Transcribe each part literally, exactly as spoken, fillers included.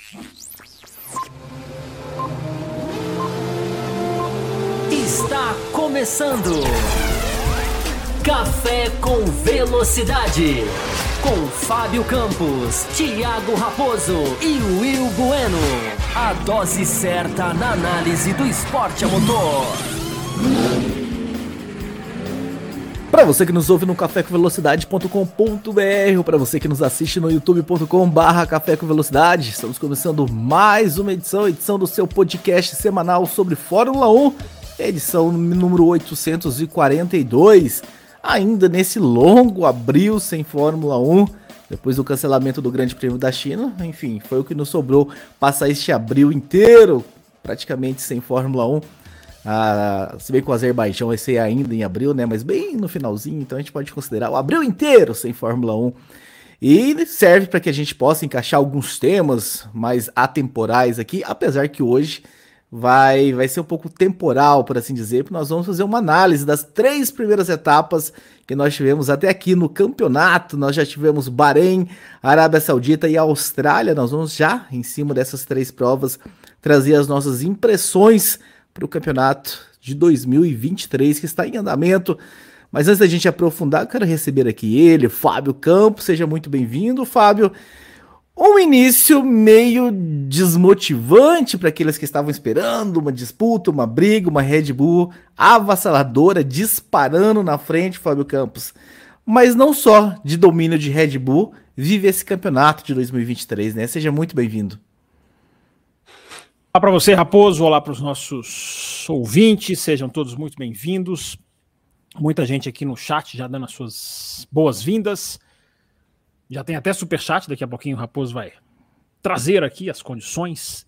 Está começando Café com Velocidade, com Fábio Campos, Thiago Raposo e Will Bueno. A dose certa na análise do esporte a motor. Para você que nos ouve no café com velocidade ponto com ponto b r ou para você que nos assiste no youtube ponto com barra café com velocidade, estamos começando mais uma edição, edição do seu podcast semanal sobre Fórmula um, edição número oitocentos e quarenta e dois, ainda nesse longo abril sem Fórmula um, depois do cancelamento do Grande Prêmio da China. Enfim, foi o que nos sobrou passar este abril inteiro praticamente sem Fórmula um. Ah, se bem que o Azerbaijão vai ser ainda em abril, né? Mas bem no finalzinho, então a gente pode considerar o abril inteiro sem Fórmula um. E serve para que a gente possa encaixar alguns temas mais atemporais aqui, apesar que hoje vai, vai ser um pouco temporal, por assim dizer, porque nós vamos fazer uma análise das três primeiras etapas que nós tivemos até aqui no campeonato. Nós já tivemos Bahrein, Arábia Saudita e Austrália. Nós vamos já, em cima dessas três provas, trazer as nossas impressões para o campeonato de dois mil e vinte e três, que está em andamento. Mas antes da gente aprofundar, eu quero receber aqui ele, Fábio Campos. Seja muito bem-vindo, Fábio. Um início meio desmotivante para aqueles que estavam esperando uma disputa, uma briga, uma Red Bull avassaladora, disparando na frente, Fábio Campos. Mas não só de domínio de Red Bull vive esse campeonato de dois mil e vinte e três, né? Seja muito bem-vindo. Olá para você, Raposo, olá para os nossos ouvintes, sejam todos muito bem-vindos. Muita gente aqui no chat já dando as suas boas-vindas. Já tem até superchat, daqui a pouquinho o Raposo vai trazer aqui as condições.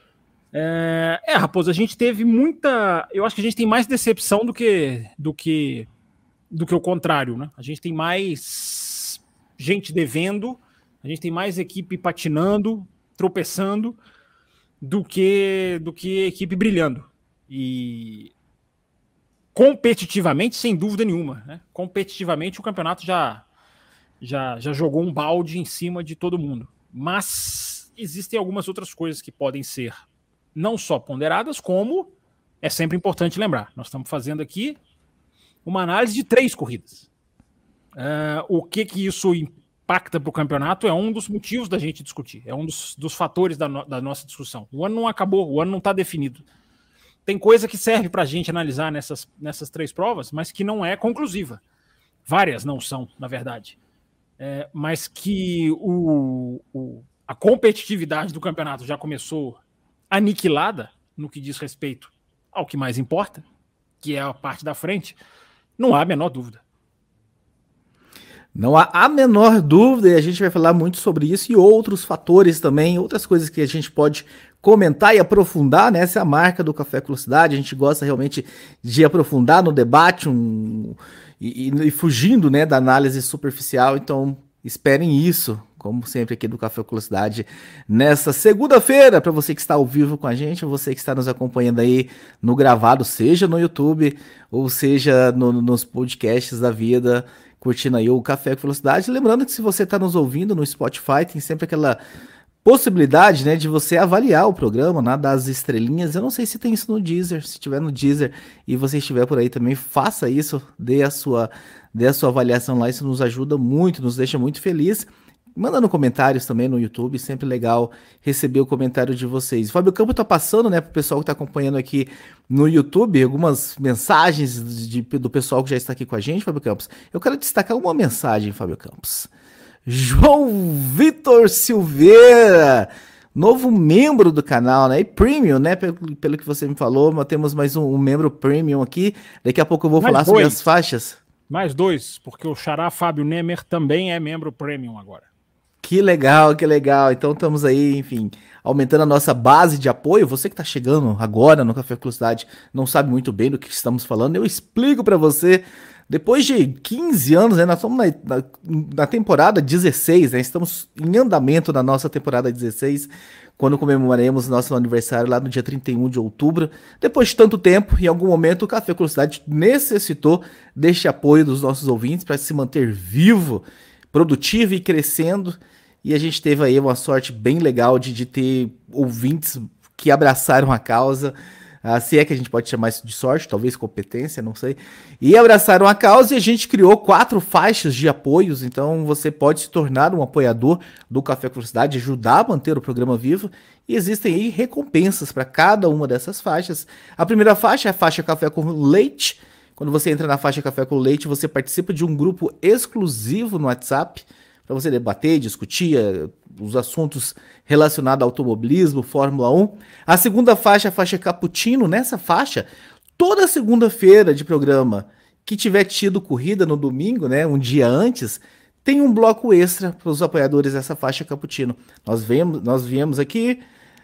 É, é, Raposo, a gente teve muita... Eu acho que a gente tem mais decepção do que, do que, do que o contrário, né? A gente tem mais gente devendo, a gente tem mais equipe patinando, tropeçando, do que, do que equipe brilhando. E competitivamente, sem dúvida nenhuma, né? Competitivamente o campeonato já, já, já jogou um balde em cima de todo mundo. Mas existem algumas outras coisas que podem ser não só ponderadas, como é sempre importante lembrar. Nós estamos fazendo aqui uma análise de três corridas. Uh, o que que isso impacta para o campeonato é um dos motivos da gente discutir, é um dos, dos fatores da, no, da nossa discussão. O ano não acabou, o ano não está definido. Tem coisa que serve para a gente analisar nessas, nessas três provas, mas que não é conclusiva. Várias não são, na verdade. É, mas que o, o, a competitividade do campeonato já começou aniquilada no que diz respeito ao que mais importa, que é a parte da frente, não há a menor dúvida. Não há a menor dúvida, e a gente vai falar muito sobre isso e outros fatores também, outras coisas que a gente pode comentar e aprofundar, né? Essa é a marca do Café com Velocidade. A gente gosta realmente de aprofundar no debate um, e, e, e fugindo, né, da análise superficial. Então esperem isso, como sempre aqui do Café com Velocidade, nessa segunda-feira, para você que está ao vivo com a gente, você que está nos acompanhando aí no gravado, seja no YouTube ou seja no, nos podcasts da vida, curtindo aí o Café com Velocidade. Lembrando que se você está nos ouvindo no Spotify, tem sempre aquela possibilidade, né, de você avaliar o programa, né, das estrelinhas. Eu não sei se tem isso no Deezer. Se tiver no Deezer e você estiver por aí também, faça isso, dê a sua, dê a sua avaliação lá. Isso nos ajuda muito, nos deixa muito feliz. Mandando comentários também no YouTube, sempre legal receber o comentário de vocês. O Fábio Campos tá passando, né, pro pessoal que tá acompanhando aqui no YouTube, algumas mensagens de, do pessoal que já está aqui com a gente, Fábio Campos. Eu quero destacar uma mensagem, Fábio Campos. João Vitor Silveira, novo membro do canal, né, e premium, né, pelo, pelo que você me falou, mas temos mais um, um membro premium aqui. Daqui a pouco eu vou mais falar dois. sobre as faixas. Mais dois, porque o xará Fábio Nemer também é membro premium agora. Que legal, que legal. Então estamos aí, enfim, aumentando a nossa base de apoio. Você que está chegando agora no Café com Velocidade não sabe muito bem do que estamos falando. Eu explico para você. Depois de quinze anos, né, nós estamos na, na, na temporada dezesseis, né, estamos em andamento na nossa temporada dezesseis, quando comemoraremos nosso aniversário lá no dia trinta e um de outubro. Depois de tanto tempo, em algum momento, o Café com Velocidade necessitou deste apoio dos nossos ouvintes para se manter vivo, produtivo e crescendo. E a gente teve aí uma sorte bem legal de, de ter ouvintes que abraçaram a causa. Ah, se é que a gente pode chamar isso de sorte, talvez competência, não sei. E abraçaram a causa e a gente criou quatro faixas de apoios. Então você pode se tornar um apoiador do Café com Velocidade, ajudar a manter o programa vivo. E existem aí recompensas para cada uma dessas faixas. A primeira faixa é a faixa Café com Leite. Quando você entra na faixa Café com Leite, você participa de um grupo exclusivo no WhatsApp para você debater, discutir os assuntos relacionados ao automobilismo, Fórmula um. A segunda faixa, a faixa Cappuccino. Nessa faixa, toda segunda-feira de programa que tiver tido corrida no domingo, né, um dia antes, tem um bloco extra para os apoiadores dessa faixa Cappuccino. Nós viemos, nós viemos aqui,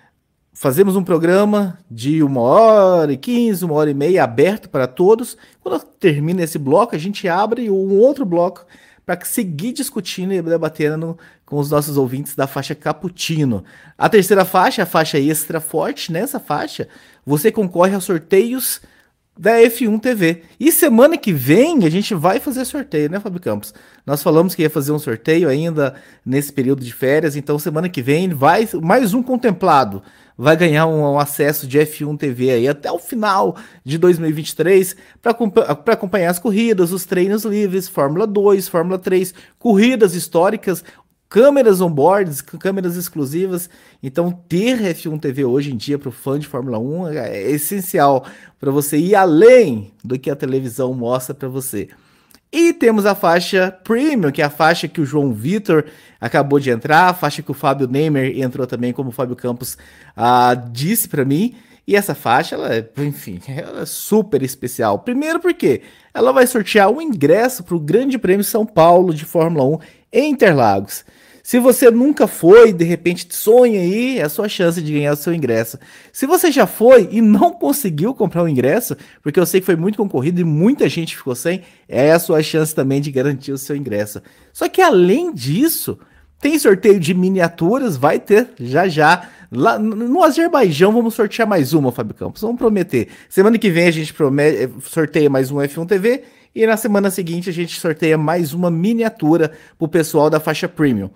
fazemos um programa de uma hora e quinze, uma hora e meia, aberto para todos. Quando termina esse bloco, a gente abre um outro bloco para seguir discutindo e debatendo com os nossos ouvintes da faixa Cappuccino. A terceira faixa, a faixa Extra Forte. Nessa faixa, você concorre a sorteios da F um T V. E semana que vem a gente vai fazer sorteio, né, Fábio Campos? Nós falamos que ia fazer um sorteio ainda nesse período de férias, então semana que vem vai mais um contemplado. Vai ganhar um, um acesso de F um T V aí até o final de dois mil e vinte e três para acompanhar as corridas, os treinos livres, Fórmula dois, Fórmula três, corridas históricas, câmeras on-boards, câmeras exclusivas. Então ter F um T V hoje em dia para o fã de Fórmula um é essencial para você ir além do que a televisão mostra para você. E temos a faixa Premium, que é a faixa que o João Vitor acabou de entrar, a faixa que o Fábio Neymer entrou também, como o Fábio Campos ah, disse para mim. E essa faixa, ela é, enfim, ela é super especial. Primeiro porque ela vai sortear um ingresso para o Grande Prêmio São Paulo de Fórmula um em Interlagos. Se você nunca foi, de repente sonha aí, é a sua chance de ganhar o seu ingresso. Se você já foi e não conseguiu comprar o ingresso, porque eu sei que foi muito concorrido e muita gente ficou sem, é a sua chance também de garantir o seu ingresso. Só que além disso, tem sorteio de miniaturas, vai ter já já. Lá no Azerbaijão vamos sortear mais uma, Fábio Campos, vamos prometer. Semana que vem a gente promete, sorteia mais um F um T V e na semana seguinte a gente sorteia mais uma miniatura pro pessoal da faixa Premium.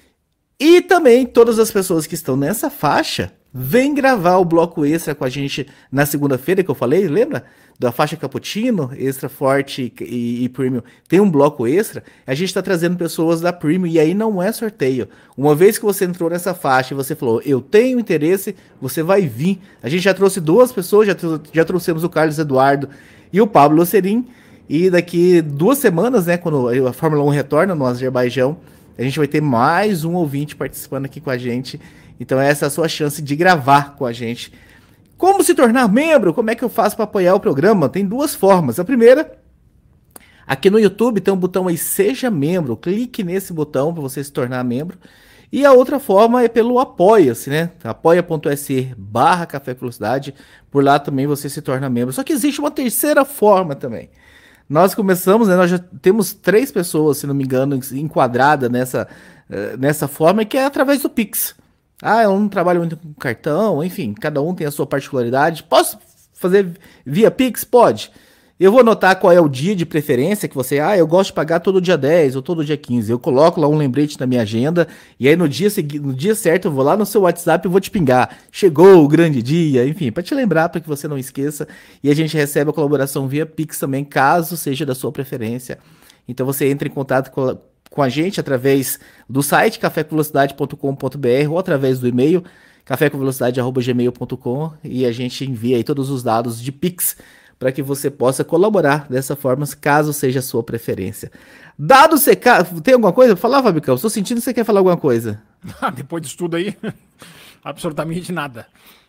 E também todas as pessoas que estão nessa faixa vêm gravar o bloco extra com a gente na segunda-feira que eu falei, lembra? Da faixa Cappuccino, Extra Forte e, e Premium. Tem um bloco extra, a gente está trazendo pessoas da Premium e aí não é sorteio. Uma vez que você entrou nessa faixa e você falou, eu tenho interesse, você vai vir. A gente já trouxe duas pessoas, já, já trouxemos o Carlos Eduardo e o Pablo Locerin. E daqui duas semanas, né, quando a Fórmula um retorna no Azerbaijão, a gente vai ter mais um ouvinte participando aqui com a gente. Então essa é a sua chance de gravar com a gente. Como se tornar membro? Como é que eu faço para apoiar o programa? Tem duas formas. A primeira, aqui no YouTube tem um botão aí, Seja Membro. Clique nesse botão para você se tornar membro. E a outra forma é pelo Apoia-se, né? apoia.se barra Café com Velocidade. Por lá também você se torna membro. Só que existe uma terceira forma também. Nós começamos, né, nós já temos três pessoas, se não me engano, enquadradas nessa, nessa forma, que é através do Pix. Ah, eu não trabalho muito com cartão, enfim, cada um tem a sua particularidade. Posso fazer via Pix? Pode. Eu vou anotar qual é o dia de preferência que você... Ah, eu gosto de pagar todo dia dez ou todo dia quinze. Eu coloco lá um lembrete na minha agenda e aí no dia, segui- no dia certo eu vou lá no seu WhatsApp e vou te pingar. Chegou o grande dia, enfim, para te lembrar, para que você não esqueça. E a gente recebe a colaboração via Pix também, caso seja da sua preferência. Então você entra em contato com a, com a gente através do site café com velocidade ponto com ponto b r ou através do e-mail café com velocidade arroba gmail ponto com e a gente envia aí todos os dados de Pix para que você possa colaborar dessa forma, caso seja a sua preferência. Dado C K, tem alguma coisa para falar, Fábio Campos? Estou sentindo que você quer falar alguma coisa. Depois disso tudo aí, absolutamente nada.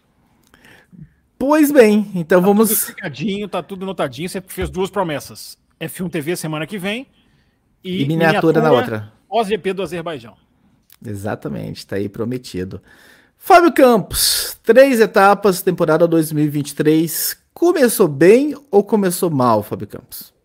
Pois bem, então tá vamos... Tudo explicadinho, tá tudo notadinho, você fez duas promessas. F um T V semana que vem e, e miniatura, miniatura na outra. Pós-G P do Azerbaijão. Exatamente, está aí prometido. Fábio Campos, três etapas, temporada dois mil e vinte e três... Começou bem ou começou mal, Fábio Campos?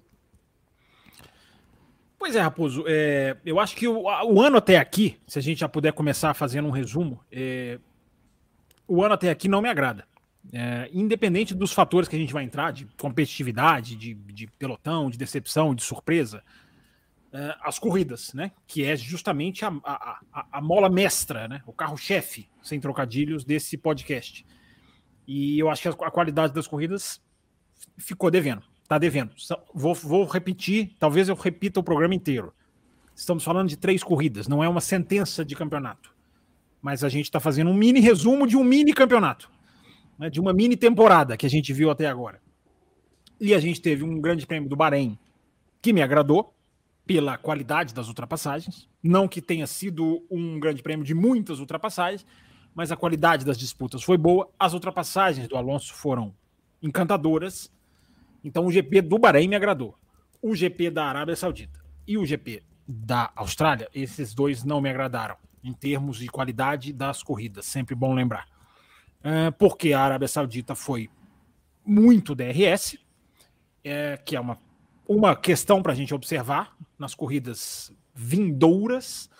Pois é, Raposo. É, eu acho que o, o ano até aqui, se a gente já puder começar fazendo um resumo, é, o ano até aqui não me agrada. É, independente dos fatores que a gente vai entrar, de competitividade, de, de pelotão, de decepção, de surpresa, uh, as corridas, né? Que é justamente a, a, a, a mola mestra, né? O carro-chefe, sem trocadilhos, desse podcast. E eu acho que a, a qualidade das corridas ficou devendo, tá devendo. Vou, vou repetir, talvez eu repita o programa inteiro. Estamos falando de três corridas, não é uma sentença de campeonato. Mas a gente está fazendo um mini resumo de um mini campeonato, né, de uma mini temporada que a gente viu até agora. E a gente teve um grande prêmio do Bahrein que me agradou pela qualidade das ultrapassagens. Não que tenha sido um grande prêmio de muitas ultrapassagens, mas a qualidade das disputas foi boa. As ultrapassagens do Alonso foram encantadoras. Então o G P do Bahrein me agradou. O G P da Arábia Saudita e o G P da Austrália, esses dois não me agradaram em termos de qualidade das corridas, sempre bom lembrar. Uh, porque a Arábia Saudita foi muito D R S, é, que é uma, uma questão para a gente observar nas corridas vindouras,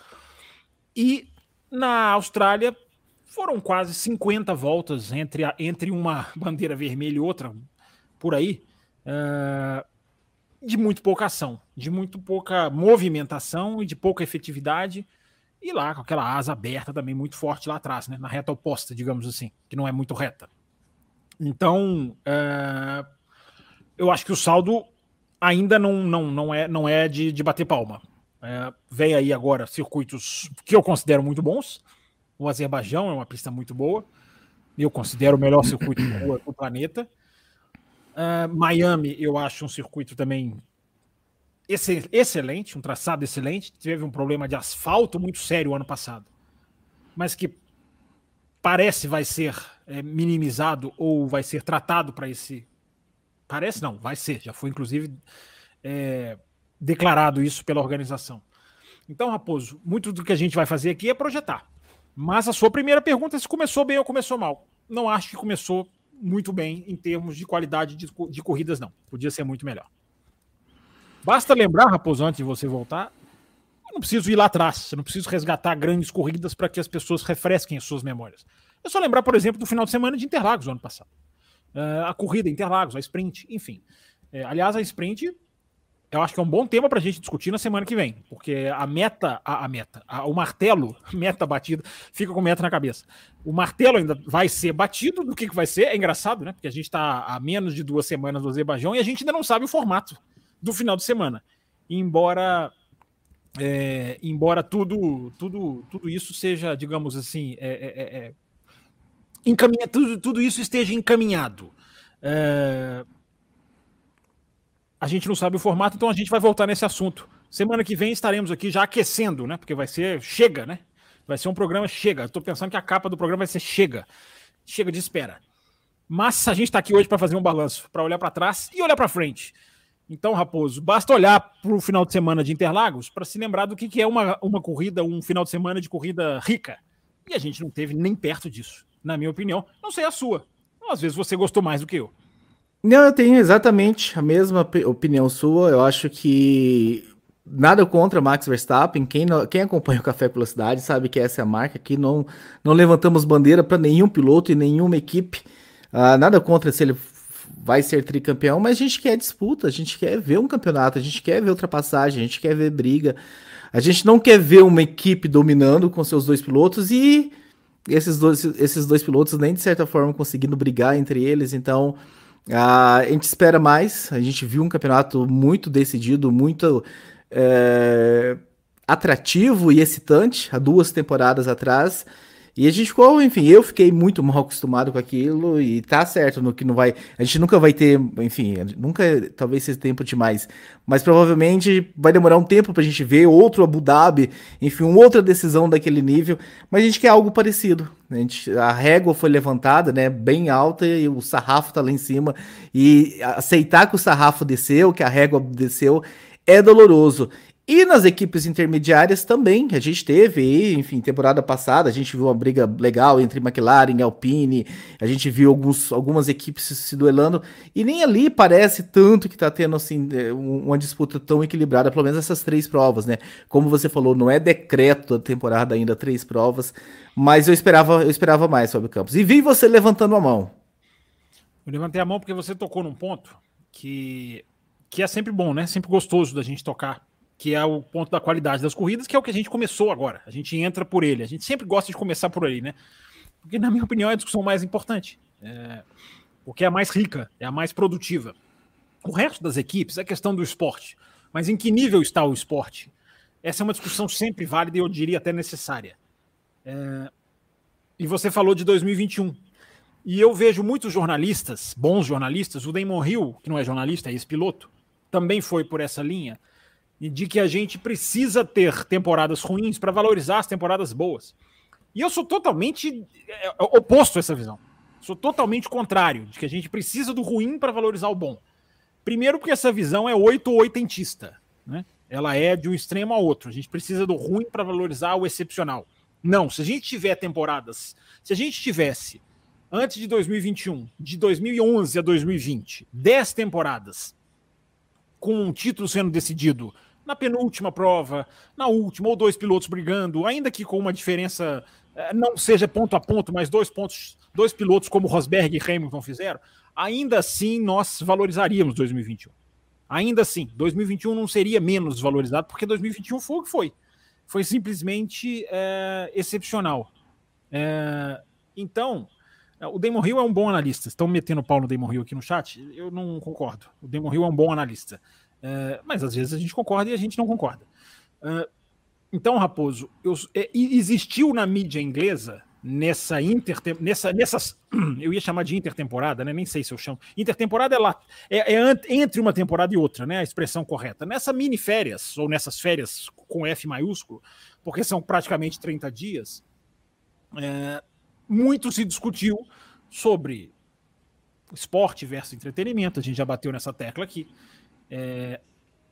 e na Austrália foram quase cinquenta voltas entre, a, entre uma bandeira vermelha e outra, por aí, uh, de muito pouca ação, de muito pouca movimentação e de pouca efetividade. E lá, com aquela asa aberta também muito forte lá atrás, né? Na reta oposta, digamos assim, que não é muito reta. Então, é... eu acho que o saldo ainda não, não, não é, não é de, de bater palma. É... Vem aí agora circuitos que eu considero muito bons. O Azerbaijão é uma pista muito boa. Eu considero o melhor circuito do planeta. É... Miami, eu acho um circuito também excelente, um traçado excelente. Teve um problema de asfalto muito sério ano passado, mas que parece vai ser é, minimizado ou vai ser tratado para esse... Parece não, vai ser. Já foi inclusive é, declarado isso pela organização. Então, Raposo, muito do que a gente vai fazer aqui é projetar. Mas a sua primeira pergunta é se começou bem ou começou mal. Não acho que começou muito bem em termos de qualidade de, de corridas, não. Podia ser muito melhor. Basta lembrar, Raposo, antes de você voltar, eu não preciso ir lá atrás, eu não preciso resgatar grandes corridas para que as pessoas refresquem as suas memórias. É só lembrar, por exemplo, do final de semana de Interlagos, no ano passado. Uh, a corrida Interlagos, a sprint, enfim. É, aliás, a sprint, eu acho que é um bom tema para a gente discutir na semana que vem, porque a meta, a, a meta, a, o martelo, meta batida, fica com meta na cabeça. O martelo ainda vai ser batido, do que, que vai ser, é engraçado, né? Porque a gente está a menos de duas semanas do Azerbaijão e a gente ainda não sabe o formato do final de semana, embora é, embora tudo, tudo, tudo isso seja, digamos assim, é, é, é, encaminha, tudo, tudo isso esteja encaminhado. É, a gente não sabe o formato, então a gente vai voltar nesse assunto. Semana que vem estaremos aqui já aquecendo, né? Porque vai ser chega, né? Vai ser um programa chega. Estou pensando que a capa do programa vai ser chega, chega de espera. Mas a gente está aqui hoje para fazer um balanço, para olhar para trás e olhar para frente. Então, Raposo, basta olhar para o final de semana de Interlagos para se lembrar do que, que é uma, uma corrida, um final de semana de corrida rica. E a gente não teve nem perto disso, na minha opinião. Não sei a sua. Às vezes você gostou mais do que eu. Não, eu tenho exatamente a mesma opinião sua. Eu acho que nada contra Max Verstappen. Quem, não, quem acompanha o Café com Velocidade sabe que essa é a marca. Aqui não, não levantamos bandeira para nenhum piloto e nenhuma equipe. Uh, nada contra se ele vai ser tricampeão, mas a gente quer disputa, a gente quer ver um campeonato, a gente quer ver ultrapassagem, a gente quer ver briga, a gente não quer ver uma equipe dominando com seus dois pilotos e esses dois, esses dois pilotos nem de certa forma conseguindo brigar entre eles. Então a gente espera mais. A gente viu um campeonato muito decidido, muito é, atrativo e excitante há duas temporadas atrás. E a gente ficou, enfim, eu fiquei muito mal acostumado com aquilo e tá certo no que não vai... A gente nunca vai ter, enfim, nunca, talvez seja tempo demais, mas provavelmente vai demorar um tempo pra gente ver outro Abu Dhabi, enfim, uma outra decisão daquele nível, mas a gente quer algo parecido. A, gente, a régua foi levantada, né, bem alta e o sarrafo tá lá em cima, e aceitar que o sarrafo desceu, que a régua desceu, é doloroso. E nas equipes intermediárias também, a gente teve, enfim, temporada passada, a gente viu uma briga legal entre McLaren e Alpine, a gente viu alguns, algumas equipes se duelando, e nem ali parece tanto que tá tendo, assim, uma disputa tão equilibrada, pelo menos essas três provas, né? Como você falou, não é decreto da temporada ainda, três provas, mas eu esperava, eu esperava mais, Fábio Campos. E vi você levantando a mão. Eu levantei a mão porque você tocou num ponto que, que é sempre bom, né? Sempre gostoso da gente tocar que é o ponto da qualidade das corridas, que é o que a gente começou agora. A gente entra por ele. A gente sempre gosta de começar por ele, né? Porque, na minha opinião, é a discussão mais importante. É... Porque é a mais rica, é a mais produtiva. O resto das equipes é questão do esporte. Mas em que nível está o esporte? Essa é uma discussão sempre válida e eu diria até necessária. É... E você falou de dois mil e vinte e um. E eu vejo muitos jornalistas, bons jornalistas, o Damon Hill, que não é jornalista, é ex-piloto, também foi por essa linha, de que a gente precisa ter temporadas ruins para valorizar as temporadas boas. E eu sou totalmente oposto a essa visão. Sou totalmente contrário, de que a gente precisa do ruim para valorizar o bom. Primeiro porque essa visão é oito ou oitentista, né? Ela é de um extremo ao outro. A gente precisa do ruim para valorizar o excepcional. Não, se a gente tiver temporadas, se a gente tivesse, antes de dois mil e vinte e um, de dois mil e onze a dois mil e vinte, dez temporadas com um título sendo decidido na penúltima prova, na última, ou dois pilotos brigando, ainda que com uma diferença, não seja ponto a ponto, mas dois pontos, dois pilotos como Rosberg e Hamilton fizeram, ainda assim nós valorizaríamos dois mil e vinte e um. Ainda assim, dois mil e vinte e um não seria menos valorizado, porque dois mil e vinte e um foi o que foi. Foi simplesmente é, excepcional. É, então, o Damon Hill é um bom analista. Estão metendo o pau no Damon Hill aqui no chat? Eu não concordo. O Damon Hill é um bom analista. É, mas às vezes a gente concorda e a gente não concorda. É, então, Raposo, eu, é, existiu na mídia inglesa, nessa inter, nessa, nessas, eu ia chamar de intertemporada, né? Nem sei se eu chamo. Intertemporada é, lá, é, é entre uma temporada e outra, né? A expressão correta. Nessa mini férias, ou nessas férias com F maiúsculo, porque são praticamente trinta dias, é, muito se discutiu sobre esporte versus entretenimento. A gente já bateu nessa tecla aqui. É,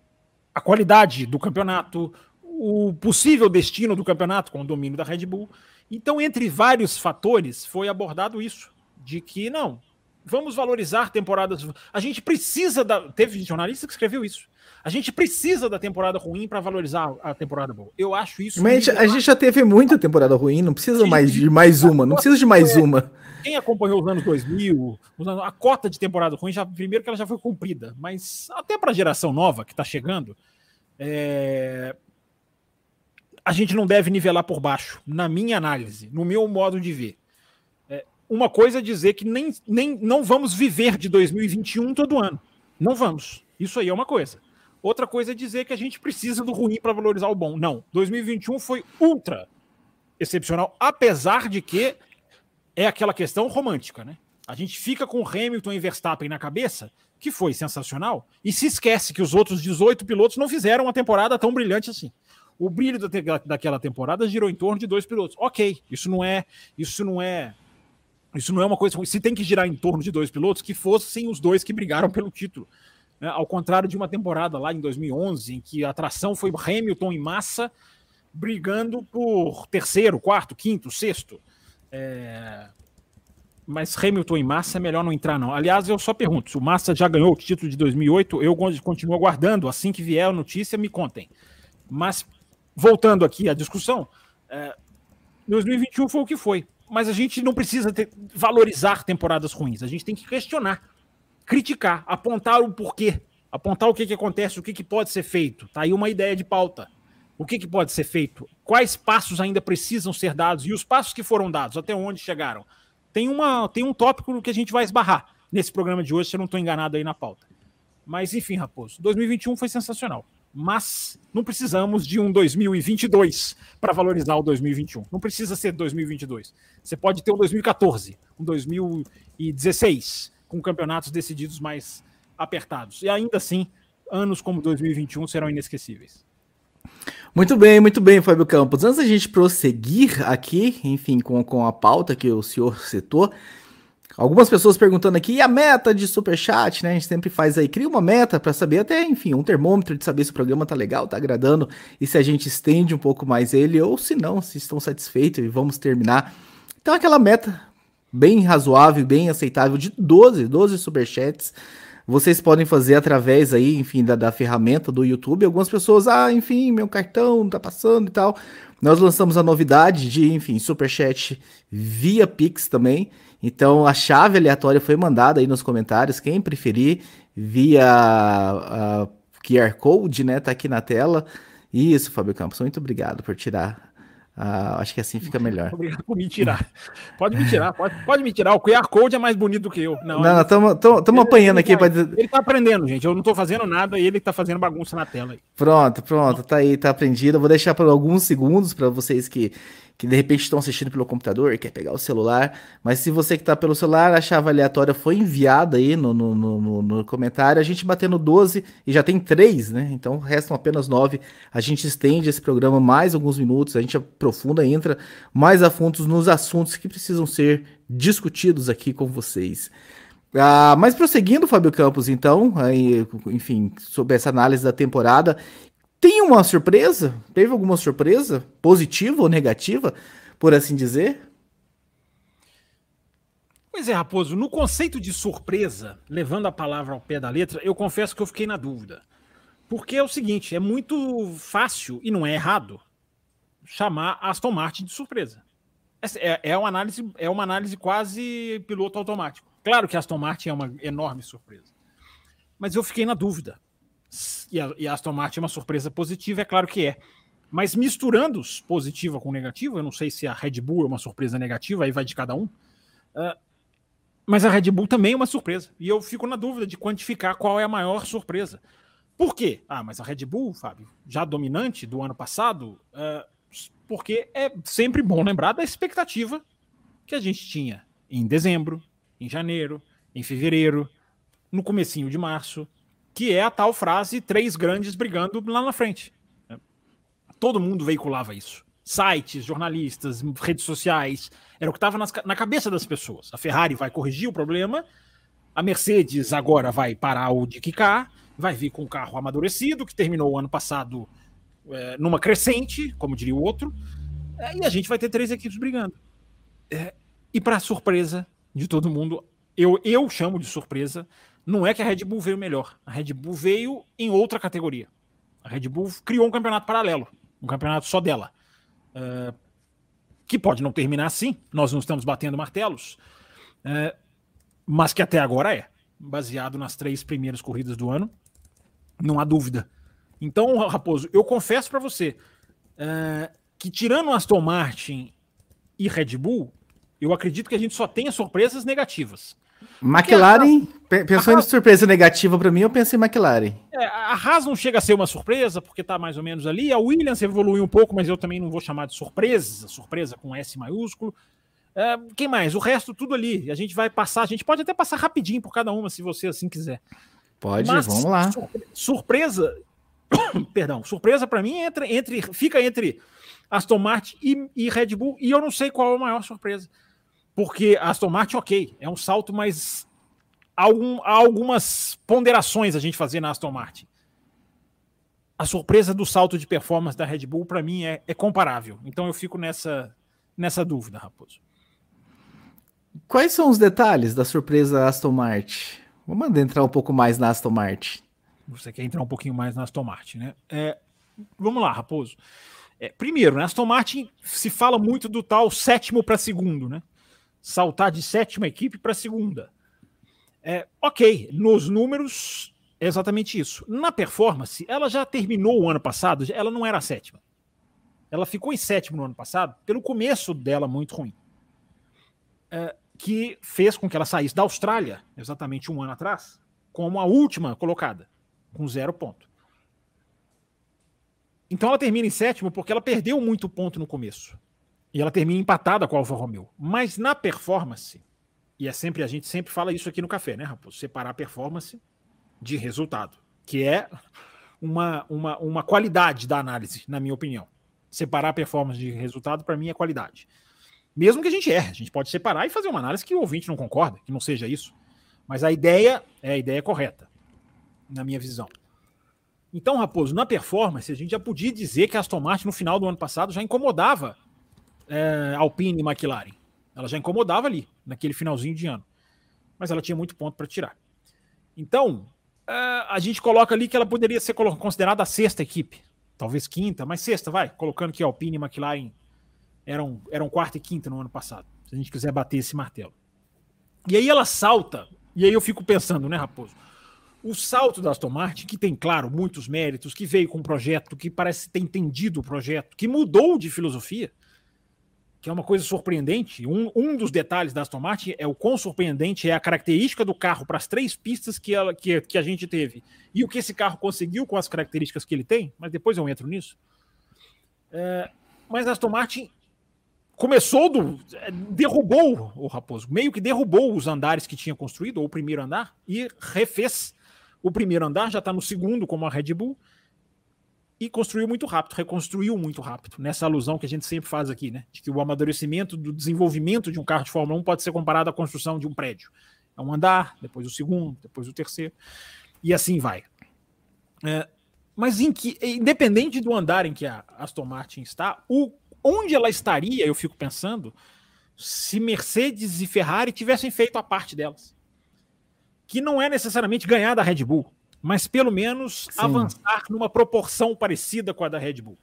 a qualidade do campeonato, o possível destino do campeonato com o domínio da Red Bull. Então, entre vários fatores, foi abordado isso, de que não, vamos valorizar temporadas. A gente precisa da. Teve jornalista que escreveu isso. A gente precisa da temporada ruim para valorizar a temporada boa. Eu acho isso. Mas a gente já teve muita temporada ruim, não precisa mais de mais uma, não precisa de mais uma. Quem acompanhou os anos dois mil, os anos, a cota de temporada ruim, já, primeiro que ela já foi cumprida, mas até para a geração nova que está chegando, é... a gente não deve nivelar por baixo, na minha análise, no meu modo de ver. É... Uma coisa é dizer que nem, nem, não vamos viver de dois mil e vinte e um todo ano. Não vamos. Isso aí é uma coisa. Outra coisa é dizer que a gente precisa do ruim para valorizar o bom. Não. dois mil e vinte e um foi ultra excepcional, apesar de que é aquela questão romântica, né? A gente fica com Hamilton e Verstappen na cabeça, que foi sensacional, e se esquece que os outros dezoito pilotos não fizeram uma temporada tão brilhante assim. O brilho da te- daquela temporada girou em torno de dois pilotos. Ok, isso não é, isso não é, isso não é uma coisa. Se tem que girar em torno de dois pilotos, que fossem os dois que brigaram pelo título. Né? Ao contrário de uma temporada lá em dois mil e onze, em que a atração foi Hamilton e Massa brigando por terceiro, quarto, quinto, sexto. É... Mas Hamilton e Massa é melhor não entrar, não. Aliás, eu só pergunto, se o Massa já ganhou o título de dois mil e oito, eu continuo aguardando. Assim que vier a notícia, me contem. Mas, voltando aqui à discussão, é... dois mil e vinte e um foi o que foi. Mas a gente não precisa ter... valorizar temporadas ruins. A gente tem que questionar, criticar, apontar o porquê, apontar o que, que acontece, o que, que pode ser feito. Tá aí uma ideia de pauta. O que, que pode ser feito? Quais passos ainda precisam ser dados? E os passos que foram dados, até onde chegaram? Tem, uma, tem um tópico que a gente vai esbarrar nesse programa de hoje, se eu não estou enganado aí na pauta. Mas, enfim, Raposo, dois mil e vinte e um foi sensacional. Mas não precisamos de um dois mil e vinte e dois para valorizar o dois mil e vinte e um. Não precisa ser dois mil e vinte e dois. Você pode ter um dois mil e quatorze, um dois mil e dezesseis, com campeonatos decididos mais apertados. E ainda assim, anos como dois mil e vinte e um serão inesquecíveis. Muito bem, muito bem, Fábio Campos. Antes da gente prosseguir aqui, enfim, com, com a pauta que o senhor citou, algumas pessoas perguntando aqui, e a meta de superchat, né? A gente sempre faz aí, cria uma meta para saber até, enfim, um termômetro de saber se o programa tá legal, tá agradando, e se a gente estende um pouco mais ele, ou se não, se estão satisfeitos e vamos terminar. Então aquela meta bem razoável, bem aceitável de doze, doze superchats, vocês podem fazer através aí, enfim, da, da ferramenta do YouTube. Algumas pessoas, ah, enfim, meu cartão não tá passando e tal. Nós lançamos a novidade de, enfim, superchat via Pix também. Então, a chave aleatória foi mandada aí nos comentários. Quem preferir, via... Uh, Q R Code, né? Tá aqui na tela. Isso, Fábio Campos, muito obrigado por tirar. Ah, acho que assim fica melhor. Obrigado por me tirar. Pode me tirar, pode, pode me tirar. O Q R Code é mais bonito do que eu. Não, não, estamos apanhando ele, aqui. Ele, pra... ele tá aprendendo, gente. Eu não tô fazendo nada e ele tá fazendo bagunça na tela aí. Pronto, pronto, tá aí, tá aprendido. Eu vou deixar por alguns segundos para vocês que, que de repente estão assistindo pelo computador, quer pegar o celular. Mas se você que tá pelo celular, a chave aleatória foi enviada aí no, no, no, no comentário. A gente batendo doze e já tem três, né? Então restam apenas nove. A gente estende esse programa mais alguns minutos, a gente aprofunda, entra mais a fundo nos assuntos que precisam ser discutidos aqui com vocês. Ah, mas prosseguindo, Fábio Campos, então, aí, enfim, sobre essa análise da temporada, tem uma surpresa? Teve alguma surpresa? Positiva ou negativa, por assim dizer? Pois é, Raposo, no conceito de surpresa, levando a palavra ao pé da letra, eu confesso que eu fiquei na dúvida. Porque é o seguinte, é muito fácil, e não é errado, chamar a Aston Martin de surpresa. É, é, uma análise, é uma análise quase piloto automático. Claro que a Aston Martin é uma enorme surpresa. Mas eu fiquei na dúvida. E a, e a Aston Martin é uma surpresa positiva, é claro que é. Mas misturando positiva com negativa, eu não sei se a Red Bull é uma surpresa negativa, aí vai de cada um. Uh, mas a Red Bull também é uma surpresa. E eu fico na dúvida de quantificar qual é a maior surpresa. Por quê? Ah, mas a Red Bull, Fábio, já dominante do ano passado... Uh, porque é sempre bom lembrar da expectativa que a gente tinha em dezembro, em janeiro, em fevereiro, no comecinho de março, que é a tal frase três grandes brigando lá na frente. Todo mundo veiculava isso. Sites, jornalistas, redes sociais, era o que estava na cabeça das pessoas. A Ferrari vai corrigir o problema, a Mercedes agora vai parar o de quicar, vai vir com o carro amadurecido, que terminou o ano passado É, numa crescente, como diria o outro, é, e a gente vai ter três equipes brigando. É, e para surpresa de todo mundo, eu, eu chamo de surpresa, não é que a Red Bull veio melhor. A Red Bull veio em outra categoria. A Red Bull criou um campeonato paralelo, um campeonato só dela, é, que pode não terminar assim, nós não estamos batendo martelos, é, mas que até agora é, baseado nas três primeiras corridas do ano, não há dúvida. Então, Raposo, eu confesso para você uh, que tirando Aston Martin e Red Bull, eu acredito que a gente só tenha surpresas negativas. McLaren, a... pensou Haas... em surpresa negativa para mim, eu pensei em McLaren. É, a Haas não chega a ser uma surpresa, porque tá mais ou menos ali. A Williams evoluiu um pouco, mas eu também não vou chamar de surpresa, surpresa com S maiúsculo. Uh, quem mais? O resto, tudo ali. A gente vai passar, a gente pode até passar rapidinho por cada uma, se você assim quiser. Pode, mas, vamos lá. Surpre... Surpresa... Perdão, surpresa para mim entre, entre, fica entre Aston Martin e, e Red Bull, e eu não sei qual é a maior surpresa, porque a Aston Martin, ok, é um salto, mas há, algum, há algumas ponderações a gente fazer na Aston Martin. A surpresa do salto de performance da Red Bull para mim é, é comparável, então eu fico nessa, nessa dúvida, Raposo. Quais são os detalhes da surpresa Aston Martin? Vamos adentrar um pouco mais na Aston Martin. Você quer entrar um pouquinho mais na Aston Martin, né? É, vamos lá, Raposo. É, primeiro, na Aston Martin se fala muito do tal sétimo para segundo, né? Saltar de sétima equipe para segunda. É, ok, nos números é exatamente isso. Na performance, ela já terminou o ano passado, ela não era a sétima. Ela ficou em sétimo no ano passado pelo começo dela muito ruim. É, que fez com que ela saísse da Austrália, exatamente um ano atrás, como a última colocada. Com zero ponto. Então ela termina em sétimo porque ela perdeu muito ponto no começo. E ela termina empatada com a Alfa Romeo. Mas na performance, e é sempre, a gente sempre fala isso aqui no café, né, Raposo? Separar a performance de resultado, que é uma, uma, uma qualidade da análise, na minha opinião. Separar a performance de resultado, para mim, é qualidade. Mesmo que a gente erre, a gente pode separar e fazer uma análise que o ouvinte não concorda, que não seja isso. Mas a ideia é a ideia correta, na minha visão. Então, Raposo, na performance, a gente já podia dizer que a Aston Martin, no final do ano passado, já incomodava é, Alpine e McLaren. Ela já incomodava ali, naquele finalzinho de ano. Mas ela tinha muito ponto para tirar. Então, é, a gente coloca ali que ela poderia ser considerada a sexta equipe. Talvez quinta, mas sexta, vai. Colocando que Alpine e McLaren eram, eram quarta e quinta no ano passado. Se a gente quiser bater esse martelo. E aí ela salta, e aí eu fico pensando, né, Raposo? O salto da Aston Martin, que tem, claro, muitos méritos, que veio com um projeto, que parece ter entendido o projeto, que mudou de filosofia, que é uma coisa surpreendente. Um, um dos detalhes da Aston Martin é o quão surpreendente é a característica do carro para as três pistas que, ela, que, que a gente teve. E o que esse carro conseguiu com as características que ele tem, mas depois eu entro nisso. É, mas a Aston Martin começou do... derrubou o Raposo, meio que derrubou os andares que tinha construído, ou o primeiro andar, e refez o primeiro andar, já está no segundo como a Red Bull, e construiu muito rápido, reconstruiu muito rápido, nessa alusão que a gente sempre faz aqui, né? De que o amadurecimento do desenvolvimento de um carro de Fórmula um pode ser comparado à construção de um prédio. É um andar, depois o segundo, depois o terceiro, e assim vai. É, mas em que, independente do andar em que a Aston Martin está, o onde ela estaria, eu fico pensando, se Mercedes e Ferrari tivessem feito a parte delas. Que não é necessariamente ganhar da Red Bull, mas pelo menos Sim. avançar numa proporção parecida com a da Red Bull.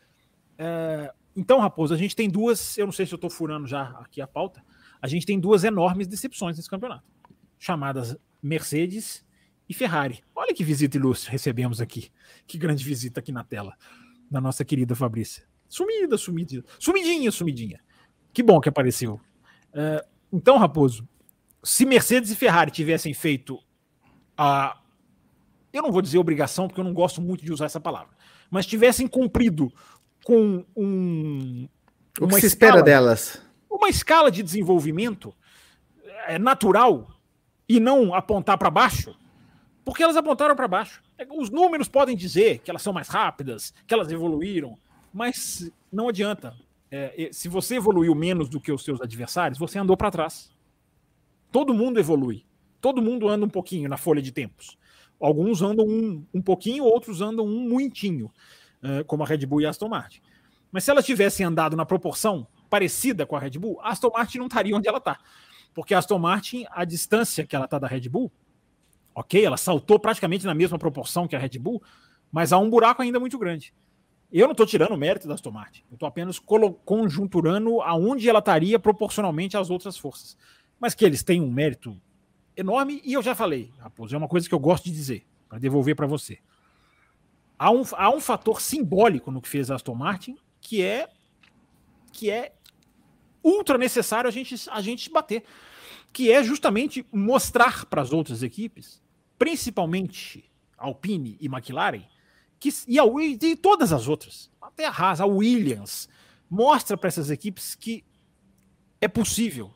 É, então, Raposo, a gente tem duas, eu não sei se eu estou furando já aqui a pauta, a gente tem duas enormes decepções nesse campeonato, chamadas Mercedes e Ferrari. Olha que visita ilustre recebemos aqui, que grande visita aqui na tela, da nossa querida Fabrícia. Sumida, sumida, sumidinha, sumidinha. Que bom que apareceu. É, então, Raposo, se Mercedes e Ferrari tivessem feito a... eu não vou dizer obrigação, porque eu não gosto muito de usar essa palavra, mas tivessem cumprido com um... O que se espera delas? Uma escala de desenvolvimento é, natural e não apontar para baixo, porque elas apontaram para baixo. Os números podem dizer que elas são mais rápidas, que elas evoluíram, mas não adianta. É, se você evoluiu menos do que os seus adversários, você andou para trás. Todo mundo evolui. Todo mundo anda um pouquinho na folha de tempos. Alguns andam um, um pouquinho, outros andam um muitinho, uh, como a Red Bull e a Aston Martin. Mas se elas tivessem andado na proporção parecida com a Red Bull, a Aston Martin não estaria onde ela está. Porque a Aston Martin, a distância que ela está da Red Bull, ok, ela saltou praticamente na mesma proporção que a Red Bull, mas há um buraco ainda muito grande. Eu não estou tirando o mérito da Aston Martin, eu estou apenas conjunturando aonde ela estaria proporcionalmente às outras forças. Mas que eles têm um mérito enorme, e eu já falei, Raposo, é uma coisa que eu gosto de dizer, para devolver para você. Há um, há um fator simbólico no que fez a Aston Martin, que é, que é ultra necessário a gente, a gente bater, que é justamente mostrar para as outras equipes, principalmente Alpine e McLaren, que, e, a, e todas as outras, até a Haas, a Williams, mostra para essas equipes que é possível.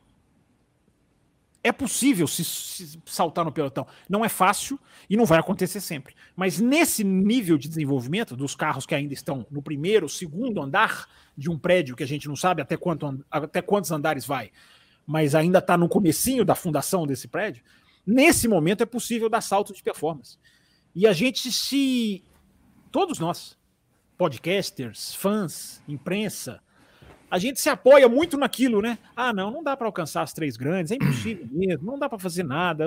É possível se, se saltar no pelotão. Não é fácil e não vai acontecer sempre. Mas nesse nível de desenvolvimento dos carros que ainda estão no primeiro, segundo andar de um prédio que a gente não sabe até, quanto, até quantos andares vai, mas ainda está no comecinho da fundação desse prédio, nesse momento é possível dar salto de performance. E a gente se... Todos nós, podcasters, fãs, imprensa, a gente se apoia muito naquilo, né? Ah, não, não dá para alcançar as três grandes, é impossível mesmo, não dá para fazer nada,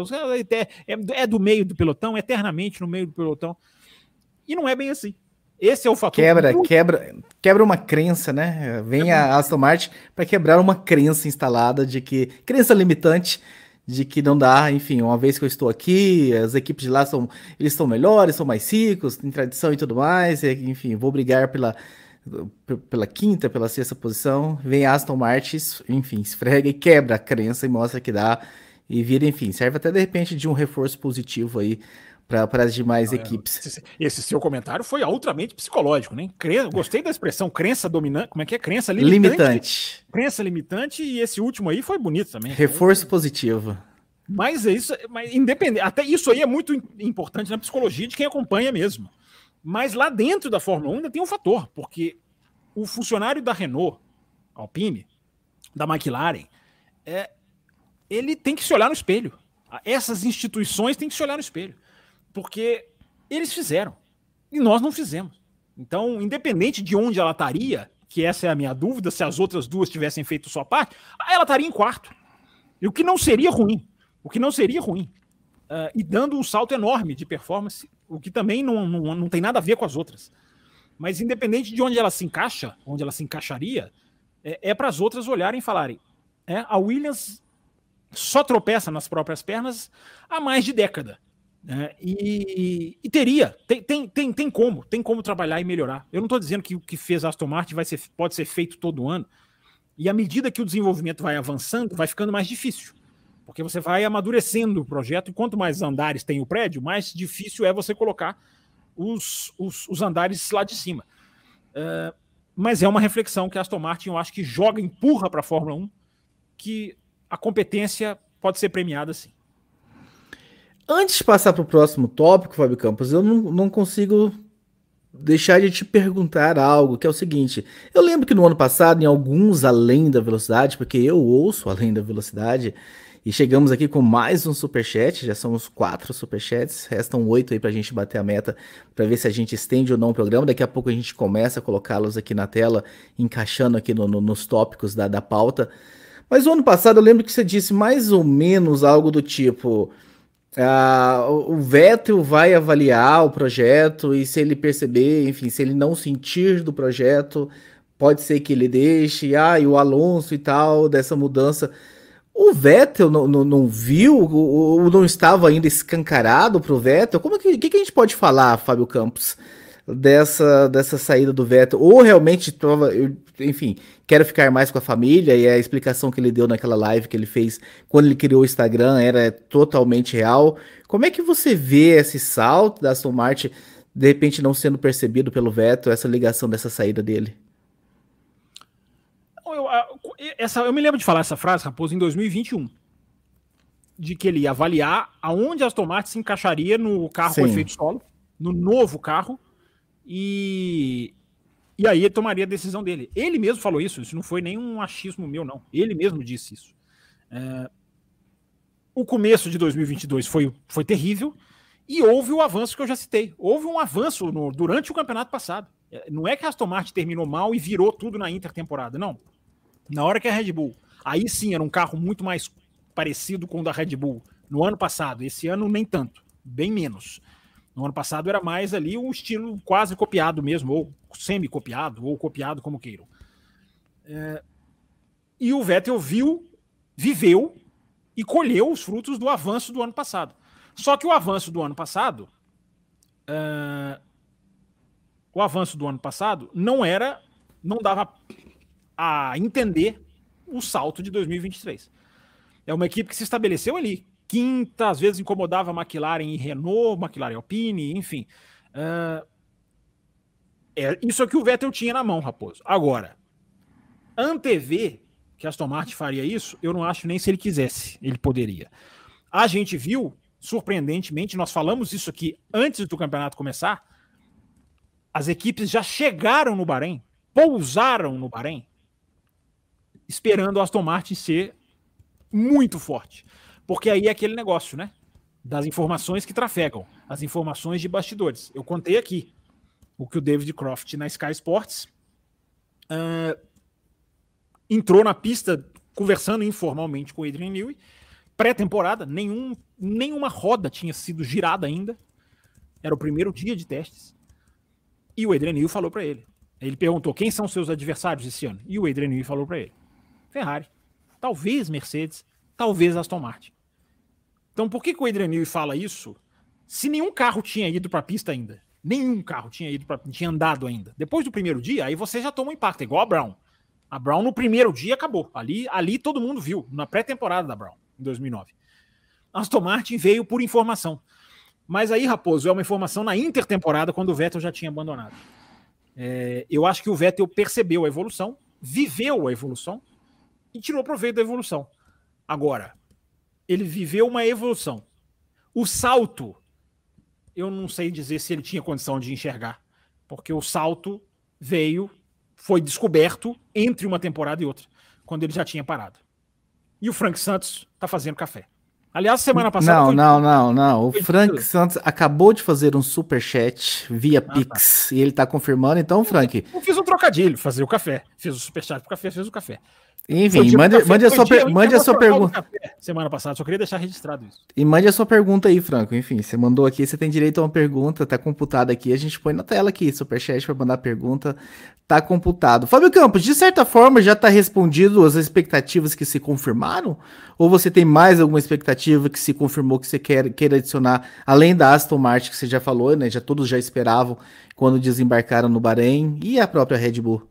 é, é do meio do pelotão, eternamente no meio do pelotão. E não é bem assim. Esse é o fator. Quebra, muito... quebra, quebra uma crença, né? Vem é a Aston Martin para quebrar uma crença instalada de que, crença limitante, de que não dá, enfim, uma vez que eu estou aqui, as equipes de lá são, eles são melhores, são mais ricos, tem tradição e tudo mais, e, enfim, vou brigar pela, pela quinta, pela sexta posição, vem a Aston Martin, enfim, esfrega e quebra a crença e mostra que dá, e vira, enfim, serve até de repente de um reforço positivo aí para as demais ah, equipes. Esse seu comentário foi altamente psicológico, né? Cre... Gostei da expressão crença dominante, como é que é? Crença limitante. Limitante. Crença limitante, e esse último aí foi bonito também. Reforço foi... positivo. Mas é isso, mas independente, até isso aí é muito importante na psicologia de quem acompanha mesmo. Mas lá dentro da Fórmula um ainda tem um fator, porque o funcionário da Renault, Alpine, da McLaren, é, ele tem que se olhar no espelho. Essas instituições têm que se olhar no espelho. Porque eles fizeram e nós não fizemos. Então, independente de onde ela estaria, que essa é a minha dúvida, se as outras duas tivessem feito sua parte, ela estaria em quarto. E o que não seria ruim. O que não seria ruim. Uh, e dando um salto enorme de performance, o que também não, não, não tem nada a ver com as outras. Mas independente de onde ela se encaixa, onde ela se encaixaria, é, é para as outras olharem e falarem, é, a Williams só tropeça nas próprias pernas há mais de década. É, e, e teria, tem, tem, tem, tem como, tem como trabalhar e melhorar. Eu não estou dizendo que o que fez a Aston Martin vai ser, pode ser feito todo ano, e à medida que o desenvolvimento vai avançando, vai ficando mais difícil, porque você vai amadurecendo o projeto, e quanto mais andares tem o prédio, mais difícil é você colocar os, os, os andares lá de cima. Uh, mas é uma reflexão que a Aston Martin, eu acho que joga, empurra para a Fórmula um, que a competência pode ser premiada sim. Antes de passar para o próximo tópico, Fábio Campos, eu não, não consigo deixar de te perguntar algo, que é o seguinte. Eu lembro que no ano passado, em alguns Além da Velocidade, porque eu ouço Além da Velocidade, e chegamos aqui com mais um superchat, já somos quatro superchats, restam oito aí para a gente bater a meta, para ver se a gente estende ou não o programa. Daqui a pouco a gente começa a colocá-los aqui na tela, encaixando aqui no, no, nos tópicos da, da pauta. Mas o ano passado eu lembro que você disse mais ou menos algo do tipo... Uh, o Vettel vai avaliar o projeto e se ele perceber, enfim, se ele não sentir do projeto, pode ser que ele deixe, ah, e o Alonso e tal, dessa mudança. O Vettel não, não, não viu, ou não estava ainda escancarado para o Vettel? Como que, que, que a gente pode falar, Fábio Campos, dessa, dessa saída do Vettel? Ou realmente, tava, enfim, quero ficar mais com a família, e a explicação que ele deu naquela live que ele fez quando ele criou o Instagram era totalmente real. Como é que você vê esse salto da Aston Martin, de repente não sendo percebido pelo Vettel, essa ligação dessa saída dele? Eu, essa, eu me lembro de falar essa frase, Raposo, em dois mil e vinte e um, de que ele ia avaliar aonde a Aston Martin se encaixaria no carro Sim. com efeito solo, no novo carro, e... E aí ele tomaria a decisão dele. Ele mesmo falou isso, isso não foi nenhum achismo meu, não. Ele mesmo disse isso. É... O começo de dois mil e vinte e dois foi, foi terrível, e houve o avanço que eu já citei. Houve um avanço no, durante o campeonato passado. Não é que a Aston Martin terminou mal e virou tudo na intertemporada, não. Na hora que a Red Bull, aí sim era um carro muito mais parecido com o da Red Bull no ano passado. Esse ano nem tanto, bem menos. No ano passado era mais ali um estilo quase copiado mesmo, ou semi-copiado, ou copiado, como queiram. É... E o Vettel viu, viveu e colheu os frutos do avanço do ano passado. Só que o avanço do ano passado, é... o avanço do ano passado não era, não dava a entender o salto de dois mil e vinte e três. É uma equipe que se estabeleceu ali. Quinta, às vezes incomodava a McLaren e Renault, McLaren Alpine, enfim. Uh, é isso é que o Vettel tinha na mão, Raposo. Agora, antever que a Aston Martin faria isso, eu não acho nem se ele quisesse, ele poderia. A gente viu, surpreendentemente, nós falamos isso aqui antes do campeonato começar, as equipes já chegaram no Bahrein, pousaram no Bahrein, esperando a Aston Martin ser muito forte. Porque aí é aquele negócio, né? Das informações que trafegam, as informações de bastidores. Eu contei aqui o que o David Croft na Sky Sports uh, entrou na pista conversando informalmente com o Adrian Newey, pré-temporada, nenhum, nenhuma roda tinha sido girada ainda, era o primeiro dia de testes, e o Adrian Newey falou para ele. Ele perguntou quem são seus adversários esse ano, e o Adrian Newey falou para ele: Ferrari, talvez Mercedes, talvez Aston Martin. Então por que, que o Adrian Newey fala isso se nenhum carro tinha ido para a pista ainda? Nenhum carro tinha ido para, tinha andado ainda. Depois do primeiro dia, aí você já toma um impacto, é igual a Brown. A Brown no primeiro dia acabou. Ali, ali todo mundo viu, na pré-temporada da Brown, em dois mil e nove. A Aston Martin veio por informação. Mas aí, Raposo, é uma informação na intertemporada, quando o Vettel já tinha abandonado. É, eu acho que o Vettel percebeu a evolução, viveu a evolução e tirou proveito da evolução. Agora, ele viveu uma evolução. O salto, eu não sei dizer se ele tinha condição de enxergar, porque o salto veio, foi descoberto entre uma temporada e outra, quando ele já tinha parado. E o Frank Santos está fazendo café. Aliás, semana passada... Não, foi... não, não, não. O Frank Santos acabou de fazer um superchat via ah, Pix, tá. E ele está confirmando. Então, Frank... Eu fiz um trocadilho, fazer o café. Fiz o superchat pro café, fez o café. Enfim, mande, café, mande a sua, per, mande a sua pergunta. Semana passada, só queria deixar registrado isso. E mande a sua pergunta aí, Franco. Enfim, você mandou aqui, você tem direito a uma pergunta, tá computado aqui. A gente põe na tela aqui, superchat para mandar pergunta. tá computado. Fábio Campos, de certa forma já tá respondido as expectativas que se confirmaram? Ou você tem mais alguma expectativa que se confirmou que você quer, queira adicionar, além da Aston Martin que você já falou, né? Já todos já esperavam quando desembarcaram no Bahrein, e a própria Red Bull?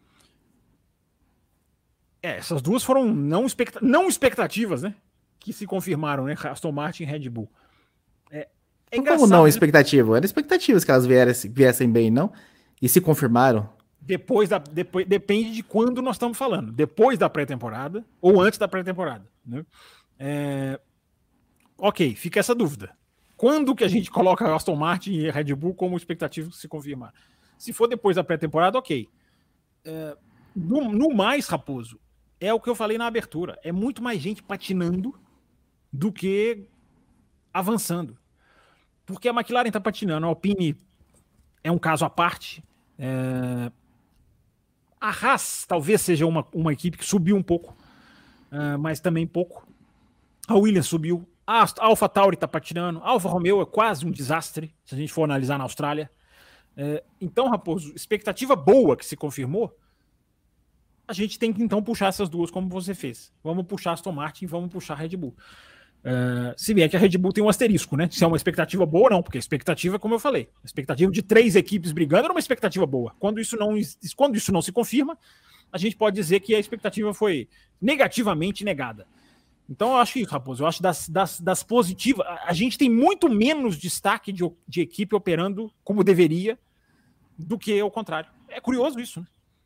É, essas duas foram não, expecta não expectativas, né? Que se confirmaram, né? Aston Martin e Red Bull. É, é Como não né? expectativa? Eram expectativas que elas viessem, viessem bem, não? E se confirmaram? Depois da, depois, depende de quando nós estamos falando. Depois da pré-temporada ou antes da pré-temporada. Né? É, ok, fica essa dúvida. Quando que a gente coloca Aston Martin e Red Bull como expectativa se confirmar? Se for depois da pré-temporada, ok. É, no, no mais, Raposo, é o que eu falei na abertura. É muito mais gente patinando do que avançando. Porque a McLaren está patinando, a Alpine é um caso à parte. É... A Haas talvez seja uma, uma equipe que subiu um pouco, uh, mas também pouco. A Williams subiu. A AlphaTauri está patinando. A Alfa Romeo é quase um desastre, se a gente for analisar na Austrália. É, então, Raposo, expectativa boa que se confirmou, a gente tem que então puxar essas duas como você fez. Vamos puxar Aston Martin, vamos puxar Red Bull. Uh, se bem que a Red Bull tem um asterisco, né? Se é uma expectativa boa ou não, porque a expectativa, como eu falei, a expectativa de três equipes brigando era uma expectativa boa. Quando isso não, quando isso não se confirma, a gente pode dizer que a expectativa foi negativamente negada. Então eu acho que, Raposo, eu acho das, das, das positivas, a gente tem muito menos destaque de, de equipe operando como deveria do que o contrário. É curioso isso, né?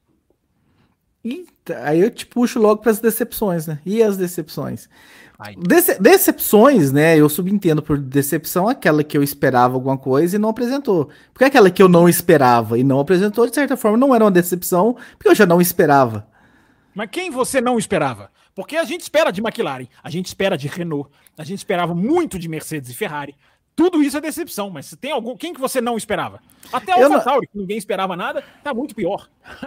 E aí eu te puxo logo para as decepções, né? E as decepções? Dece decepções, né? Eu subentendo por decepção aquela que eu esperava alguma coisa e não apresentou. Porque aquela que eu não esperava e não apresentou, de certa forma, não era uma decepção, porque eu já não esperava. Mas quem você não esperava? Porque a gente espera de McLaren, a gente espera de Renault, a gente esperava muito de Mercedes e Ferrari. Tudo isso é decepção, mas tem algum, quem que você não esperava? Até a AlphaTauri, que ninguém esperava nada, tá muito pior.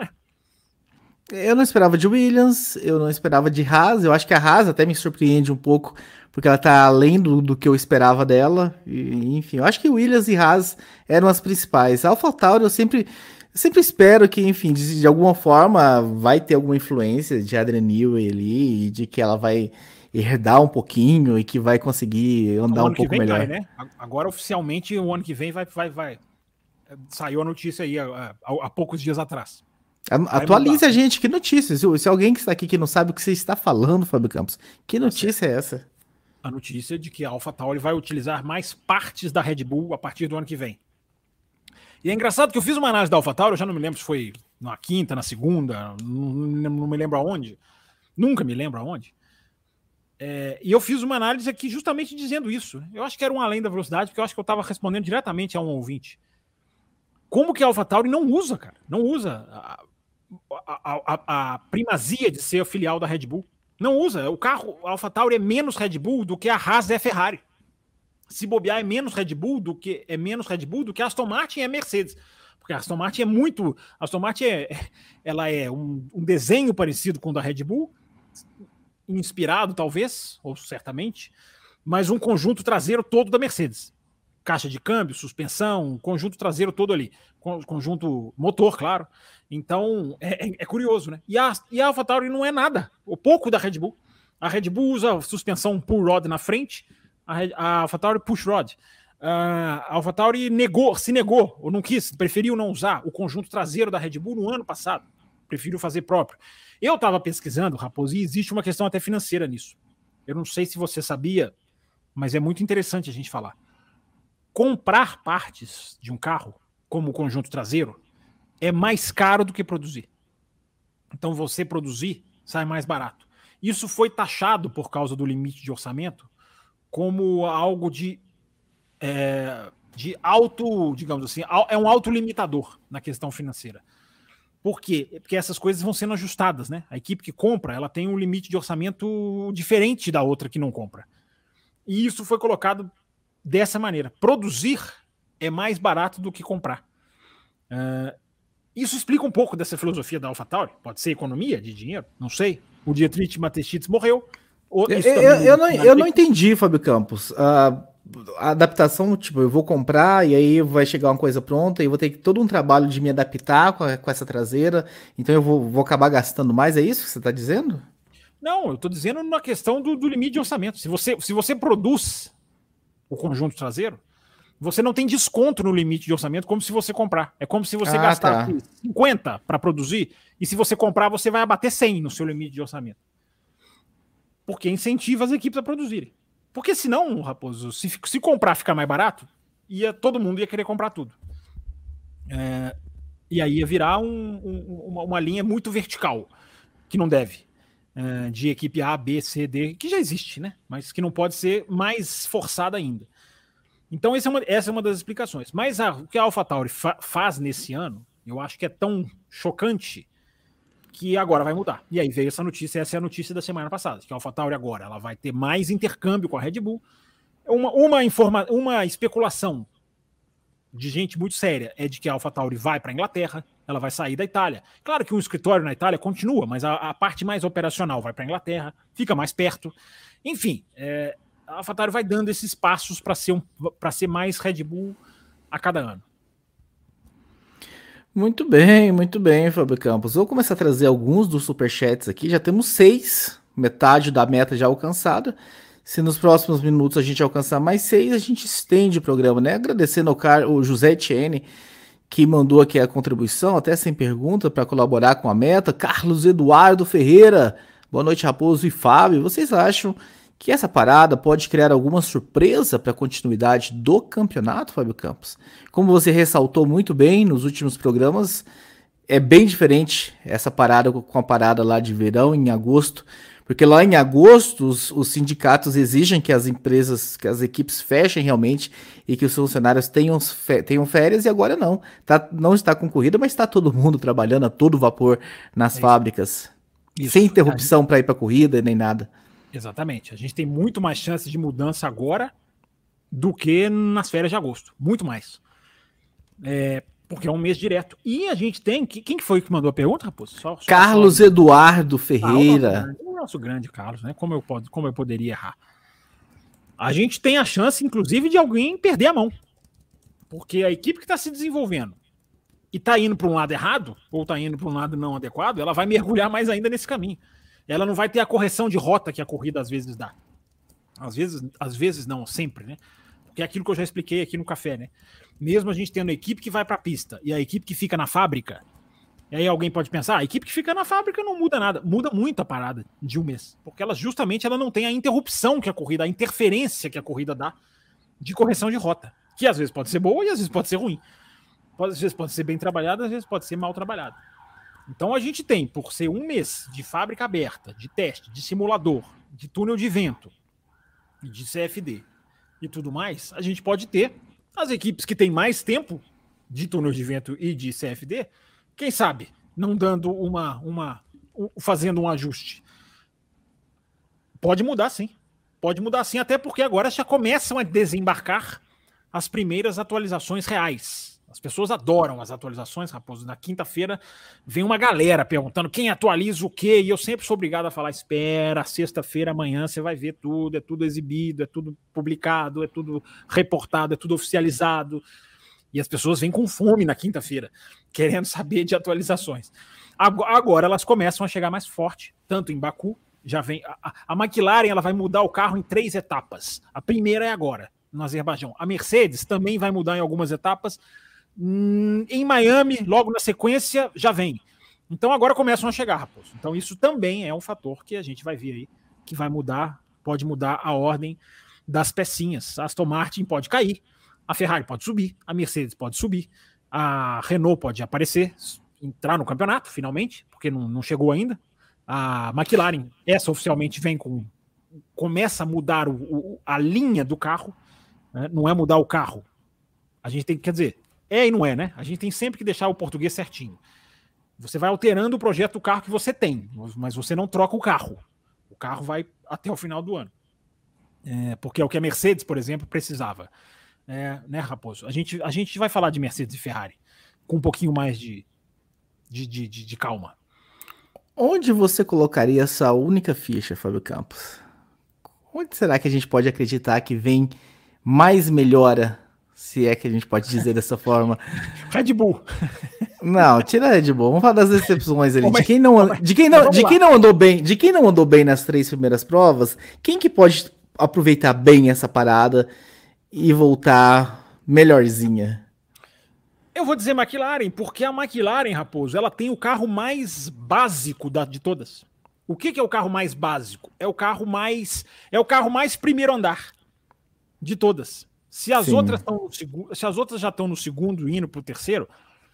Eu não esperava de Williams, eu não esperava de Haas, eu acho que a Haas até me surpreende um pouco, porque ela tá além do, do que eu esperava dela, e, enfim, eu acho que Williams e Haas eram as principais. A AlphaTauri eu sempre, eu sempre espero que, enfim, de, de alguma forma vai ter alguma influência de Adrian Newey ali, e de que ela vai herdar um pouquinho e que vai conseguir andar um pouco melhor. Vai, né? Agora, oficialmente, o ano que vem vai, vai, vai. Saiu a notícia aí há, há poucos dias atrás. Atualize a gente, que notícia? Se, se alguém que está aqui que não sabe o que você está falando, Fábio Campos, que notícia é essa? A notícia de que a AlphaTauri vai utilizar mais partes da Red Bull a partir do ano que vem. E é engraçado que eu fiz uma análise da AlphaTauri, eu já não me lembro se foi na quinta, na segunda, não, não me lembro aonde, nunca me lembro aonde. É, e eu fiz uma análise aqui justamente dizendo isso. Eu acho que era um além da velocidade, porque eu acho que eu estava respondendo diretamente a um ouvinte. Como que a AlphaTauri não usa, cara? Não usa a, a, a, a primazia de ser a filial da Red Bull. Não usa. O carro, a AlphaTauri é menos Red Bull do que a Haas é Ferrari. Se bobear é menos Red Bull do que é menos Red Bull do que a Aston Martin é Mercedes. Porque a Aston Martin é muito... A Aston Martin é, ela é um, um desenho parecido com o da Red Bull, inspirado talvez, ou certamente, mas um conjunto traseiro todo da Mercedes. Caixa de câmbio, suspensão, conjunto traseiro todo ali. Conjunto motor, claro. Então, é, é curioso, né? E a, e a AlphaTauri não é nada. O pouco da Red Bull. A Red Bull usa suspensão pull rod na frente, a, a AlphaTauri push rod. A AlphaTauri negou, se negou, ou não quis, preferiu não usar o conjunto traseiro da Red Bull no ano passado. Preferiu fazer próprio. Eu estava pesquisando, Raposo, e existe uma questão até financeira nisso. Eu não sei se você sabia, mas é muito interessante a gente falar. Comprar partes de um carro, como o conjunto traseiro, é mais caro do que produzir. Então você produzir sai mais barato. Isso foi taxado por causa do limite de orçamento como algo de, é, de auto, digamos assim, é um autolimitador na questão financeira. Por quê? Porque essas coisas vão sendo ajustadas, né? A equipe que compra, ela tem um limite de orçamento diferente da outra que não compra. E isso foi colocado dessa maneira. Produzir é mais barato do que comprar. Uh, isso explica um pouco dessa filosofia da AlphaTauri. Pode ser economia de dinheiro, não sei. O Dietrich Mateschitz morreu. Eu, eu, eu, não, eu não entendi, Fábio Campos. Uh, a adaptação, tipo, eu vou comprar e aí vai chegar uma coisa pronta e eu vou ter todo um trabalho de me adaptar com, a, com essa traseira, então eu vou, vou acabar gastando mais, é isso que você está dizendo? Não, eu estou dizendo na questão do, do limite de orçamento. Se você, se você produz o conjunto traseiro, você não tem desconto no limite de orçamento como se você comprar. É como se você ah, gastar tá. cinquenta para produzir e se você comprar, você vai abater cem no seu limite de orçamento. Porque incentiva as equipes a produzirem. Porque senão, Raposo, se, se comprar ficar mais barato, ia, todo mundo ia querer comprar tudo. É, e aí ia virar um, um, uma, uma linha muito vertical, que não deve. É, de equipe A, B, C, D, que já existe, né? Mas que não pode ser mais forçada ainda. Então essa é uma, essa é uma das explicações. Mas a, o que a AlphaTauri fa, faz nesse ano, eu acho que é tão chocante que agora vai mudar. E aí veio essa notícia, essa é a notícia da semana passada, que a AlphaTauri agora ela vai ter mais intercâmbio com a Red Bull. Uma, uma, informa, uma especulação de gente muito séria é de que a AlphaTauri vai para a Inglaterra, ela vai sair da Itália. Claro que um escritório na Itália continua, mas a, a parte mais operacional vai para a Inglaterra, fica mais perto. Enfim, é, a AlphaTauri vai dando esses passos para ser, um, para ser mais Red Bull a cada ano. Muito bem, muito bem, Fábio Campos. Vou começar a trazer alguns dos superchats aqui. Já temos seis, metade da meta já alcançada. Se nos próximos minutos a gente alcançar mais seis, a gente estende o programa, né? Agradecendo ao Car... o José Etienne, que mandou aqui a contribuição, até sem pergunta, para colaborar com a meta. Carlos Eduardo Ferreira, boa noite, Raposo e Fábio. Vocês acham que essa parada pode criar alguma surpresa para a continuidade do campeonato, Fábio Campos? Como você ressaltou muito bem nos últimos programas, é bem diferente essa parada com a parada lá de verão, em agosto, porque lá em agosto os, os sindicatos exigem que as empresas, que as equipes fechem realmente e que os funcionários tenham, tenham férias, e agora não. Tá, não está com corrida, mas está todo mundo trabalhando a todo vapor nas é fábricas, isso. Sem interrupção para ir para a corrida nem nada. Exatamente. A gente tem muito mais chances de mudança agora do que nas férias de agosto. Muito mais. É, porque é um mês direto. E a gente tem... Quem foi que mandou a pergunta, Raposo? Só, só Carlos só... Eduardo Ferreira. Ah, o, nosso, o nosso grande Carlos, né? Como eu, como eu poderia errar? A gente tem a chance, inclusive, de alguém perder a mão. Porque a equipe que está se desenvolvendo e está indo para um lado errado, ou está indo para um lado não adequado, ela vai mergulhar mais ainda nesse caminho. Ela não vai ter a correção de rota que a corrida às vezes dá. Às vezes, às vezes não, sempre, né? Porque é aquilo que eu já expliquei aqui no café, né? Mesmo a gente tendo a equipe que vai para a pista e a equipe que fica na fábrica, e aí alguém pode pensar, ah, a equipe que fica na fábrica não muda nada. Muda muito a parada de um mês. Porque ela justamente ela não tem a interrupção que a corrida, a interferência que a corrida dá de correção de rota. Que às vezes pode ser boa e às vezes pode ser ruim. Às vezes pode ser bem trabalhada, às vezes pode ser mal trabalhada. Então a gente tem, por ser um mês de fábrica aberta, de teste, de simulador, de túnel de vento, de C F D e tudo mais, a gente pode ter as equipes que têm mais tempo de túnel de vento e de C F D, quem sabe, não dando uma, uma fazendo um ajuste. Pode mudar sim, pode mudar sim, até porque agora já começam a desembarcar as primeiras atualizações reais. As pessoas adoram as atualizações, Raposo. Na quinta-feira vem uma galera perguntando quem atualiza o quê, e eu sempre sou obrigado a falar, espera, sexta-feira, amanhã você vai ver tudo, é tudo exibido, é tudo publicado, é tudo reportado, é tudo oficializado. E as pessoas vêm com fome na quinta-feira, querendo saber de atualizações. Agora elas começam a chegar mais forte, tanto em Baku, já vem... A, a McLaren ela vai mudar o carro em três etapas. A primeira é agora, no Azerbaijão. A Mercedes também vai mudar em algumas etapas. Em Miami, logo na sequência, já vem. Então agora começam a chegar, Raposo. Então isso também é um fator que a gente vai ver aí, que vai mudar, pode mudar a ordem das pecinhas. A Aston Martin pode cair, a Ferrari pode subir, a Mercedes pode subir, a Renault pode aparecer, entrar no campeonato, finalmente, porque não, não chegou ainda. A McLaren, essa oficialmente vem com... começa a mudar o, o, a linha do carro, né? Não é mudar o carro. A gente tem que, quer dizer... É e não é, né? A gente tem sempre que deixar o português certinho. Você vai alterando o projeto do carro que você tem, mas você não troca o carro. O carro vai até o final do ano. É, porque é o que a Mercedes, por exemplo, precisava. É, né, Raposo? A gente, a gente vai falar de Mercedes e Ferrari com um pouquinho mais de, de, de, de, de calma. Onde você colocaria essa única ficha, Fábio Campos? Onde será que a gente pode acreditar que vem mais melhora, se é que a gente pode dizer dessa forma? Red Bull. Não, tira a Red Bull. Vamos falar das decepções ali. Pô, mas, de quem não, pô, de quem não, de lá. quem não andou bem, de quem não andou bem nas três primeiras provas, quem que pode aproveitar bem essa parada e voltar melhorzinha? Eu vou dizer McLaren, porque a McLaren, Raposo, ela tem o carro mais básico da, de todas. O que, que é o carro mais básico? É o carro mais, é o carro mais primeiro andar de todas. Se as, outras, tão no, se as outras já estão no segundo e indo para o terceiro,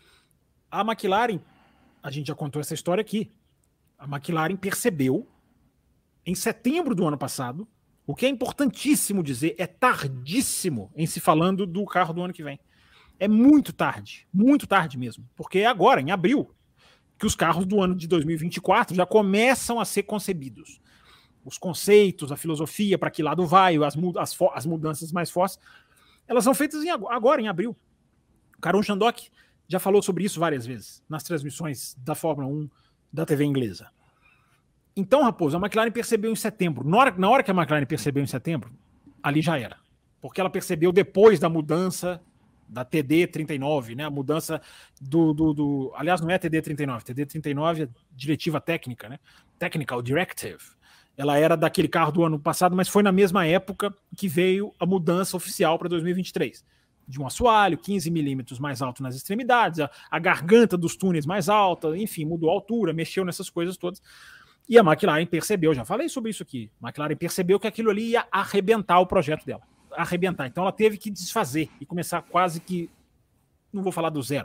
a McLaren, a gente já contou essa história aqui, a McLaren percebeu em setembro do ano passado, o que é importantíssimo dizer, é tardíssimo em se falando do carro do ano que vem. É muito tarde, muito tarde mesmo, porque é agora, em abril, que os carros do ano de dois mil e vinte e quatro já começam a ser concebidos. Os conceitos, a filosofia, para que lado vai, as, as, as mudanças mais fortes, elas são feitas em, agora, em abril. O Karun Chandhok já falou sobre isso várias vezes, nas transmissões da Fórmula um da T V inglesa. Então, Raposo, a McLaren percebeu em setembro. Na hora, na hora que a McLaren percebeu em setembro, ali já era. Porque ela percebeu depois da mudança da T D trinta e nove, né? A mudança do, do, do... Aliás, não é T D trinta e nove. T D trinta e nove é diretiva técnica, né? Technical Directive. Ela era daquele carro do ano passado, mas foi na mesma época que veio a mudança oficial para dois mil e vinte e três. De um assoalho, quinze milímetros mais alto nas extremidades, a, a garganta dos túneis mais alta, enfim, mudou a altura, mexeu nessas coisas todas. E a McLaren percebeu, já falei sobre isso aqui, a McLaren percebeu que aquilo ali ia arrebentar o projeto dela. Arrebentar. Então ela teve que desfazer e começar quase que, não vou falar do zero.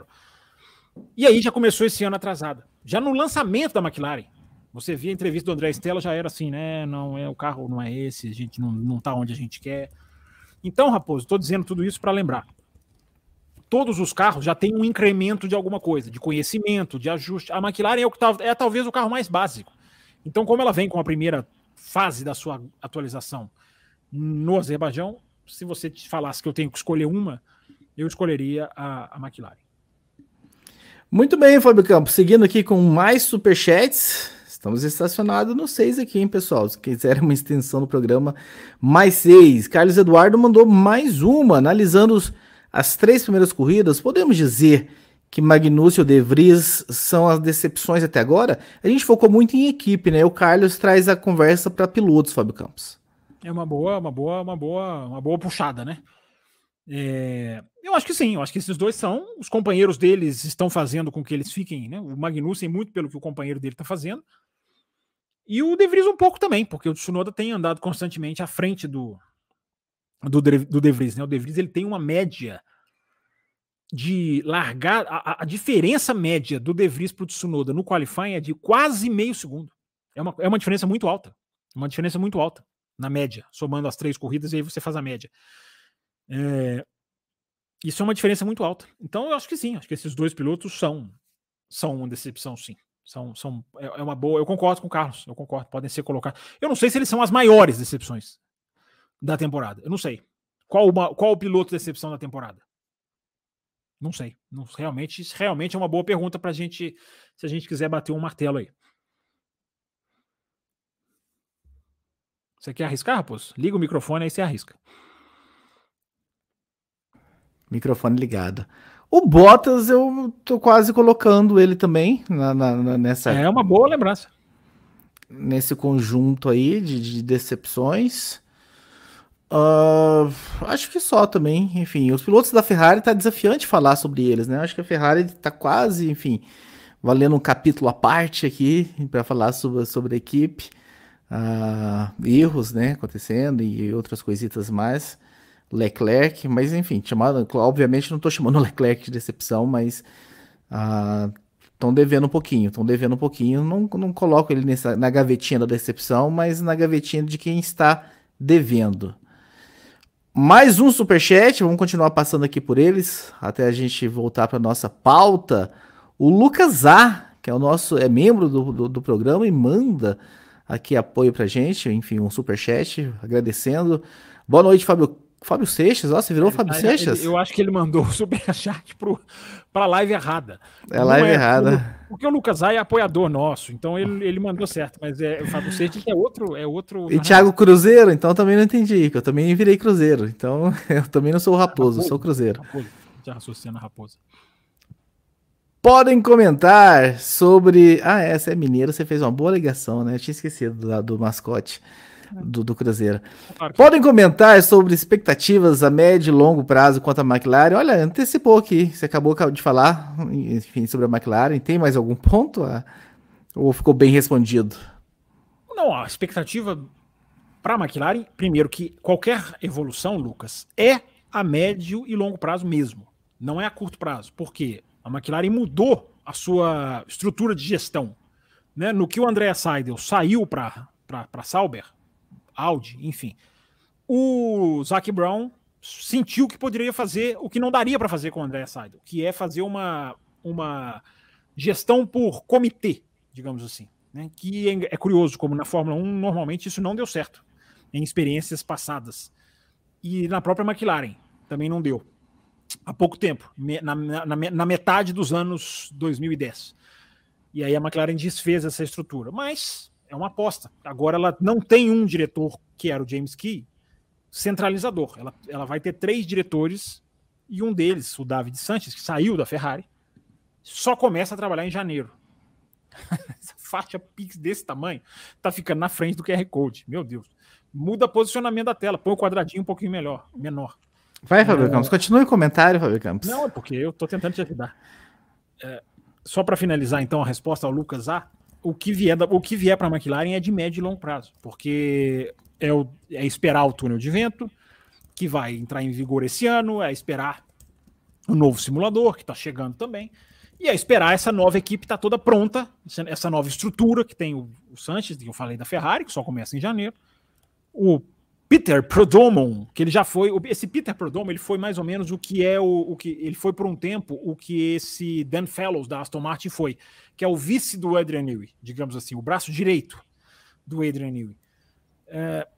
E aí já começou esse ano atrasada. Já no lançamento da McLaren, você via a entrevista do André Stella, já era assim, né? Não é, o carro não é esse, a gente não, não tá onde a gente quer. Então, Raposo, estou dizendo tudo isso para lembrar. Todos os carros já têm um incremento de alguma coisa, de conhecimento, de ajuste. A McLaren é, o que tá, é talvez o carro mais básico. Então, como ela vem com a primeira fase da sua atualização no Azerbaijão, se você te falasse que eu tenho que escolher uma, eu escolheria a, a McLaren. Muito bem, Fábio Campos. Seguindo aqui com mais superchats. Estamos estacionados no seis aqui, hein, pessoal? Se quiserem uma extensão do programa, mais seis. Carlos Eduardo mandou mais uma, analisando os, as três primeiras corridas. Podemos dizer que Magnussen e o De Vries são as decepções até agora? A gente focou muito em equipe, né? O Carlos traz a conversa para pilotos, Fábio Campos. É uma boa, uma boa, uma boa, uma boa puxada, né? É, eu acho que sim, eu acho que esses dois são, os companheiros deles estão fazendo com que eles fiquem, né? O Magnussen muito pelo que o companheiro dele está fazendo, e o De Vries um pouco também, porque o Tsunoda tem andado constantemente à frente do, do, do De Vries, né? O De Vries ele tem uma média de largar, a, a diferença média do De Vries para o Tsunoda no qualifying é de quase meio segundo. É uma, é uma diferença muito alta, uma diferença muito alta. Na média, somando as três corridas, e aí você faz a média. É, isso é uma diferença muito alta. Então, eu acho que sim, acho que esses dois pilotos são, são uma decepção, sim. São, são, é, é uma boa. Eu concordo com o Carlos, eu concordo, podem ser colocados. Eu não sei se eles são as maiores decepções da temporada. Eu não sei. Qual, uma, qual o piloto decepção da temporada? Não sei. Não, realmente, realmente é uma boa pergunta pra gente, se a gente quiser bater um martelo aí. Você quer arriscar, Raposo? Liga o microfone, aí você arrisca. Microfone ligado. O Bottas, eu tô quase colocando ele também na, na, nessa... É uma boa lembrança. Nesse conjunto aí de, de decepções. Uh, acho que só também. Enfim, os pilotos da Ferrari tá desafiante falar sobre eles, né? Acho que a Ferrari tá quase, enfim, valendo um capítulo à parte aqui para falar sobre, sobre a equipe. Uh, erros, né, acontecendo e outras coisitas mais. Leclerc, mas enfim, chamado, obviamente não estou chamando o Leclerc de decepção, mas estão uh, devendo um pouquinho, estão devendo um pouquinho. Não, não coloco ele nessa, na gavetinha da decepção, mas na gavetinha de quem está devendo. Mais um superchat, vamos continuar passando aqui por eles até a gente voltar para nossa pauta. O Lucas A, que é o nosso é membro do, do, do programa e manda aqui apoio pra gente, enfim, um superchat, agradecendo. Boa noite, Fábio Fábio Seixas, ó, você virou o Fábio Ele- Seixas? Eu acho que ele mandou o superchat para a live errada. É a live Não errada. Porque o Lucas Zay é apoiador nosso, então ele, ele mandou certo, mas é, o Fábio Seixas é outro. É outro E Thiago Cruzeiro, então também não entendi, que eu também virei Cruzeiro. Então eu também não sou o Raposo, eu sou o Cruzeiro. Raposo, já raciocina Raposa. Podem comentar sobre. Ah, essa é mineiro, você fez uma boa ligação, né? Eu tinha esquecido do, do mascote do, do Cruzeiro. Claro que- Podem comentar sobre expectativas a médio e longo prazo quanto à McLaren. Olha, antecipou aqui, você acabou de falar, enfim, sobre a McLaren. Tem mais algum ponto? Ah, ou ficou bem respondido? Não, a expectativa para a McLaren, primeiro que qualquer evolução, Lucas, é a médio e longo prazo mesmo. Não é a curto prazo. Por quê? A McLaren mudou a sua estrutura de gestão. Né? No que o Andrea Seidel saiu para Sauber, Audi, enfim, o Zac Brown sentiu que poderia fazer o que não daria para fazer com o Andrea Seidel, que é fazer uma, uma gestão por comitê, digamos assim. Né? Que é, é curioso, como na Fórmula um, normalmente isso não deu certo em experiências passadas. E na própria McLaren também não deu. Há pouco tempo, na, na, na metade dos anos dois mil e dez. E aí a McLaren desfez essa estrutura. Mas é uma aposta. Agora ela não tem um diretor, que era o James Key, centralizador. Ela, ela vai ter três diretores e um deles, o David Sanches, que saiu da Ferrari, só começa a trabalhar em janeiro. Essa faixa Pix desse tamanho tá ficando na frente do Q R Code. Meu Deus. Muda o posicionamento da tela, põe o quadradinho um pouquinho melhor, menor. Vai, Fábio é... Campos. Continue o comentário, Fábio Campos. Não, é porque eu tô tentando te ajudar. É, só para finalizar, então, a resposta ao Lucas A, o que vier, da, o que vier para a McLaren é de médio e longo prazo, porque é, o, é esperar o túnel de vento, que vai entrar em vigor esse ano, é esperar o novo simulador, que está chegando também, e é esperar essa nova equipe estar tá toda pronta, essa nova estrutura, que tem o, o Sanches, que eu falei da Ferrari, que só começa em janeiro, o Peter Prodomon, que ele já foi, esse Peter Prodomon, ele foi mais ou menos o que é o, o que ele foi por um tempo, o que esse Dan Fellows da Aston Martin foi, que é o vice do Adrian Newey, digamos assim, o braço direito do Adrian Newey. É,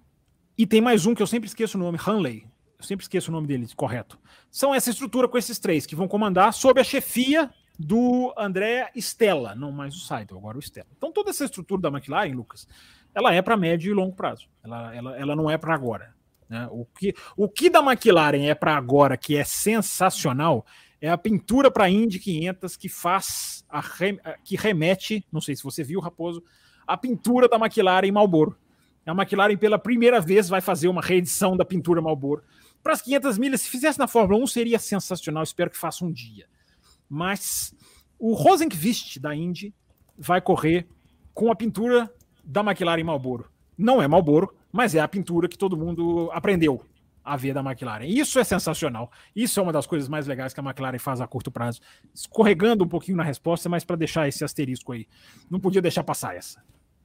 e tem mais um que eu sempre esqueço o nome, Hanley, eu sempre esqueço o nome dele, correto. São essa estrutura com esses três que vão comandar sob a chefia do Andrea Stella, não mais o Seidel, agora o Stella. Então toda essa estrutura da McLaren, Lucas, ela é para médio e longo prazo. Ela, ela, ela não é para agora. Né? O, que, o que da McLaren é para agora, que é sensacional, é a pintura para a Indy quinhentos que faz, a rem, que remete, não sei se você viu, Raposo, a pintura da McLaren em Marlboro. A McLaren pela primeira vez vai fazer uma reedição da pintura Marlboro. Para as quinhentas milhas, se fizesse na Fórmula um, seria sensacional. Espero que faça um dia. Mas o Rosenqvist da Indy vai correr com a pintura da McLaren Marlboro. Não é Marlboro, mas é a pintura que todo mundo aprendeu a ver da McLaren. Isso é sensacional. Isso é uma das coisas mais legais que a McLaren faz a curto prazo. Escorregando um pouquinho na resposta, mas para deixar esse asterisco aí. Não podia deixar passar essa.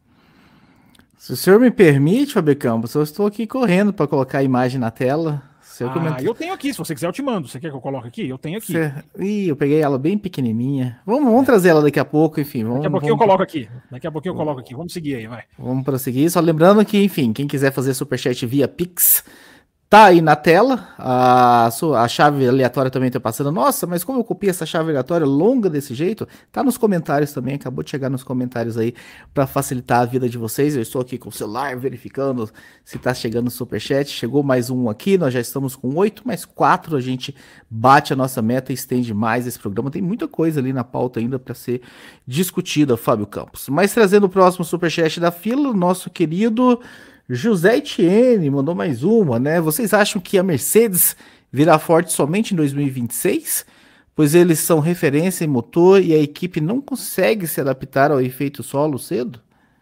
Se o senhor me permite, Fábio Campos, eu estou aqui correndo para colocar a imagem na tela. Ah, comentar... eu tenho aqui, se você quiser eu te mando. Você quer que eu coloque aqui? Eu tenho aqui. Você... Ih, eu peguei ela bem pequenininha. Vamos, vamos é. trazer ela daqui a pouco, enfim. Vamos, daqui a pouquinho vamos... eu coloco aqui. Daqui a pouquinho eu coloco aqui. Vamos seguir aí, vai. Vamos prosseguir. Só lembrando que, enfim, quem quiser fazer superchat via Pix, tá aí na tela. A, sua, a chave aleatória também tá passando. Nossa, mas como eu copiei essa chave aleatória longa desse jeito? Tá nos comentários também. Acabou de chegar nos comentários aí para facilitar a vida de vocês. Eu estou aqui com o celular verificando se tá chegando o superchat. Chegou mais um aqui. Nós já estamos com oito, mais quatro. A gente bate a nossa meta e estende mais esse programa. Tem muita coisa ali na pauta ainda para ser discutida, Fábio Campos. Mas trazendo o próximo superchat da fila, o nosso querido José Etienne mandou mais uma, né? Vocês acham que a Mercedes virá forte somente em dois mil e vinte e seis? Pois eles são referência em motor e a equipe não consegue se adaptar ao efeito solo cedo?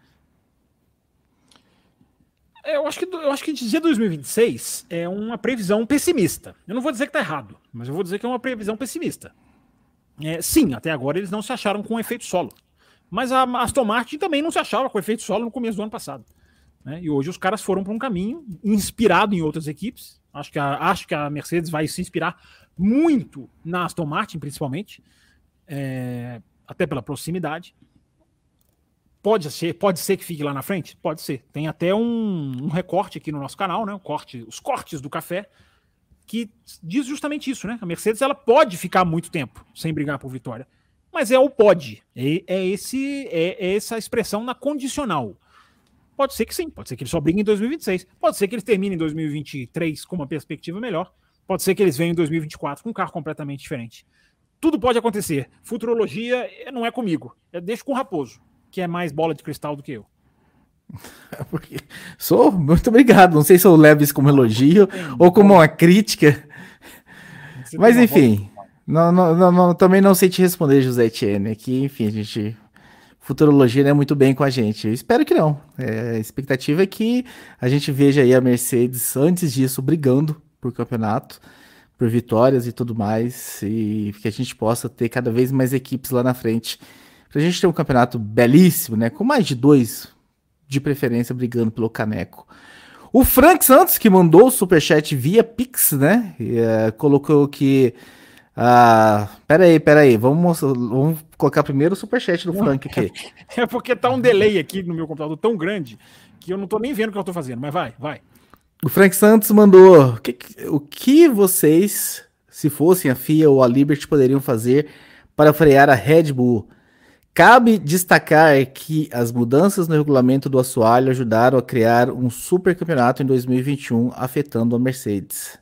Eu acho que, eu acho que dizer dois mil e vinte e seis é uma previsão pessimista. Eu não vou dizer que está errado, mas eu vou dizer que é uma previsão pessimista. É, sim, até agora eles não se acharam com o efeito solo. Mas a Aston Martin também não se achava com o efeito solo no começo do ano passado. Né? E hoje os caras foram para um caminho inspirado em outras equipes. Acho que, a, acho que a Mercedes vai se inspirar muito na Aston Martin, principalmente, é, até pela proximidade. Pode ser, pode ser que fique lá na frente? Pode ser. Tem até um, um recorte aqui no nosso canal, né? O corte, os cortes do café, que diz justamente isso, né? A Mercedes ela pode ficar muito tempo sem brigar por vitória. Mas é o pode. É, é, esse, é, é essa expressão na condicional. Pode ser que sim. Pode ser que eles só briguem em dois mil e vinte e seis. Pode ser que eles terminem em dois mil e vinte e três com uma perspectiva melhor. Pode ser que eles venham em dois mil e vinte e quatro com um carro completamente diferente. Tudo pode acontecer. Futurologia não é comigo. Eu deixo com o Raposo, que é mais bola de cristal do que eu. Porque sou, muito obrigado. Não sei se eu levo isso como elogio ou como uma crítica. Você Mas enfim, não, não, não, não, também não sei te responder, José Etienne. Aqui, enfim, a gente. Futurologia não é muito bem com a gente. Eu espero que não. É, a expectativa é que a gente veja aí a Mercedes, antes disso, brigando por campeonato, por vitórias e tudo mais, e que a gente possa ter cada vez mais equipes lá na frente. Pra gente ter um campeonato belíssimo, né? Com mais de dois, de preferência, brigando pelo caneco. O Frank Santos, que mandou o superchat via Pix, né? E, uh, colocou que... Ah, peraí, peraí, vamos, vamos colocar primeiro o superchat do Frank aqui. É porque tá um delay aqui no meu computador tão grande que eu não tô nem vendo o que eu tô fazendo, mas vai, vai. O Frank Santos mandou: o que, o que vocês, se fossem a F I A ou a Liberty, poderiam fazer para frear a Red Bull? Cabe destacar que as mudanças no regulamento do assoalho ajudaram a criar um super campeonato em dois mil e vinte e um, afetando a Mercedes.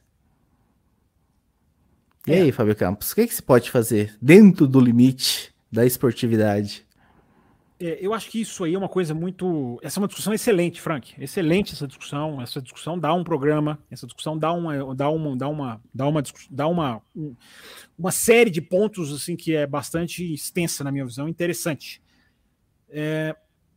E aí, é. Fábio Campos, o que, que se pode fazer dentro do limite da esportividade? É, eu acho que isso aí é uma coisa muito... Essa é uma discussão excelente, Frank. Excelente essa discussão. Essa discussão dá um programa. Essa discussão dá uma, dá uma, dá uma, dá uma, dá uma, uma série de pontos assim que é bastante extensa na minha visão, interessante. É,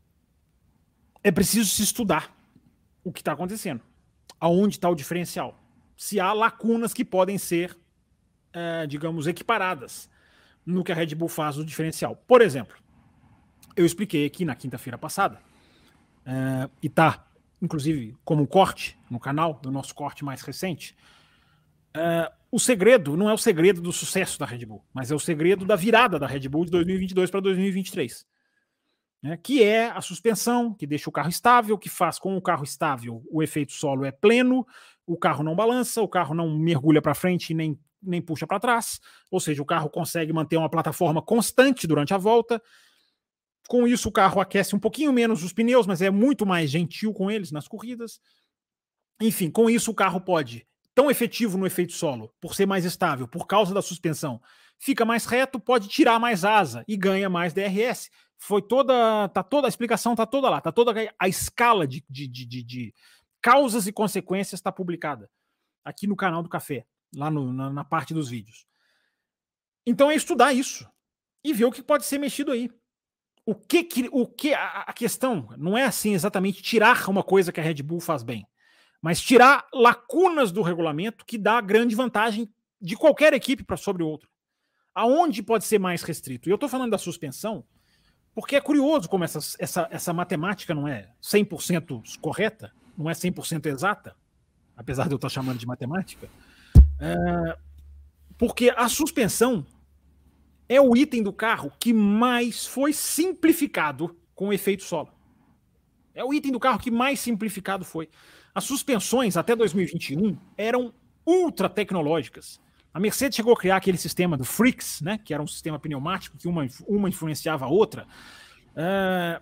é preciso se estudar o que está acontecendo, aonde está o diferencial, se há lacunas que podem ser É, digamos, equiparadas no que a Red Bull faz no diferencial. Por exemplo, eu expliquei aqui na quinta-feira passada, é, e tá, inclusive, como corte no canal, no nosso corte mais recente, é, o segredo não é o segredo do sucesso da Red Bull, mas é o segredo da virada da Red Bull de dois mil e vinte e dois para dois mil e vinte e três. Né, que é a suspensão, que deixa o carro estável, que faz com o carro estável o efeito solo é pleno, o carro não balança, o carro não mergulha para frente e nem nem puxa para trás, ou seja, o carro consegue manter uma plataforma constante durante a volta. Com isso, o carro aquece um pouquinho menos os pneus, mas é muito mais gentil com eles nas corridas. Enfim, com isso, o carro pode, tão efetivo no efeito solo, por ser mais estável, por causa da suspensão, fica mais reto, pode tirar mais asa e ganha mais D R S. Foi toda, tá toda a explicação, tá toda lá, tá toda a escala de, de, de, de, de causas e consequências está publicada aqui no canal do Café. Lá no, na, na parte dos vídeos. Então é estudar isso e ver o que pode ser mexido aí. O que, que, o que a, a questão não é assim exatamente tirar uma coisa que a Red Bull faz bem, mas tirar lacunas do regulamento que dá grande vantagem de qualquer equipe para sobre outra. Aonde pode ser mais restrito? E eu estou falando da suspensão porque é curioso como essa, essa, essa matemática não é cem por cento correta, não é cem por cento exata, apesar de eu estar chamando de matemática. É, porque a suspensão é o item do carro que mais foi simplificado com o efeito solo. É o item do carro que mais simplificado foi. As suspensões até dois mil e vinte e um eram ultra tecnológicas. A Mercedes chegou a criar aquele sistema do Frix, né, que era um sistema pneumático que uma, uma influenciava a outra. É,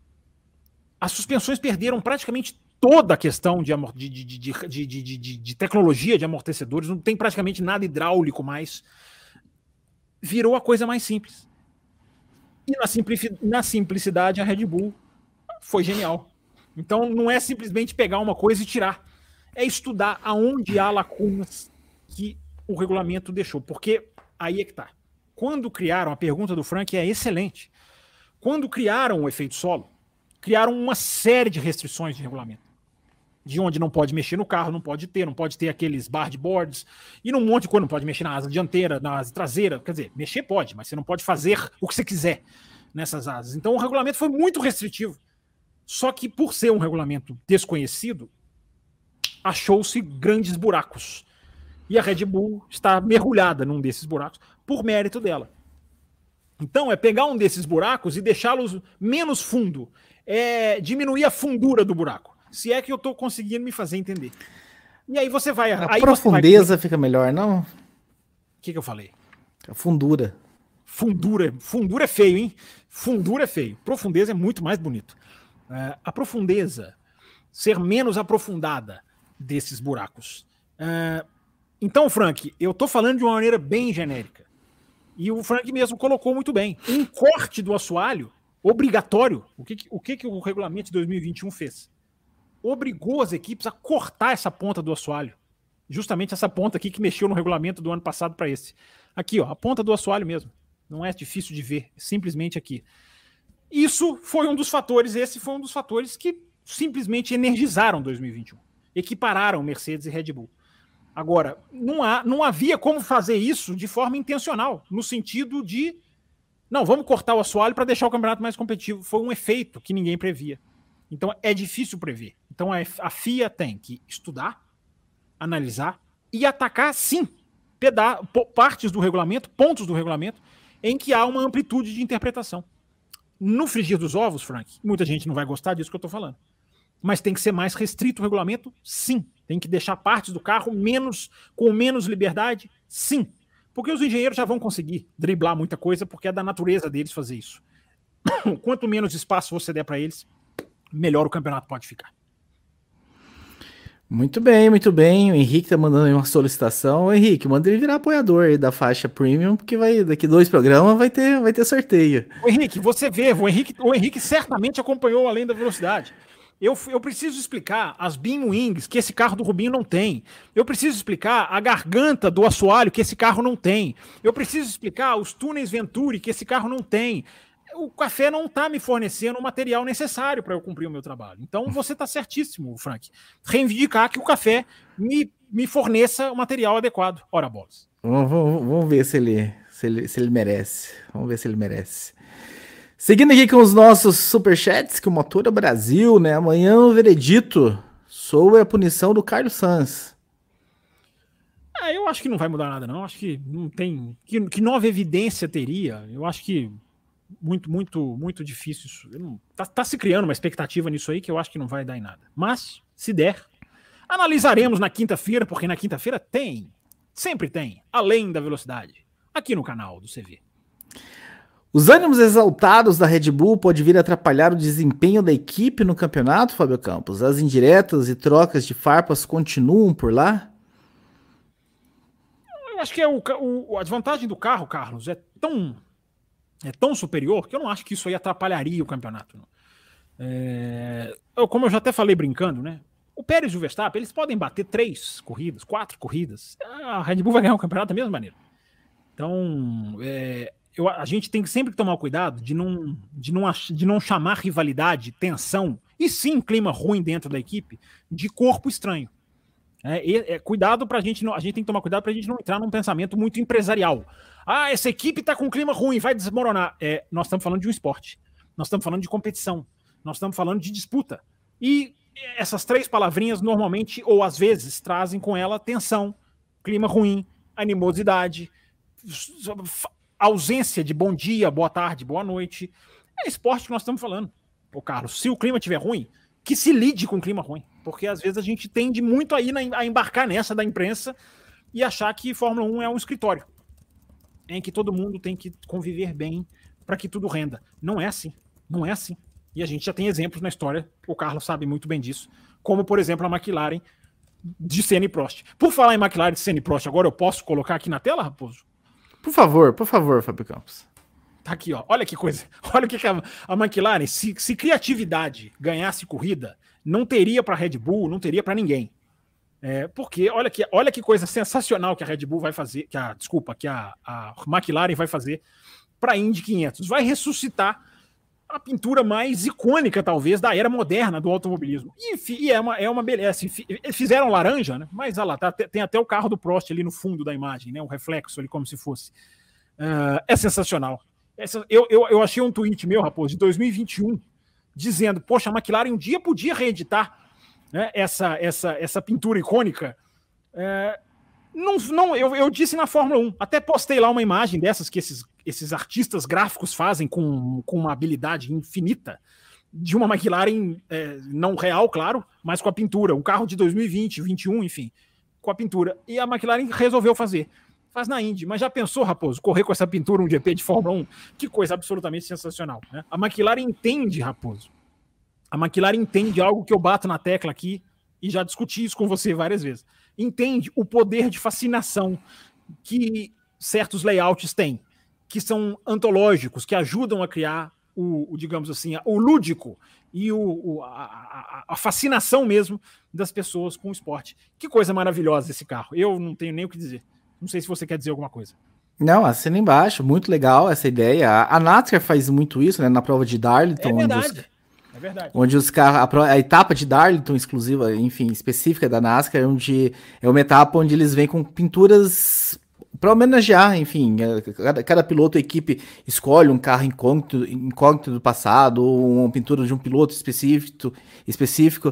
as suspensões perderam praticamente toda a questão de, de, de, de, de, de, de, de tecnologia de amortecedores, não tem praticamente nada hidráulico mais. Virou a coisa mais simples. E na, simplici- na simplicidade a Red Bull foi genial. Então não é simplesmente pegar uma coisa e tirar. É estudar aonde há lacunas que o regulamento deixou. Porque aí é que tá. Quando criaram, a pergunta do Frank é excelente. Quando criaram o efeito solo, criaram uma série de restrições de regulamento. De onde não pode mexer no carro, não pode ter, não pode ter aqueles barboards, e num monte de coisa, não pode mexer na asa dianteira, na asa traseira, quer dizer, mexer pode, mas você não pode fazer o que você quiser nessas asas. Então o regulamento foi muito restritivo. Só que por ser um regulamento desconhecido, achou-se grandes buracos. E a Red Bull está mergulhada num desses buracos por mérito dela. Então, é pegar um desses buracos e deixá-los menos fundo. É diminuir a fundura do buraco. Se é que eu estou conseguindo me fazer entender. E aí você vai... A aí profundeza você vai... fica melhor, não? O que, que eu falei? A fundura. Fundura. Fundura é feio, hein? Fundura é feio. Profundeza é muito mais bonito. Uh, a profundeza, ser menos aprofundada desses buracos. Uh, então, Frank, eu estou falando de uma maneira bem genérica. E o Frank mesmo colocou muito bem. Um corte do assoalho obrigatório. O que, o que, que o regulamento de dois mil e vinte e um fez? Obrigou as equipes a cortar essa ponta do assoalho. Justamente essa ponta aqui que mexeu no regulamento do ano passado para esse. Aqui, ó, a ponta do assoalho mesmo. Não é difícil de ver, simplesmente aqui. Isso foi um dos fatores, esse foi um dos fatores que simplesmente energizaram dois mil e vinte e um. Equipararam Mercedes e Red Bull. Agora, não, há, não havia como fazer isso de forma intencional, no sentido de, não, vamos cortar o assoalho para deixar o campeonato mais competitivo. Foi um efeito que ninguém previa. Então, é difícil prever. Então, a F I A tem que estudar, analisar e atacar, sim, peda- partes do regulamento, pontos do regulamento, em que há uma amplitude de interpretação. No frigir dos ovos, Frank, muita gente não vai gostar disso que eu estou falando, mas tem que ser mais restrito o regulamento, sim. Tem que deixar partes do carro menos, com menos liberdade, sim. Porque os engenheiros já vão conseguir driblar muita coisa, porque é da natureza deles fazer isso. Quanto menos espaço você der para eles, melhor o campeonato pode ficar. Muito bem, muito bem. O Henrique tá mandando aí uma solicitação. Ô, Henrique, manda ele virar apoiador aí da faixa premium, porque vai, daqui dois programas vai ter, vai ter sorteio. O Henrique, você vê, o Henrique, o Henrique certamente acompanhou Além da Velocidade. Eu, eu preciso explicar as beam wings que esse carro do Rubinho não tem. Eu preciso explicar a garganta do assoalho que esse carro não tem. Eu preciso explicar os túneis Venturi que esse carro não tem. O café não está me fornecendo o material necessário para eu cumprir o meu trabalho. Então você está certíssimo, Frank. Reivindicar que o café me, me forneça o material adequado. Ora, bolas. Vamos, vamos, vamos ver se ele, se, ele, se ele merece. Vamos ver se ele merece. Seguindo aqui com os nossos superchats, que o Motora Brasil, né? Amanhã o veredito sobre a punição do Carlos Sainz. Ah, eu acho que não vai mudar nada, não. Acho que não tem. Que, que nova evidência teria? Eu acho que muito, muito, muito difícil isso. Não, tá, tá se criando uma expectativa nisso aí que eu acho que não vai dar em nada. Mas, se der, analisaremos na quinta-feira, porque na quinta-feira tem, sempre tem, Além da Velocidade, aqui no canal do C V. Os ânimos exaltados da Red Bull pode vir a atrapalhar o desempenho da equipe no campeonato, Fábio Campos? As indiretas e trocas de farpas continuam por lá? Eu acho que é o, o, a desvantagem do carro, Carlos, é tão, é tão superior que eu não acho que isso aí atrapalharia o campeonato. Não. É, eu, como eu já até falei brincando, né? O Pérez e o Verstappen, eles podem bater três corridas, quatro corridas. A Red Bull vai ganhar o campeonato da mesma maneira. Então, é, eu, a gente tem que sempre tomar cuidado de não, de, não, de não chamar rivalidade, tensão, e sim clima ruim dentro da equipe, de corpo estranho. É, é, é, cuidado pra gente não, a gente tem que tomar cuidado pra gente não entrar num pensamento muito empresarial. Ah, essa equipe tá com clima ruim, vai desmoronar. É, nós estamos falando de um esporte, nós estamos falando de competição, nós estamos falando de disputa. E essas três palavrinhas normalmente, ou às vezes, trazem com ela tensão, clima ruim, animosidade, ausência de bom dia, boa tarde, boa noite. É esporte que nós estamos falando. Ô Carlos, se o clima estiver ruim, que se lide com o clima ruim, porque às vezes a gente tende muito a, ir na, a embarcar nessa da imprensa e achar que Fórmula um é um escritório em que todo mundo tem que conviver bem para que tudo renda. Não é assim, não é assim. E a gente já tem exemplos na história, o Carlos sabe muito bem disso, como por exemplo a McLaren de Senna e Prost. Por falar em McLaren de Senna e Prost, agora eu posso colocar aqui na tela, Raposo? Por favor, por favor, Fábio Campos. Tá aqui, ó. Olha que coisa. Olha o que, que a, a McLaren, se, se criatividade ganhasse corrida, não teria para a Red Bull, não teria para ninguém. É, porque olha que, olha que coisa sensacional que a Red Bull vai fazer, que a, desculpa, que a, a McLaren vai fazer para a Indy quinhentos. Vai ressuscitar a pintura mais icônica, talvez, da era moderna do automobilismo. E, e é, uma, é uma beleza. Fizeram laranja, né? Mas olha lá, tá, tem até o carro do Prost ali no fundo da imagem, né? O reflexo ali, como se fosse. Uh, é sensacional. Essa, eu, eu, eu achei um tweet meu, Raposo, de dois mil e vinte e um, dizendo, poxa, a McLaren um dia podia reeditar, né, essa, essa, essa pintura icônica. É, não, não, eu, eu disse na Fórmula um, até postei lá uma imagem dessas que esses, esses artistas gráficos fazem com, com uma habilidade infinita, de uma McLaren é, não real, claro, mas com a pintura. Um carro de dois mil e vinte, vinte e um, enfim, com a pintura. E a McLaren resolveu fazer. Faz na Indy. Mas já pensou, Raposo, correr com essa pintura um G P de Fórmula um? Que coisa absolutamente sensacional, né? A McLaren entende, Raposo. A McLaren entende algo que eu bato na tecla aqui e já discuti isso com você várias vezes. Entende o poder de fascinação que certos layouts têm, que são antológicos, que ajudam a criar O, o, digamos assim, o lúdico e o, o, a, a, a fascinação mesmo das pessoas com o esporte. Que coisa maravilhosa esse carro. Eu não tenho nem o que dizer. Não sei se você quer dizer alguma coisa. Não, assina embaixo. Muito legal essa ideia. A, a NASCAR faz muito isso, né? Na prova de Darlington. É verdade. Onde os, é verdade. Onde os carros... A, a etapa de Darlington exclusiva, enfim, específica da NASCAR, onde é uma etapa onde eles vêm com pinturas... para homenagear, enfim, cada, cada piloto e equipe escolhe um carro incógnito, incógnito do passado, ou uma pintura de um piloto específico, específico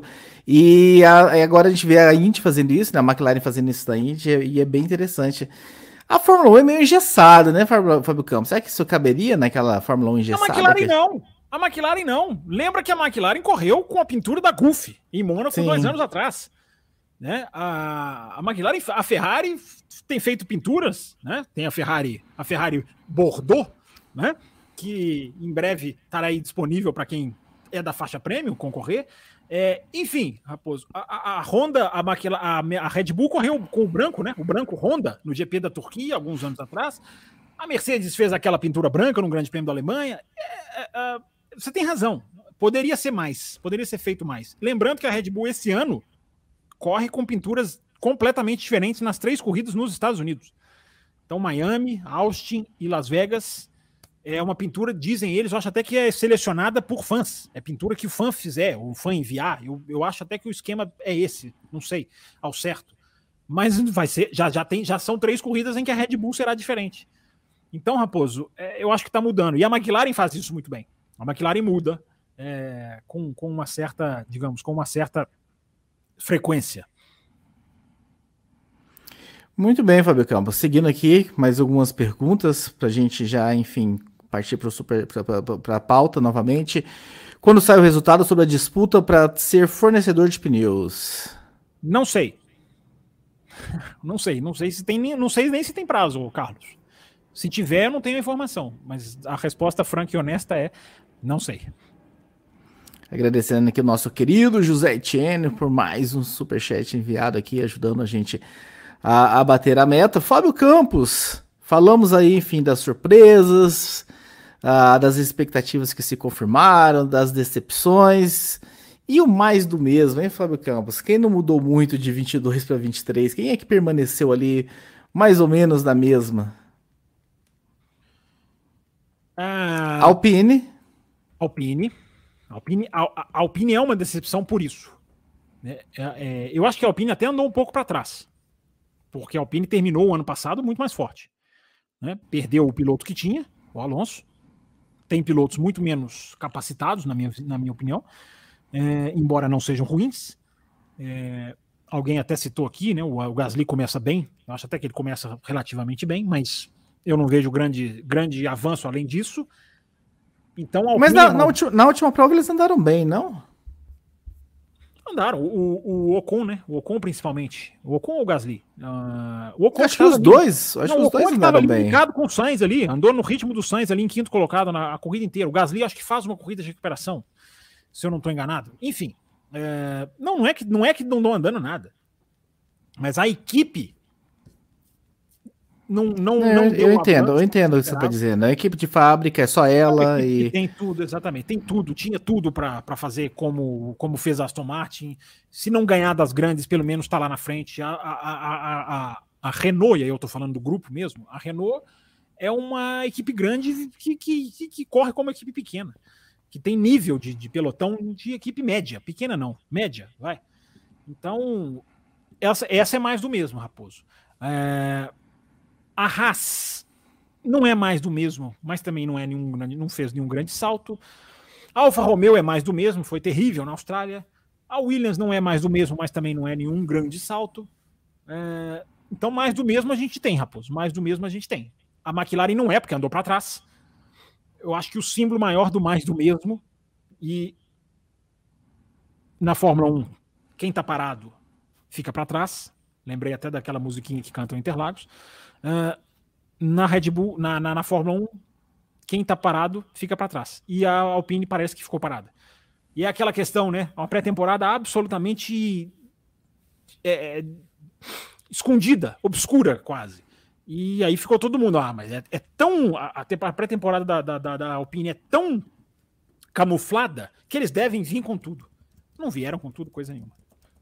e a, agora a gente vê a Indy fazendo isso, né, a McLaren fazendo isso da Indy, e é bem interessante. A Fórmula um é meio engessada, né, Fábio Campos? Será que isso caberia naquela Fórmula um engessada? A McLaren que... não, a McLaren não. Lembra que a McLaren correu com a pintura da Goofy em Mônaco dois anos atrás. Né? A, a McLaren, a Ferrari tem feito pinturas, né? Tem a Ferrari, a Ferrari Bordeaux, né? Que em breve estará aí disponível para quem é da faixa premium concorrer. É, enfim, Raposo, a, a, a Honda, a, a, a Red Bull correu com o branco, né? O branco Honda no G P da Turquia alguns anos atrás. A Mercedes fez aquela pintura branca no Grande Prêmio da Alemanha. É, é, é, você tem razão. Poderia ser mais, poderia ser feito mais. Lembrando que a Red Bull esse ano corre com pinturas completamente diferentes nas três corridas nos Estados Unidos. Então, Miami, Austin e Las Vegas é uma pintura, dizem eles, eu acho até que é selecionada por fãs. É pintura que o fã fizer, o fã enviar. Eu, eu acho até que o esquema é esse, não sei, ao certo. Mas vai ser, já, já, tem, já são três corridas em que a Red Bull será diferente. Então, Raposo, é, eu acho que está mudando. E a McLaren faz isso muito bem. A McLaren muda é, com, com uma certa, digamos, com uma certa frequência. Muito bem, Fábio Campos. Seguindo aqui, mais algumas perguntas para a gente já, enfim, partir para a pauta novamente. Quando sai o resultado sobre a disputa para ser fornecedor de pneus? Não sei. Não sei. Não sei se tem nem, não sei nem se tem prazo, Carlos. Se tiver, eu não tenho a informação. Mas a resposta franca e honesta é não sei. Agradecendo aqui o nosso querido José Etienne por mais um superchat enviado aqui, ajudando a gente a, a bater a meta. Fábio Campos, falamos aí, enfim, das surpresas, uh, das expectativas que se confirmaram, das decepções e o mais do mesmo, hein, Fábio Campos? Quem não mudou muito de vinte e dois para vinte e três? Quem é que permaneceu ali mais ou menos na mesma? Ah, Alpine. Alpine. A Alpine, a, a Alpine é uma decepção por isso. É, é, eu acho que a Alpine até andou um pouco para trás, porque a Alpine terminou o ano passado muito mais forte. Né? Perdeu o piloto que tinha, o Alonso. Tem pilotos muito menos capacitados, na minha, na minha opinião, é, embora não sejam ruins. É, alguém até citou aqui, né? O, o Gasly começa bem, eu acho até que ele começa relativamente bem, mas eu não vejo grande, grande avanço além disso. Então, Mas na, na, última, na última prova eles andaram bem, não? Andaram. O, o Ocon, né? O Ocon principalmente. O Ocon ou o Gasly? Uh, o Ocon acho que os dois. Acho não, que os dois andaram bem. Ligado com o Sainz ali. Andou no ritmo do Sainz ali em quinto colocado na a corrida inteira. O Gasly acho que faz uma corrida de recuperação, se eu não estou enganado. Enfim. É, não, não, é que, não é que não estão andando nada. Mas a equipe Não, não, é, não eu entendo, eu entendo o que você está dizendo. A equipe de fábrica é só ela e... Tem tudo, exatamente. Tem tudo, tinha tudo para fazer como, como fez a Aston Martin. Se não ganhar das grandes, pelo menos está lá na frente. A, a, a, a, a Renault, e aí eu estou falando do grupo mesmo, a Renault é uma equipe grande que, que, que, que corre como equipe pequena, que tem nível de, de pelotão de equipe média. Pequena não, média, vai. Então, essa, essa é mais do mesmo, Raposo. É... A Haas não é mais do mesmo, mas também não, é nenhum, não fez nenhum grande salto. A Alfa Romeo é mais do mesmo, foi terrível na Austrália. A Williams não é mais do mesmo, mas também não é nenhum grande salto. É, então, mais do mesmo a gente tem, Raposo. Mais do mesmo a gente tem. A McLaren não é, porque andou para trás. Eu acho que o símbolo maior do mais do mesmo, e na Fórmula um, quem tá parado fica para trás. Lembrei até daquela musiquinha que cantam Interlagos. Uh, na Red Bull, na, na, na Fórmula um, quem tá parado fica para trás. E a Alpine parece que ficou parada. E é aquela questão, né? Uma pré-temporada absolutamente é, escondida, obscura quase. E aí ficou todo mundo, ah, mas é, é tão... A, a pré-temporada da, da, da, da Alpine é tão camuflada que eles devem vir com tudo. Não vieram com tudo, coisa nenhuma.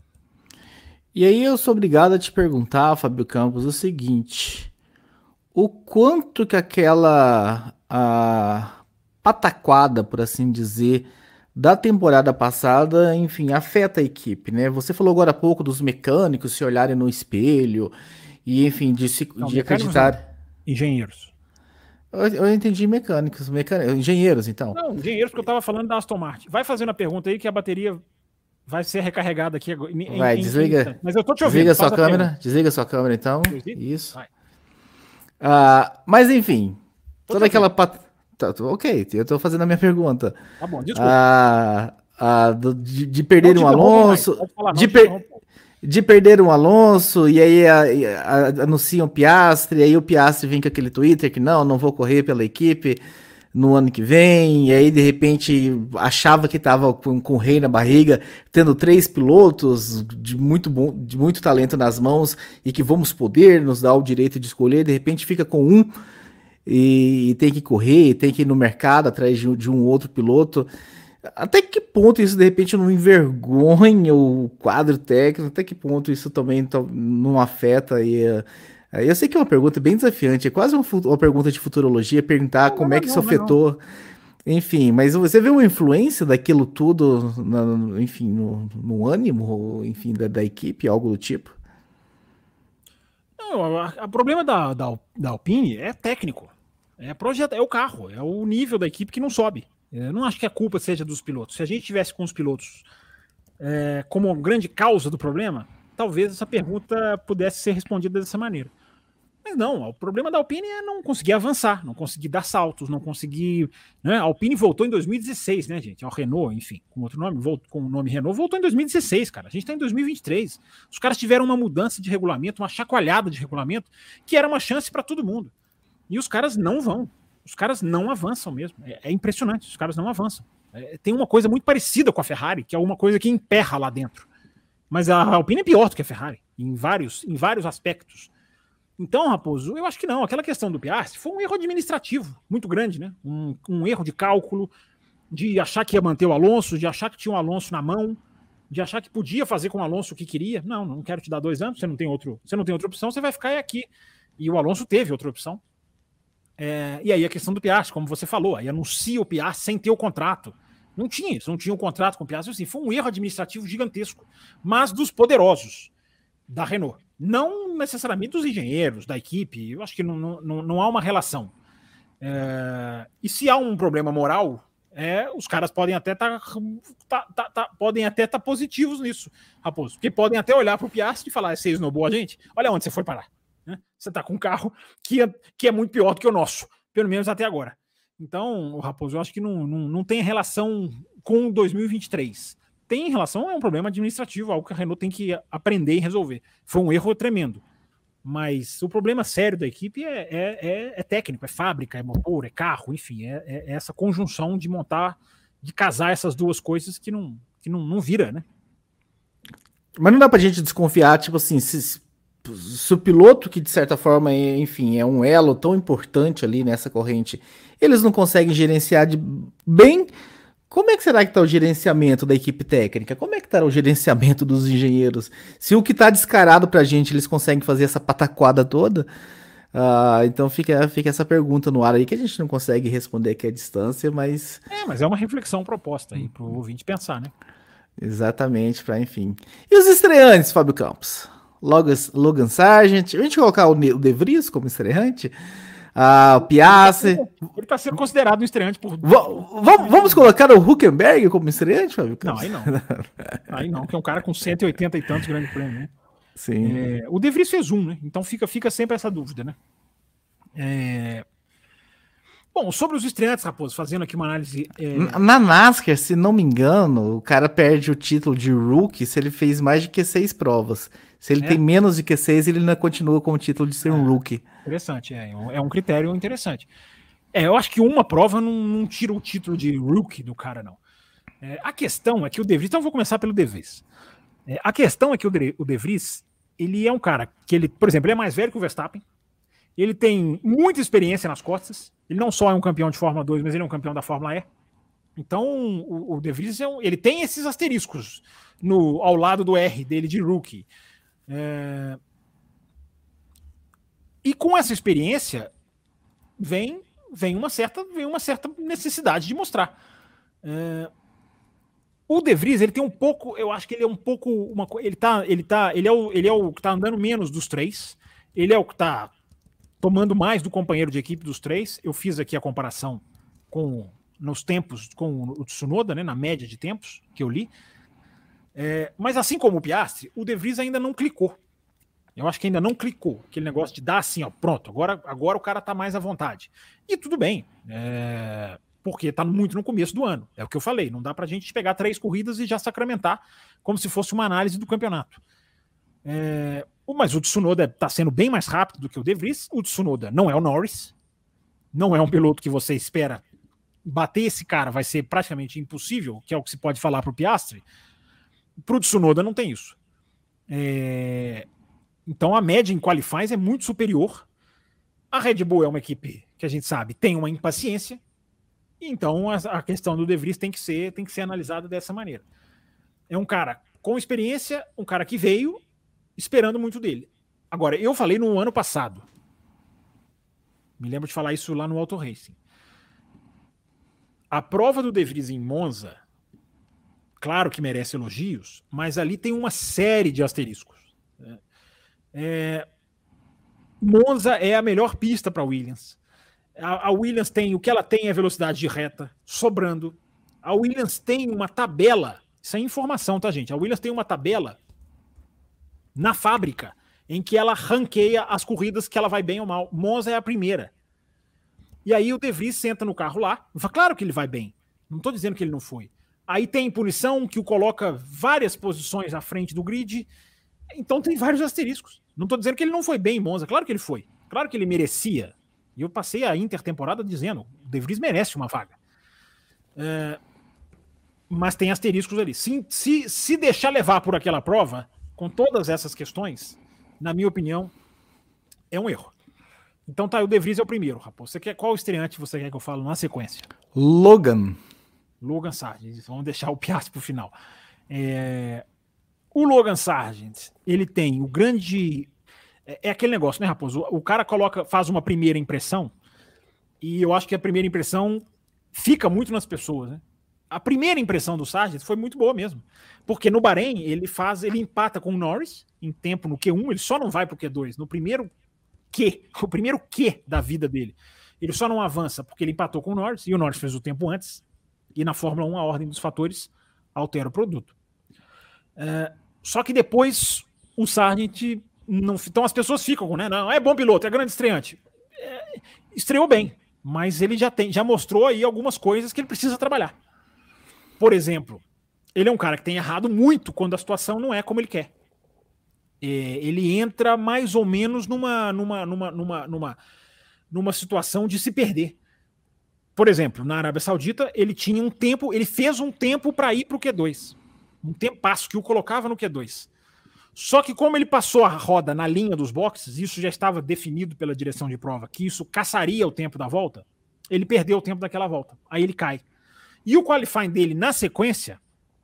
E aí eu sou obrigado a te perguntar, Fábio Campos, o seguinte: o quanto que aquela a pataquada, por assim dizer, da temporada passada, enfim, afeta a equipe, né? Você falou agora há pouco dos mecânicos se olharem no espelho e, enfim, de, se, não, de acreditar... Engenheiros. Eu, eu entendi mecânicos, mecânicos, engenheiros, então. Não, engenheiros, porque eu tava falando da Aston Martin. Vai fazendo a pergunta aí que a bateria vai ser recarregada aqui. Em, vai, em, desliga, em... Mas eu tô te ouvindo. Desliga sua câmera, pergunta. desliga sua câmera, então. Isso. Ah, mas, enfim, tô toda aquela... Pat... Tá, ok, eu tô fazendo a minha pergunta. Tá bom, desculpa. Ah, ah, do, de, de perder um Alonso... Falar, de, per... de perder um Alonso, e aí a, a, a, anunciam o Piastri, e aí o Piastri vem com aquele Twitter que não, não vou correr pela equipe no ano que vem, e aí de repente achava que tava com, com o rei na barriga, tendo três pilotos de muito, bom, de muito talento nas mãos, e que vamos poder nos dar o direito de escolher, de repente fica com um, e, e tem que correr, tem que ir no mercado atrás de, de um outro piloto. Até que ponto isso de repente não envergonha o quadro técnico? Até que ponto isso também não afeta? E, eu sei que é uma pergunta bem desafiante, é quase uma, uma pergunta de futurologia, perguntar não, como não, é que não, isso afetou. Enfim, mas você vê uma influência daquilo tudo, na, enfim, no, no ânimo, enfim, da, da equipe, algo do tipo? Não, o problema da, da, da Alpine é técnico, é, projeto, é o carro, é o nível da equipe que não sobe. Eu não acho que a culpa seja dos pilotos. Se a gente tivesse com os pilotos é, como grande causa do problema, talvez essa pergunta pudesse ser respondida dessa maneira. Mas não, o problema da Alpine é não conseguir avançar, não conseguir dar saltos, não conseguir... Né? A Alpine voltou em dois mil e dezesseis, né, gente? A Renault, enfim, com outro nome, voltou, com o nome Renault, voltou em dois mil e dezesseis, cara. A gente está em dois mil e vinte e três. Os caras tiveram uma mudança de regulamento, uma chacoalhada de regulamento, que era uma chance para todo mundo. E os caras não vão. Os caras não avançam mesmo. É, é impressionante, os caras não avançam. É, tem uma coisa muito parecida com a Ferrari, que é uma coisa que emperra lá dentro. Mas a Alpine é pior do que a Ferrari, em vários, em vários aspectos. Então, Raposo, eu acho que não. Aquela questão do Piastri foi um erro administrativo muito grande, né? Um, um erro de cálculo, de achar que ia manter o Alonso, de achar que tinha um Alonso na mão, de achar que podia fazer com o Alonso o que queria. Não, não quero te dar dois anos, você não tem, outro, você não tem outra opção, você vai ficar aqui. E o Alonso teve outra opção. É, e aí a questão do Piastri, como você falou, aí anuncia o Piastri sem ter o contrato. Não tinha isso, não tinha um contrato com o Piastri. Assim, foi um erro administrativo gigantesco, mas dos poderosos da Renault. Não necessariamente dos engenheiros, da equipe. Eu acho que não, não, não há uma relação. É, e se há um problema moral, é, os caras podem até estar tá, tá, tá, podem até estar tá positivos nisso, Raposo. Porque podem até olhar para o Piastri e falar: você esnobou a gente? Olha onde você foi parar. Né? Você está com um carro que é, que é muito pior do que o nosso, pelo menos até agora. Então, Raposo, eu acho que não, não, não tem relação com dois mil e vinte e três. Tem relação a um problema administrativo, algo que a Renault tem que aprender e resolver. Foi um erro tremendo. Mas o problema sério da equipe é, é, é, é técnico, é fábrica, é motor, é carro, enfim, é, é essa conjunção de montar, de casar essas duas coisas que não, que não, não vira, né? Mas não dá pra gente desconfiar, tipo assim, se, se o piloto que de certa forma, é, enfim, é um elo tão importante ali nessa corrente, eles não conseguem gerenciar de bem... Como é que será que está o gerenciamento da equipe técnica? Como é que está o gerenciamento dos engenheiros? Se o que está descarado para a gente, eles conseguem fazer essa pataquada toda, uh, então fica, fica essa pergunta no ar aí que a gente não consegue responder aqui à distância, mas... É, mas é uma reflexão proposta aí para o ouvinte pensar, né? Exatamente, para enfim. E os estreantes, Fábio Campos? Logan, Logan Sargent, a gente colocar o De Vries como estreante? Ah, o Piastri. Ele está sendo considerado um estreante por. V vamos colocar o Hülkenberg como estreante, Fábio? Não, aí não. Aí não, que é um cara com cento e oitenta e tantos grandes prêmios, né? Sim. É, o De Vries fez um, né? Então fica, fica sempre essa dúvida, né? É... Bom, sobre os estreantes, Raposo, fazendo aqui uma análise... É... Na NASCAR, se não me engano, o cara perde o título de rookie se ele fez mais de Q seis provas. Se ele é. tem menos de Q seis, ele ainda continua com o título de ser é. um rookie. Interessante, é, é um critério interessante. É, eu acho que uma prova não, não tira o título de rookie do cara, não. É, a questão é que o De Vries... Então eu vou começar pelo De Vries. É, a questão é que o De, o De Vries, ele é um cara que, ele, por exemplo, ele é mais velho que o Verstappen. Ele tem muita experiência nas costas. Ele não só é um campeão de Fórmula dois, mas ele é um campeão da Fórmula E. Então, o, o De Vries é um, ele tem esses asteriscos no, ao lado do R dele de rookie. É... E com essa experiência vem, vem, uma, certa, vem uma certa necessidade de mostrar. É... O De Vries, ele tem um pouco, eu acho que ele é um pouco, uma, ele, tá, ele, tá, ele, é o, ele é o que está andando menos dos três. Ele é o que está tomando mais do companheiro de equipe dos três. Eu fiz aqui a comparação com nos tempos com o Tsunoda, né, na média de tempos que eu li. É, mas assim como o Piastri, o De Vries ainda não clicou. Eu acho que ainda não clicou. Aquele negócio de dar assim, ó, pronto, agora, agora o cara tá mais à vontade. E tudo bem, é, porque tá muito no começo do ano. É o que eu falei, não dá pra gente pegar três corridas e já sacramentar como se fosse uma análise do campeonato. É, mas o Tsunoda está sendo bem mais rápido do que o De Vries. O Tsunoda não é o Norris, não é um piloto que você espera bater esse cara, vai ser praticamente impossível, que é o que se pode falar para o Piastri. Para o Tsunoda não tem isso. É... Então a média em qualifies é muito superior. A Red Bull é uma equipe que a gente sabe tem uma impaciência, então a, a questão do De Vries tem que ser, tem que ser analisada dessa maneira. É um cara com experiência, um cara que veio esperando muito dele. Agora, eu falei no ano passado, me lembro de falar isso lá no Auto Racing. A prova do De Vries em Monza, claro que merece elogios, mas ali tem uma série de asteriscos. É, Monza é a melhor pista para a Williams. A, a Williams tem, o que ela tem é velocidade de reta, sobrando. A Williams tem uma tabela, isso é informação, tá, gente? A Williams tem uma tabela na fábrica, em que ela ranqueia as corridas que ela vai bem ou mal. Monza é a primeira. E aí o De Vries senta no carro lá, fala, claro que ele vai bem, não estou dizendo que ele não foi. Aí tem punição que o coloca várias posições à frente do grid, então tem vários asteriscos. Não estou dizendo que ele não foi bem em Monza, claro que ele foi, claro que ele merecia. E eu passei a intertemporada dizendo, o De Vries merece uma vaga. É, mas tem asteriscos ali. Se, se, se deixar levar por aquela prova, com todas essas questões, na minha opinião, é um erro. Então tá, o De Vries é o primeiro, Raposo. Você quer, qual estreante você quer que eu fale na sequência? Logan. Logan Sargent. Vamos deixar o Piastri pro final. É... O Logan Sargent, ele tem o grande... É, é aquele negócio, né, Raposo? O, o cara coloca, faz uma primeira impressão e eu acho que a primeira impressão fica muito nas pessoas, né? A primeira impressão do Sargent foi muito boa mesmo. Porque no Bahrein, ele faz, ele empata com o Norris em tempo no Q um, ele só não vai pro Q dois. No primeiro Q, o primeiro Q da vida dele. Ele só não avança porque ele empatou com o Norris, e o Norris fez o tempo antes, e na Fórmula um a ordem dos fatores altera o produto. É, só que depois o Sargent não... Então as pessoas ficam com, né? Não, é bom piloto, é grande estreante. É, estreou bem, mas ele já, tem, já mostrou aí algumas coisas que ele precisa trabalhar. Por exemplo, ele é um cara que tem errado muito quando a situação não é como ele quer. É, ele entra mais ou menos numa, numa, numa, numa, numa, numa situação de se perder. Por exemplo, na Arábia Saudita, ele tinha um tempo, ele fez um tempo para ir para o Q dois. Um tempasso que o colocava no Q dois. Só que como ele passou a roda na linha dos boxes, isso já estava definido pela direção de prova, que isso caçaria o tempo da volta, ele perdeu o tempo daquela volta. Aí ele cai. E o qualifying dele, na sequência,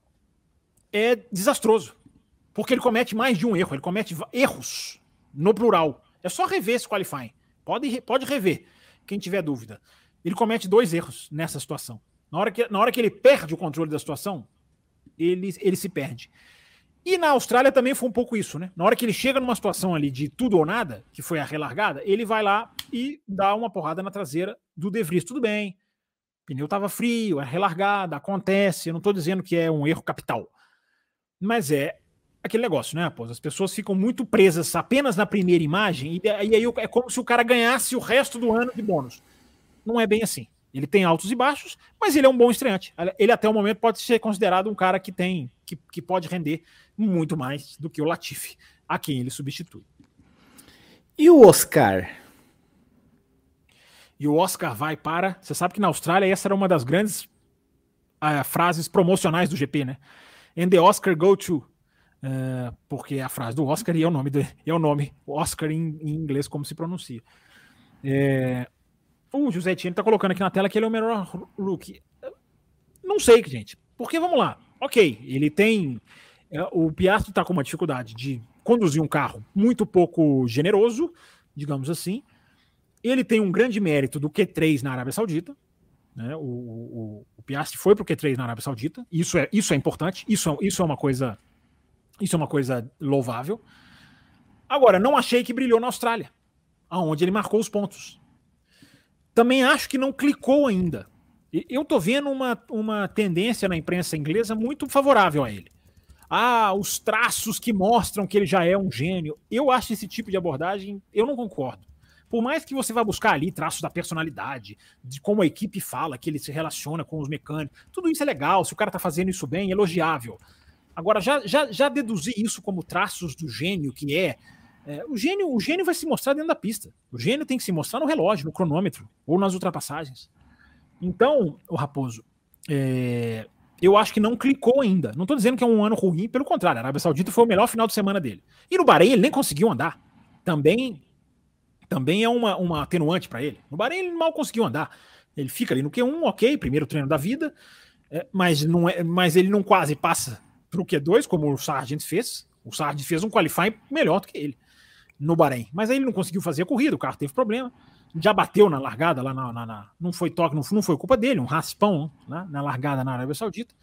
é desastroso. Porque ele comete mais de um erro. Ele comete erros no plural. É só rever esse qualifying. Pode, pode rever, quem tiver dúvida. Ele comete dois erros nessa situação. Na hora que, na hora que ele perde o controle da situação, ele, ele se perde. E na Austrália também foi um pouco isso, né? Na hora que ele chega numa situação ali de tudo ou nada, que foi a relargada, ele vai lá e dá uma porrada na traseira do De Vries. Tudo bem. O pneu estava frio, é relargada, acontece. Eu não estou dizendo que é um erro capital. Mas é aquele negócio, né, pô? As pessoas ficam muito presas apenas na primeira imagem e, e aí é como se o cara ganhasse o resto do ano de bônus. Não é bem assim. Ele tem altos e baixos, mas ele é um bom estreante. Ele até o momento pode ser considerado um cara que tem que, que pode render muito mais do que o Latifi, a quem ele substitui. E o Oscar? E o Oscar vai para... Você sabe que na Austrália essa era uma das grandes uh, frases promocionais do G P, né? And the Oscar go to... Uh, porque é a frase do Oscar e é o nome, de, é o nome Oscar em, em inglês, como se pronuncia. É... O José Etienne tá colocando aqui na tela que ele é o melhor rookie. Não sei, gente. Porque, vamos lá. Ok, ele tem... É, o Piastri tá com uma dificuldade de conduzir um carro muito pouco generoso, digamos assim. Ele tem um grande mérito do Q três na Arábia Saudita. Né? O, o, o Piastri foi pro Q três na Arábia Saudita. Isso é, isso é importante. Isso é, isso é uma coisa... Isso é uma coisa louvável. Agora, não achei que brilhou na Austrália, aonde ele marcou os pontos. Também acho que não clicou ainda. Eu tô vendo uma, uma tendência na imprensa inglesa muito favorável a ele. Ah, os traços que mostram que ele já é um gênio. Eu acho esse tipo de abordagem, eu não concordo. Por mais que você vá buscar ali traços da personalidade, de como a equipe fala, que ele se relaciona com os mecânicos, tudo isso é legal, se o cara tá fazendo isso bem, é elogiável. Agora, já, já, já deduzir isso como traços do gênio que é, É, o, gênio, o gênio vai se mostrar dentro da pista. O gênio tem que se mostrar no relógio, no cronômetro, ou nas ultrapassagens. Então, o Raposo, é, eu acho que não clicou ainda. Não estou dizendo que é um ano ruim, pelo contrário, a Arábia Saudita foi o melhor final de semana dele. E no Bahrein ele nem conseguiu andar. Também, também é uma, uma atenuante para ele. No Bahrein ele mal conseguiu andar. Ele fica ali no Q um, ok, primeiro treino da vida, é, mas, não é, mas ele não quase passa para o Q dois, como o Sargent fez. O Sargent fez um qualifying melhor do que ele no Bahrein, mas aí ele não conseguiu fazer a corrida, o carro teve problema, já bateu na largada lá na, na, na não foi toque, não, não foi culpa dele, um raspão, né, na largada na Arábia Saudita.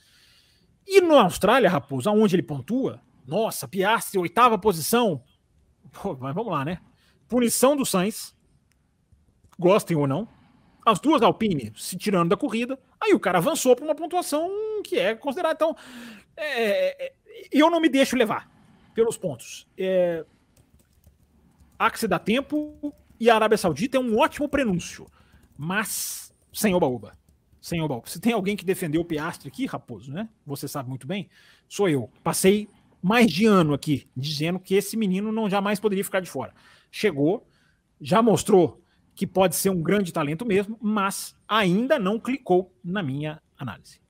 E na Austrália, Raposo, aonde ele pontua, nossa, Piastri, oitava posição, pô, mas vamos lá, né? Punição do Sainz, gostem ou não, as duas Alpine se tirando da corrida, aí o cara avançou para uma pontuação que é considerada. Então, é, é, eu não me deixo levar pelos pontos. É, há que se dar tempo, e a Arábia Saudita é um ótimo prenúncio, mas sem oba-oba. Sem oba-oba. Se tem alguém que defendeu o Piastri aqui, Raposo, né? Você sabe muito bem, sou eu. Passei mais de ano aqui dizendo que esse menino não jamais poderia ficar de fora. Chegou, já mostrou que pode ser um grande talento mesmo, mas ainda não clicou na minha análise.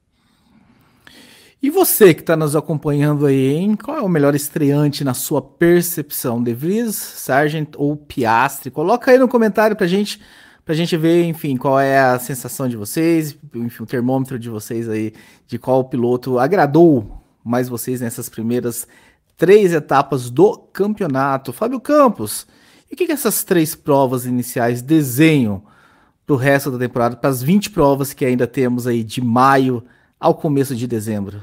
E você que está nos acompanhando aí, hein? Qual é o melhor estreante na sua percepção? De Vries, Sargent ou Piastri? Coloca aí no comentário pra gente, pra gente ver, enfim, qual é a sensação de vocês, enfim, o termômetro de vocês aí, de qual piloto agradou mais vocês nessas primeiras três etapas do campeonato. Fábio Campos, e o que, que essas três provas iniciais desenham pro resto da temporada, para as vinte provas que ainda temos aí de maio ao começo de dezembro?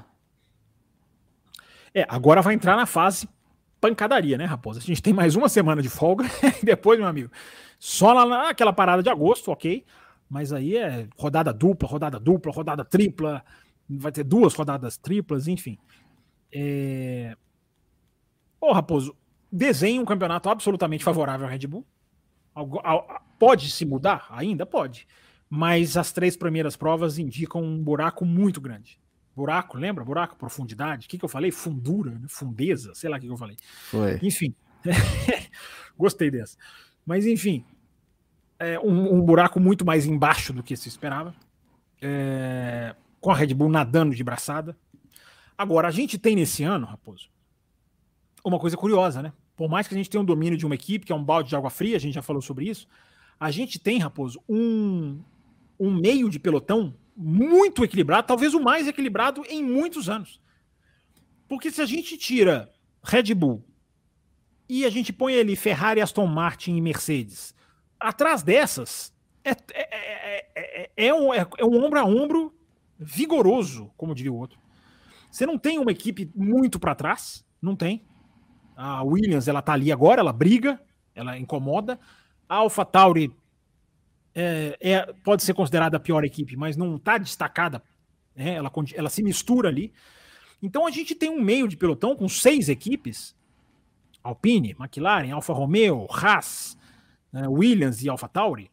É, agora vai entrar na fase pancadaria, né, Raposa? A gente tem mais uma semana de folga e depois, meu amigo, só lá naquela parada de agosto, ok, mas aí é rodada dupla, rodada dupla, rodada tripla, vai ter duas rodadas triplas, enfim. É... Ô, Raposo, desenha um campeonato absolutamente favorável ao Red Bull. Pode se mudar? Ainda pode. Mas as três primeiras provas indicam um buraco muito grande. Buraco, lembra? Buraco, profundidade. O que, que eu falei? Fundura, fundeza, sei lá o que, que eu falei. Foi. Enfim, gostei dessa. Mas enfim, é um, um buraco muito mais embaixo do que se esperava. É, com a Red Bull nadando de braçada. Agora, a gente tem nesse ano, Raposo, uma coisa curiosa, né? Por mais que a gente tenha um domínio de uma equipe, que é um balde de água fria, a gente já falou sobre isso, a gente tem, Raposo, um, um meio de pelotão muito equilibrado, talvez o mais equilibrado em muitos anos. Porque se a gente tira Red Bull e a gente põe ali Ferrari, Aston Martin e Mercedes, atrás dessas é, é, é, é, é, um, é, é um ombro a ombro vigoroso, como diria o outro. Você não tem uma equipe muito para trás, não tem. A Williams, ela tá ali agora, ela briga, ela incomoda. A AlphaTauri é, é, pode ser considerada a pior equipe, mas não está destacada, né? ela, ela se mistura ali. Então a gente tem um meio de pelotão com seis equipes, Alpine, McLaren, Alfa Romeo, Haas, né, Williams e AlphaTauri,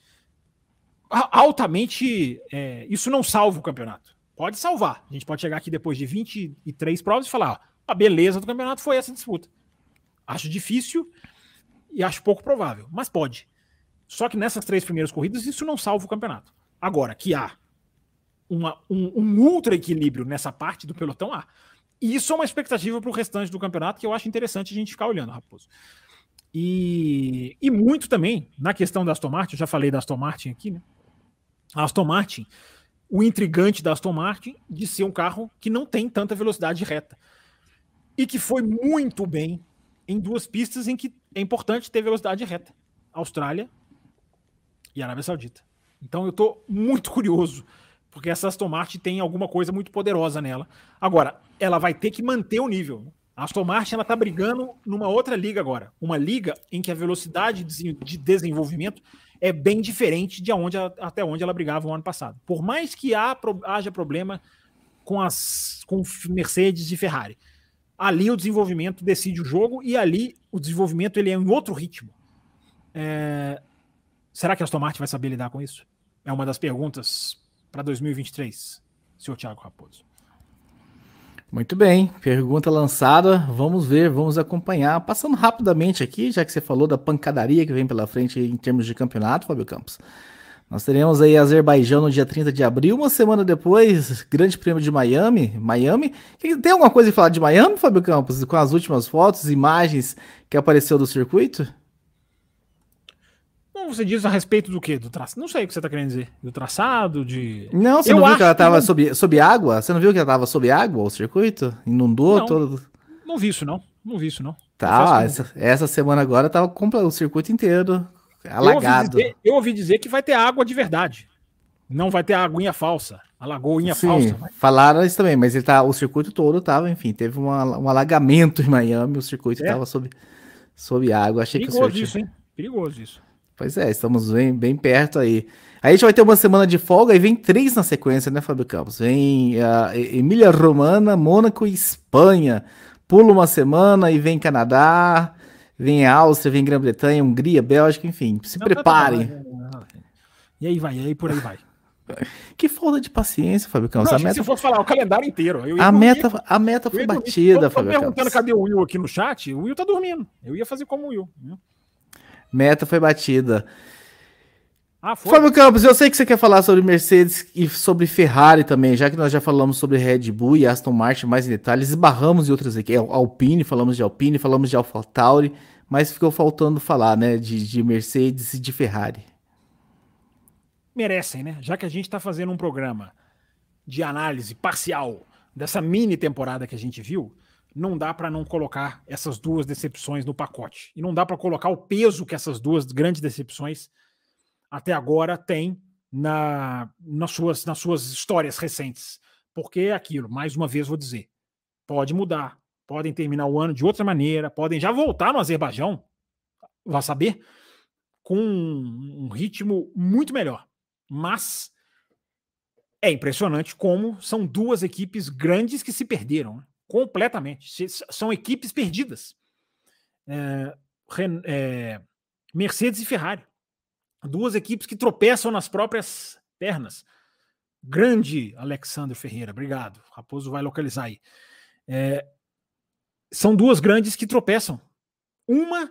altamente, é, isso não salva o campeonato. Pode salvar. A gente pode chegar aqui depois de vinte e três provas e falar, ó, a beleza do campeonato foi essa disputa. Acho difícil e acho pouco provável, mas pode. Só que nessas três primeiras corridas isso não salva o campeonato. Agora, que há uma, um, um ultra equilíbrio nessa parte do pelotão, há. E isso é uma expectativa para o restante do campeonato que eu acho interessante a gente ficar olhando, Raposo. E, e muito também na questão da Aston Martin, eu já falei da Aston Martin aqui, né? A Aston Martin, o intrigante da Aston Martin de ser um carro que não tem tanta velocidade reta e que foi muito bem em duas pistas em que é importante ter velocidade reta, Austrália e Arábia Saudita. Então eu estou muito curioso, porque essa Aston Martin tem alguma coisa muito poderosa nela. Agora, ela vai ter que manter o nível. A Aston Martin está brigando numa outra liga agora, uma liga em que a velocidade de desenvolvimento é bem diferente de onde, até onde ela brigava o ano passado. Por mais que há, haja problema com as com Mercedes e Ferrari, ali o desenvolvimento decide o jogo e ali o desenvolvimento ele é em outro ritmo. É... Será que a Aston Martin vai saber lidar com isso? É uma das perguntas para dois mil e vinte e três, senhor Thiago Raposo. Muito bem, pergunta lançada, vamos ver, vamos acompanhar. Passando rapidamente aqui, já que você falou da pancadaria que vem pela frente em termos de campeonato, Fábio Campos. Nós teremos aí Azerbaijão no dia trinta de abril, uma semana depois, Grande Prêmio de Miami. Miami, tem alguma coisa a falar de Miami, Fábio Campos? Com as últimas fotos, imagens que apareceu do circuito? Não, você diz a respeito do quê? Do traçado? Não sei o que você está querendo dizer. Do traçado, de... Não, você eu não viu que ela estava não... sob, sob água? Você não viu que ela estava sob água, o circuito? Inundou não, todo... Não vi isso, não. Não vi isso, não. Tá, essa, essa semana agora tava com o circuito inteiro alagado. Eu ouvi, dizer, eu ouvi dizer que vai ter água de verdade. Não vai ter aguinha falsa. A lagoinha Sim, falsa. Vai. Falaram isso também, mas ele tá, o circuito todo tava, enfim, teve uma, um alagamento em Miami, o circuito estava é. sob, sob água. Achei Perigoso que o isso, hein? Perigoso isso. Pois é, estamos bem, bem perto aí. Aí a gente vai ter uma semana de folga e vem três na sequência, né, Fábio Campos? Vem uh, Emília-Romana, Mônaco e Espanha. Pula uma semana e vem Canadá, vem Áustria, vem Grã-Bretanha, Hungria, Bélgica, enfim. Se Não, preparem. Tá, tá, tá. E aí vai, e aí por aí vai. Que falta de paciência, Fábio Campos. Não, a meta... Se for falar o calendário inteiro. Eu a, meta, a meta foi batida, Fábio Campos. Eu tô perguntando cadê o Will aqui no chat, o Will tá dormindo. Eu ia fazer como o Will. Né? Meta foi batida. Ah, foi? Fábio Campos, eu sei que você quer falar sobre Mercedes e sobre Ferrari também, já que nós já falamos sobre Red Bull e Aston Martin mais em detalhes, esbarramos em outras equipes, Alpine, falamos de Alpine, falamos de AlphaTauri, mas ficou faltando falar, né, de, de Mercedes e de Ferrari. Merecem, né? Já que a gente está fazendo um programa de análise parcial dessa mini temporada que a gente viu, não dá para não colocar essas duas decepções no pacote. E não dá para colocar o peso que essas duas grandes decepções até agora tem na, nas, suas, nas suas histórias recentes. Porque é aquilo, mais uma vez vou dizer, pode mudar, podem terminar o ano de outra maneira, podem já voltar no Azerbaijão, vai saber, com um, um ritmo muito melhor. Mas é impressionante como são duas equipes grandes que se perderam, né? Completamente. São equipes perdidas. É, é, Mercedes e Ferrari. Duas equipes que tropeçam nas próprias pernas. Grande Alexandre Ferreira, obrigado. Raposo vai localizar aí. É, são duas grandes que tropeçam. Uma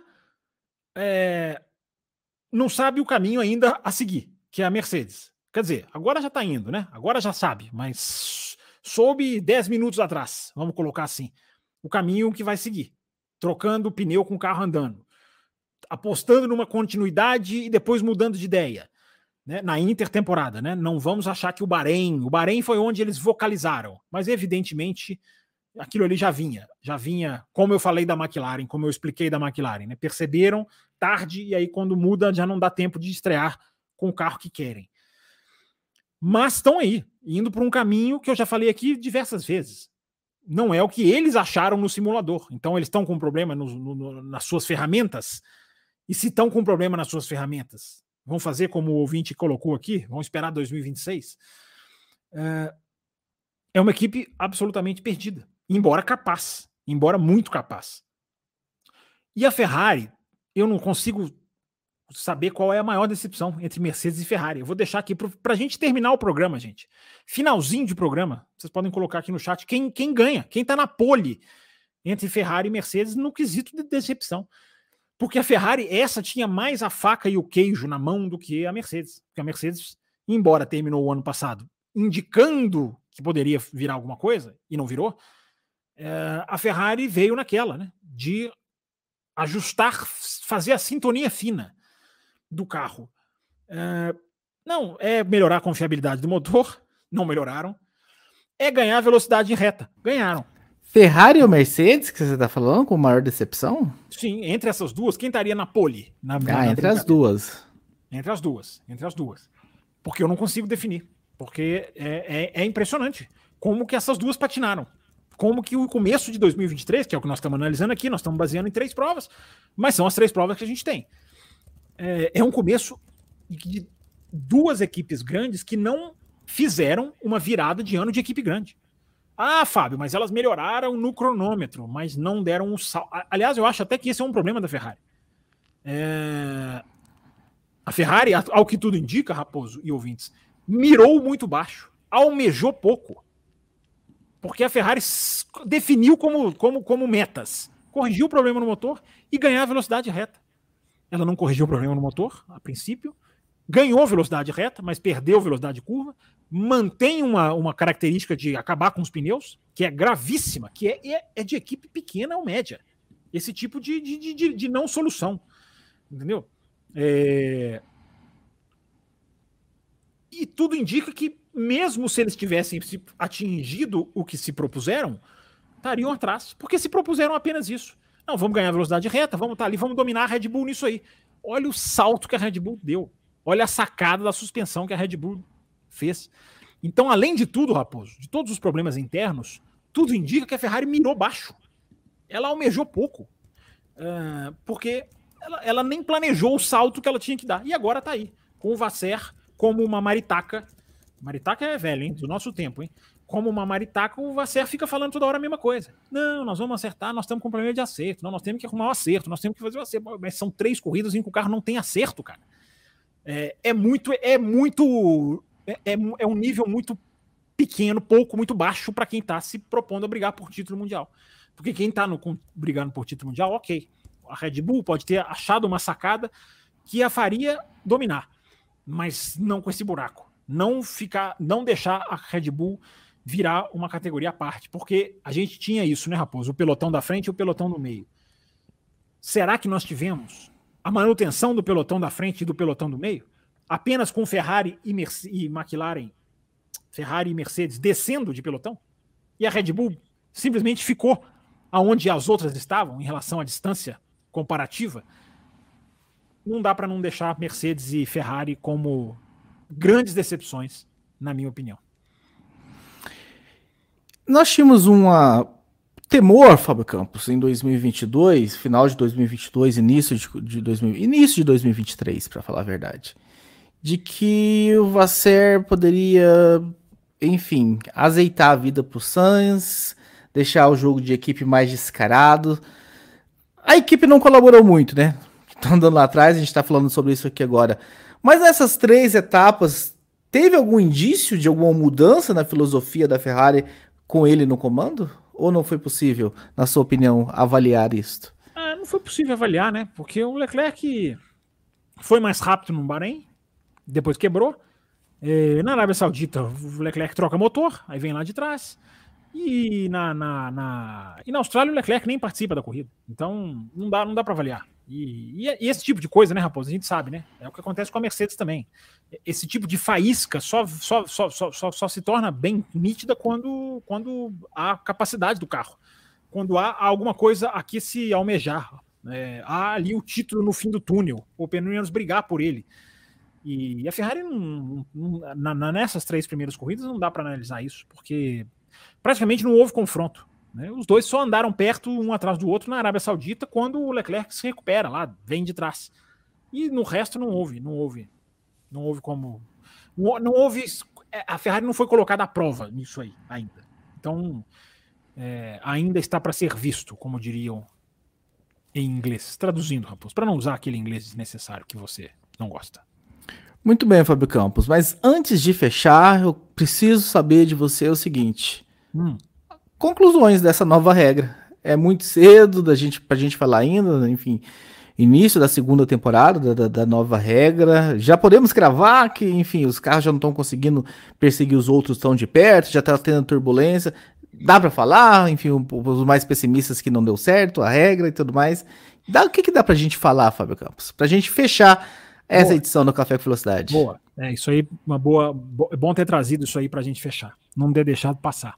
é, não sabe o caminho ainda a seguir, que é a Mercedes. Quer dizer, agora já está indo, né? Agora já sabe, mas soube dez minutos atrás, vamos colocar assim, o caminho que vai seguir. Trocando o pneu com o carro andando. Apostando numa continuidade e depois mudando de ideia, né? Na intertemporada, né? Não vamos achar que o Bahrein, o Bahrein foi onde eles vocalizaram, mas evidentemente aquilo ali já vinha, já vinha, como eu falei da McLaren, como eu expliquei da McLaren, né? Perceberam tarde e aí quando muda já não dá tempo de estrear com o carro que querem. Mas estão aí, indo por um caminho que eu já falei aqui diversas vezes. Não é o que eles acharam no simulador. Então eles estão com problema no, no, nas suas ferramentas. E se estão com problema nas suas ferramentas, vão fazer como o ouvinte colocou aqui? Vão esperar dois mil e vinte e seis? É uma equipe absolutamente perdida. embora capaz, embora muito capaz. E a Ferrari, eu não consigo saber qual é a maior decepção entre Mercedes e Ferrari. Eu vou deixar aqui para a gente terminar o programa, gente. Finalzinho de programa, vocês podem colocar aqui no chat quem, quem ganha, quem está na pole entre Ferrari e Mercedes no quesito de decepção. Porque a Ferrari, essa tinha mais a faca e o queijo na mão do que a Mercedes. Porque a Mercedes, embora terminou o ano passado indicando que poderia virar alguma coisa, e não virou, é, a Ferrari veio naquela, né, de ajustar, fazer a sintonia fina do carro. É, não, é melhorar a confiabilidade do motor, não melhoraram. É ganhar velocidade em reta, ganharam. Ferrari ou Mercedes, que você está falando, com maior decepção? Sim, entre essas duas, quem estaria na pole? Na, ah, na entre as duas. Entre as duas, entre as duas. Porque eu não consigo definir. Porque é, é, é impressionante como que essas duas patinaram. Como que o começo de dois mil e vinte e três, que é o que nós estamos analisando aqui, nós estamos baseando em três provas, mas são as três provas que a gente tem. É, é um começo de duas equipes grandes que não fizeram uma virada de ano de equipe grande. Ah, Fábio, mas elas melhoraram no cronômetro, mas não deram um salto. Aliás, eu acho até que esse é um problema da Ferrari. É... A Ferrari, ao que tudo indica, Raposo e ouvintes, mirou muito baixo, almejou pouco. Porque a Ferrari definiu como, como, como metas, corrigiu o problema no motor e ganhar velocidade reta. Ela não corrigiu o problema no motor, a princípio, ganhou velocidade reta, mas perdeu velocidade de curva, mantém uma, uma característica de acabar com os pneus, que é gravíssima, que é, é, é de equipe pequena ou média. Esse tipo de, de, de, de não solução. Entendeu? É... E tudo indica que, mesmo se eles tivessem atingido o que se propuseram, estariam atrás, porque se propuseram apenas isso. Não, vamos ganhar velocidade reta, vamos estar ali, vamos dominar a Red Bull nisso aí. Olha o salto que a Red Bull deu. Olha a sacada da suspensão que a Red Bull fez. Então, além de tudo, Raposo, de todos os problemas internos, tudo indica que a Ferrari mirou baixo. Ela almejou pouco. Uh, porque ela, ela nem planejou o salto que ela tinha que dar. E agora tá aí, com o Vasser como uma maritaca. Maritaca é velho, hein? Do nosso tempo, hein? Como uma maritaca, o Vasser fica falando toda hora a mesma coisa. Não, nós vamos acertar, nós estamos com problema de acerto. Não, nós temos que arrumar o acerto, nós temos que fazer o acerto. Mas são três corridas em que o carro não tem acerto, cara. É, é muito... É muito é, é, é um nível muito pequeno, pouco, muito baixo para quem está se propondo a brigar por título mundial. Porque quem está brigando por título mundial, ok. A Red Bull pode ter achado uma sacada que a faria dominar, mas não com esse buraco. Não ficar, não deixar a Red Bull virar uma categoria à parte, porque a gente tinha isso, né, Raposo? O pelotão da frente e o pelotão do meio. Será que nós tivemos a manutenção do pelotão da frente e do pelotão do meio apenas com Ferrari e, Merce- e McLaren, Ferrari e Mercedes descendo de pelotão? E a Red Bull simplesmente ficou aonde as outras estavam em relação à distância comparativa? Não dá para não deixar Mercedes e Ferrari como grandes decepções, na minha opinião. Nós tínhamos uma temor, Fábio Campos, em dois mil e vinte e dois, final de dois mil e vinte e dois, início de, de, dois mil, início de dois mil e vinte e três, para falar a verdade, de que o Vasser poderia, enfim, azeitar a vida para o Sainz, deixar o jogo de equipe mais descarado. A equipe não colaborou muito, né? Estão andando lá atrás, a gente está falando sobre isso aqui agora. Mas nessas três etapas, teve algum indício de alguma mudança na filosofia da Ferrari com ele no comando? Ou não foi possível, na sua opinião, avaliar isto? Ah, não foi possível avaliar, né? Porque o Leclerc foi mais rápido no Bahrein, depois quebrou. É, na Arábia Saudita, o Leclerc troca motor, aí vem lá de trás. E na, na, na, e na Austrália, o Leclerc nem participa da corrida. Então, não dá, não dá para avaliar. E, e, e esse tipo de coisa, né, Raposo? A gente sabe, né? É o que acontece com a Mercedes também. Esse tipo de faísca só, só, só, só, só, só se torna bem nítida quando, quando há capacidade do carro. Quando há alguma coisa a que se almejar. É, há ali o título no fim do túnel. Ou pelo menos brigar por ele. E a Ferrari, não, não, na, nessas três primeiras corridas, não dá para analisar isso, porque praticamente não houve confronto. Né? Os dois só andaram perto, um atrás do outro, na Arábia Saudita, quando o Leclerc se recupera lá, vem de trás. E no resto não houve, não houve. Não houve como... Não, não houve... A Ferrari não foi colocada à prova nisso aí ainda. Então, é, ainda está para ser visto, como diriam em inglês. Traduzindo, Raposo, para não usar aquele inglês desnecessário que você não gosta. Muito bem, Fábio Campos, mas antes de fechar, eu preciso saber de você o seguinte. Hum. Conclusões dessa nova regra. É muito cedo da gente, pra gente falar ainda, enfim, início da segunda temporada da, da nova regra. Já podemos cravar que, enfim, os carros já não estão conseguindo perseguir os outros tão de perto, já está tendo turbulência. Dá para falar, enfim, os mais pessimistas que não deu certo, a regra e tudo mais. Dá, o que, que dá pra gente falar, Fábio Campos? Pra gente fechar essa boa. edição do Café com Velocidade. Boa. É isso aí, uma boa. É bom ter trazido isso aí pra gente fechar. Não ter deixado passar.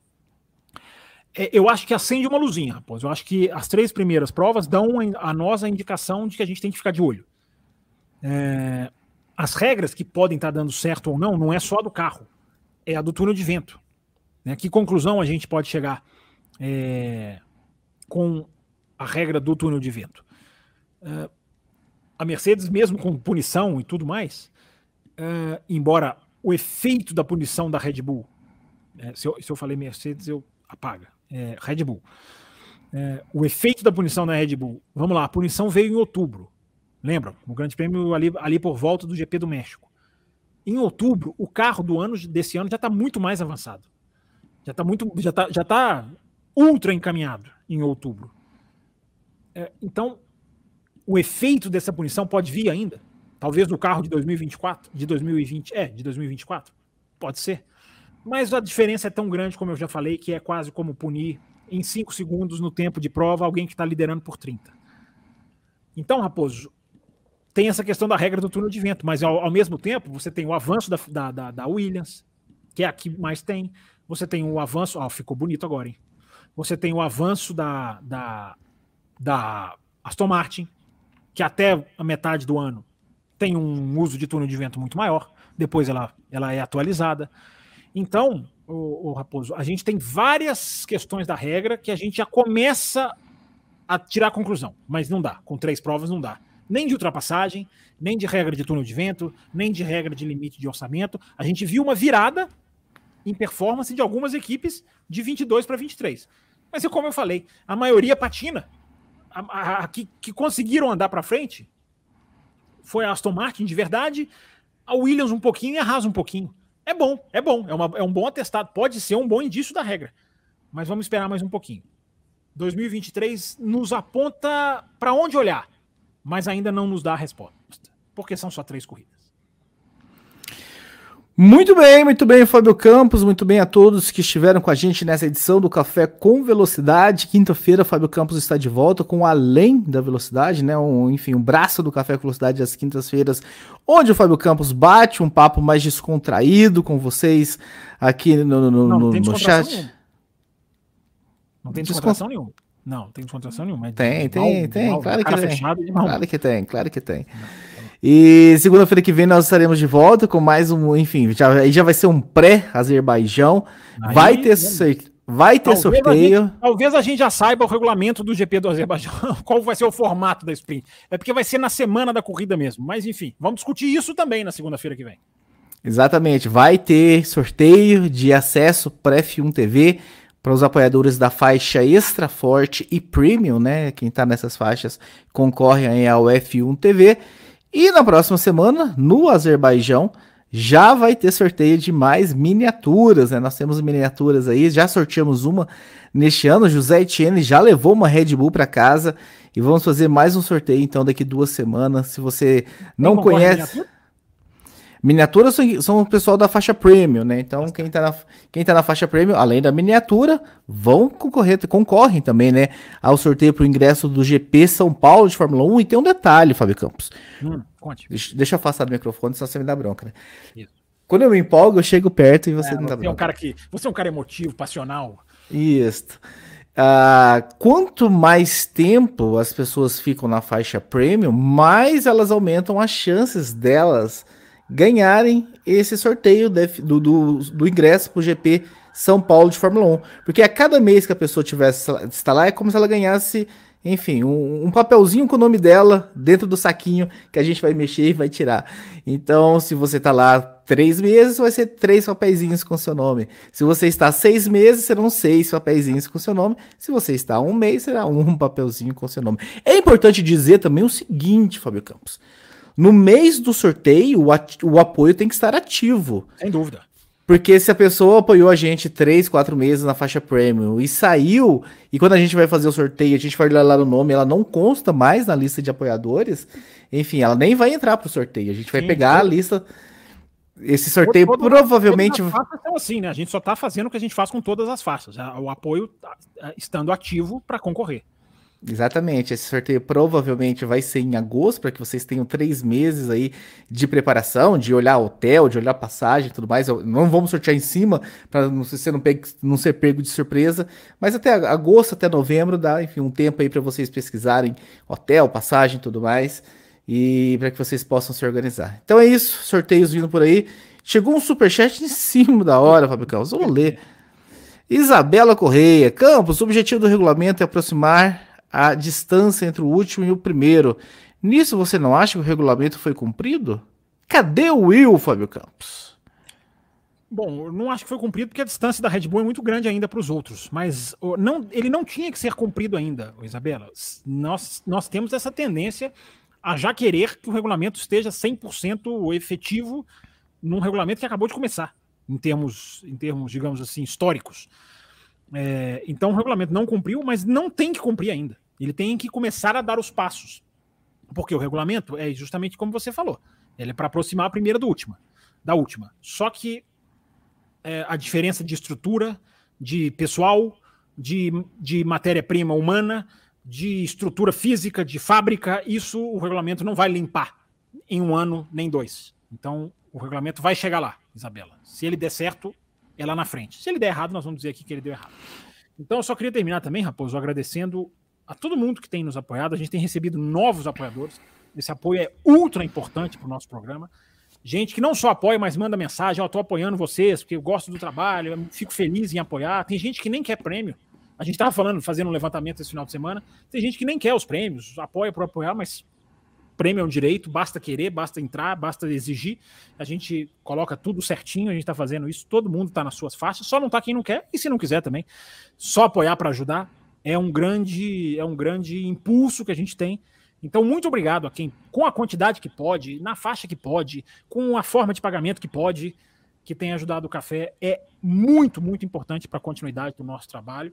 É, eu acho que acende uma luzinha, Raposo. Eu acho que as três primeiras provas dão a nós a indicação de que a gente tem que ficar de olho. É, as regras que podem estar dando certo ou não, não é só a do carro, é a do túnel de vento. Né? Que conclusão a gente pode chegar é, com a regra do túnel de vento? É, a Mercedes, mesmo com punição e tudo mais, é, embora o efeito da punição da Red Bull, é, se, eu, se eu falei Mercedes, eu apaga. É, Red Bull. É, o efeito da punição na Red Bull, vamos lá, a punição veio em outubro. Lembra? O Grande Prêmio ali, ali por volta do G P do México. Em outubro, o carro do ano desse ano já está muito mais avançado. Já está muito, já tá, já tá ultra encaminhado em outubro. É, então, o efeito dessa punição pode vir ainda. Talvez no carro de dois mil e vinte e quatro, de dois mil e vinte, é, de dois mil e vinte e quatro. Pode ser. Mas a diferença é tão grande, como eu já falei, que é quase como punir em cinco segundos no tempo de prova alguém que está liderando por trinta. Então, Raposo, tem essa questão da regra do túnel de vento, mas ao, ao mesmo tempo você tem o avanço da, da, da, da Williams, que é a que mais tem. Você tem o avanço... Ó, ficou bonito agora, hein? Você tem o avanço da, da, da Aston Martin, que até a metade do ano tem um uso de túnel de vento muito maior. Depois ela, ela é atualizada. Então, o, o Raposo, a gente tem várias questões da regra que a gente já começa a tirar a conclusão, mas não dá. Com três provas não dá. Nem de ultrapassagem, nem de regra de túnel de vento, nem de regra de limite de orçamento. A gente viu uma virada em performance de algumas equipes de vinte e dois para vinte e três. Mas, como eu falei, a maioria patina. A, a, a que, que conseguiram andar para frente foi a Aston Martin de verdade, a Williams um pouquinho e a Haas um pouquinho. É bom, é bom, é, uma, é um bom atestado, pode ser um bom indício da regra, mas vamos esperar mais um pouquinho. dois mil e vinte e três nos aponta para onde olhar, mas ainda não nos dá a resposta, porque são só três corridas. Muito bem, muito bem, Fábio Campos, muito bem a todos que estiveram com a gente nessa edição do Café com Velocidade. Quinta-feira, Fábio Campos está de volta com Além da Velocidade, né? Um, enfim, um braço do Café com Velocidade às quintas-feiras, onde o Fábio Campos bate um papo mais descontraído com vocês aqui no, no, não, no, tem no chat. Nenhuma. Não tem descontração nenhuma. Não, não tem descontração nenhuma. Tem, tem, mal, tem, mal, claro, que tem. claro que tem, claro que tem. Não. E segunda-feira que vem nós estaremos de volta com mais um, enfim, já, aí já vai ser um pré-Azerbaijão, vai ter, vai ter talvez sorteio. A gente, talvez a gente já saiba o regulamento do G P do Azerbaijão, qual vai ser o formato da sprint. É porque vai ser na semana da corrida mesmo, mas enfim, vamos discutir isso também na segunda-feira que vem. Exatamente, vai ter sorteio de acesso para F um T V, para os apoiadores da faixa Extra Forte e Premium, né, quem está nessas faixas concorre aí ao F um T V. E na próxima semana, no Azerbaijão, já vai ter sorteio de mais miniaturas, né? Nós temos miniaturas aí, já sorteamos uma neste ano, José Etienne já levou uma Red Bull para casa e vamos fazer mais um sorteio então daqui duas semanas. Se você não conhece... Miniatura? Miniaturas são, são o pessoal da faixa Premium, né? Então quem tá, na, quem tá na faixa Premium, além da miniatura, vão concorrer, concorrem também, né? Ao sorteio pro ingresso do G P São Paulo de Fórmula um. E tem um detalhe, Fábio Campos. Hum, conte. Deixa, deixa eu afastar do microfone, senão você me dá bronca, né? Isso. Quando eu me empolgo, eu chego perto e você é, não dá bronca. É um cara que, você é um cara emotivo, passional. Isso. Uh, quanto mais tempo as pessoas ficam na faixa Premium, mais elas aumentam as chances delas ganharem esse sorteio do, do, do ingresso para o G P São Paulo de Fórmula um. Porque a cada mês que a pessoa tivesse estar lá, é como se ela ganhasse, enfim, um, um papelzinho com o nome dela dentro do saquinho que a gente vai mexer e vai tirar. Então, se você está lá três meses, vai ser três papeizinhos com seu nome. Se você está seis meses, serão seis papeizinhos com seu nome. Se você está um mês, será um papelzinho com seu nome. É importante dizer também o seguinte, Fábio Campos. No mês do sorteio, o, o apoio tem que estar ativo. Sem dúvida. Porque se a pessoa apoiou a gente três, quatro meses na faixa premium e saiu, e quando a gente vai fazer o sorteio, a gente vai olhar lá no nome, ela não consta mais na lista de apoiadores, enfim, ela nem vai entrar pro sorteio. A gente vai Sim, pegar todo... a lista... Esse sorteio todo, provavelmente... Todas as faixas são assim, né? A gente só tá fazendo o que a gente faz com todas as faixas. O apoio estando ativo para concorrer. Exatamente, esse sorteio provavelmente vai ser em agosto, para que vocês tenham três meses aí de preparação, de olhar hotel, de olhar passagem e tudo mais. Não vamos sortear em cima, para você não, pegue, não ser pego de surpresa, mas até agosto, até novembro, dá, enfim, um tempo aí para vocês pesquisarem hotel, passagem e tudo mais, e para que vocês possam se organizar. Então é isso, sorteios vindo por aí. Chegou um superchat em cima da hora, Fábio Campos, vamos ler. Isabela Correia, Campos, o objetivo do regulamento é aproximar a distância entre o último e o primeiro. Nisso você não acha que o regulamento foi cumprido? Cadê o Will, Fábio Campos? Bom, eu não acho que foi cumprido porque a distância da Red Bull é muito grande ainda para os outros. Mas não, ele não tinha que ser cumprido ainda, Isabela. Nós, nós temos essa tendência a já querer que o regulamento esteja cem por cento efetivo num regulamento que acabou de começar, em termos, em termos digamos assim, históricos. É, então o regulamento não cumpriu, mas não tem que cumprir ainda. Ele tem que começar a dar os passos. Porque o regulamento é justamente como você falou. Ele é para aproximar a primeira do última, da última. Só que é, a diferença de estrutura, de pessoal, de, de matéria-prima humana, de estrutura física, de fábrica, isso o regulamento não vai limpar em um ano nem dois. Então o regulamento vai chegar lá, Isabela. Se ele der certo, é lá na frente. Se ele der errado, nós vamos dizer aqui que ele deu errado. Então eu só queria terminar também, Raposo, agradecendo a todo mundo que tem nos apoiado. A gente tem recebido novos apoiadores. Esse apoio é ultra importante para o nosso programa. Gente que não só apoia, mas manda mensagem: ó, oh, tô apoiando vocês, porque eu gosto do trabalho, eu fico feliz em apoiar. Tem gente que nem quer prêmio. A gente estava falando, fazendo um levantamento esse final de semana. Tem gente que nem quer os prêmios, apoia por apoiar, mas prêmio é um direito, basta querer, basta entrar, basta exigir. A gente coloca tudo certinho, a gente está fazendo isso, todo mundo está nas suas faixas, só não está quem não quer, e se não quiser também, só apoiar para ajudar é um grande, é um grande impulso que a gente tem. Então, muito obrigado a quem, com a quantidade que pode, na faixa que pode, com a forma de pagamento que pode, que tem ajudado o café. É muito, muito importante para a continuidade do nosso trabalho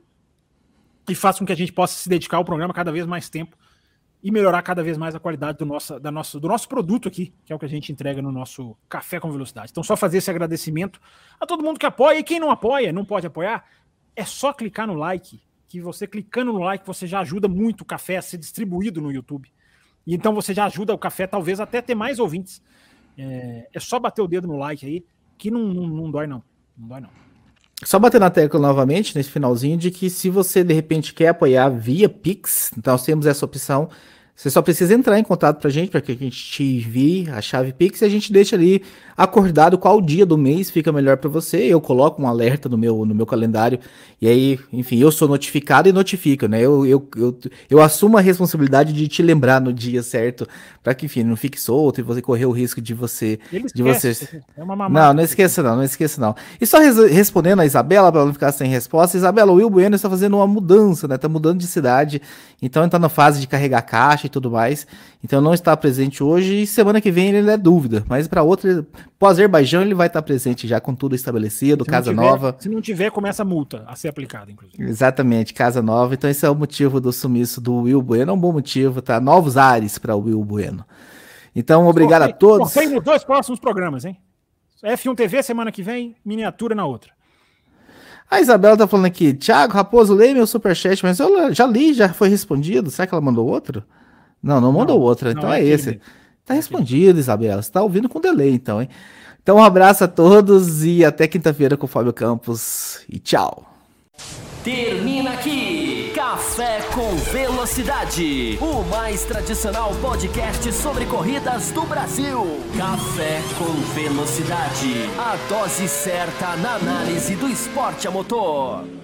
e faz com que a gente possa se dedicar ao programa cada vez mais tempo e melhorar cada vez mais a qualidade do nosso, da nossa, do nosso produto aqui, que é o que a gente entrega no nosso Café com Velocidade. Então, só fazer esse agradecimento a todo mundo que apoia, e quem não apoia, não pode apoiar, é só clicar no like, que você clicando no like, você já ajuda muito o café a ser distribuído no YouTube. E então você já ajuda o café, talvez, até ter mais ouvintes. É, é só bater o dedo no like aí, que não, não, não dói não. Não dói não. Só bater na tecla novamente, nesse finalzinho, de que se você, de repente, quer apoiar via Pix, então nós temos essa opção. Você só precisa entrar em contato pra gente, para que a gente te envie a chave Pix e a gente deixa ali acordado qual dia do mês fica melhor para você. Eu coloco um alerta no meu, no meu calendário e aí, enfim, eu sou notificado e notifico, né? Eu, eu, eu, eu assumo a responsabilidade de te lembrar no dia certo, para que, enfim, não fique solto e você correr o risco de você... Ele de esquece, você... É uma mamada. Não, não esqueça não, não esqueça não. E só res respondendo a Isabela, para não ficar sem resposta, Isabela, o Will Bueno está fazendo uma mudança, né? Tá mudando de cidade, então ele tá na fase de carregar caixa e tudo mais, então não está presente hoje, e semana que vem ele é dúvida, mas para outra, pro Azerbaijão ele vai estar presente já com tudo estabelecido, casa tiver, nova. Se não tiver, começa a multa a ser aplicada, inclusive. Exatamente, casa nova, então esse é o motivo do sumiço do Will Bueno, é um bom motivo, tá? Novos ares para o Will Bueno. Então, obrigado Sorteio, a todos. Sorteio nos dois próximos programas, hein? F um T V semana que vem, miniatura na outra. A Isabela tá falando aqui, Thiago Raposo, leia meu superchat, mas eu já li, já foi respondido, será que ela mandou outro? Não, não mandou não, outro, então não, é, é esse. Mesmo. Tá respondido, Isabela, você tá ouvindo com delay então, hein? Então um abraço a todos e até quinta-feira com o Fábio Campos e tchau. Termina aqui Café com Velocidade, o mais tradicional podcast sobre corridas do Brasil. Café com Velocidade, a dose certa na análise do esporte a motor.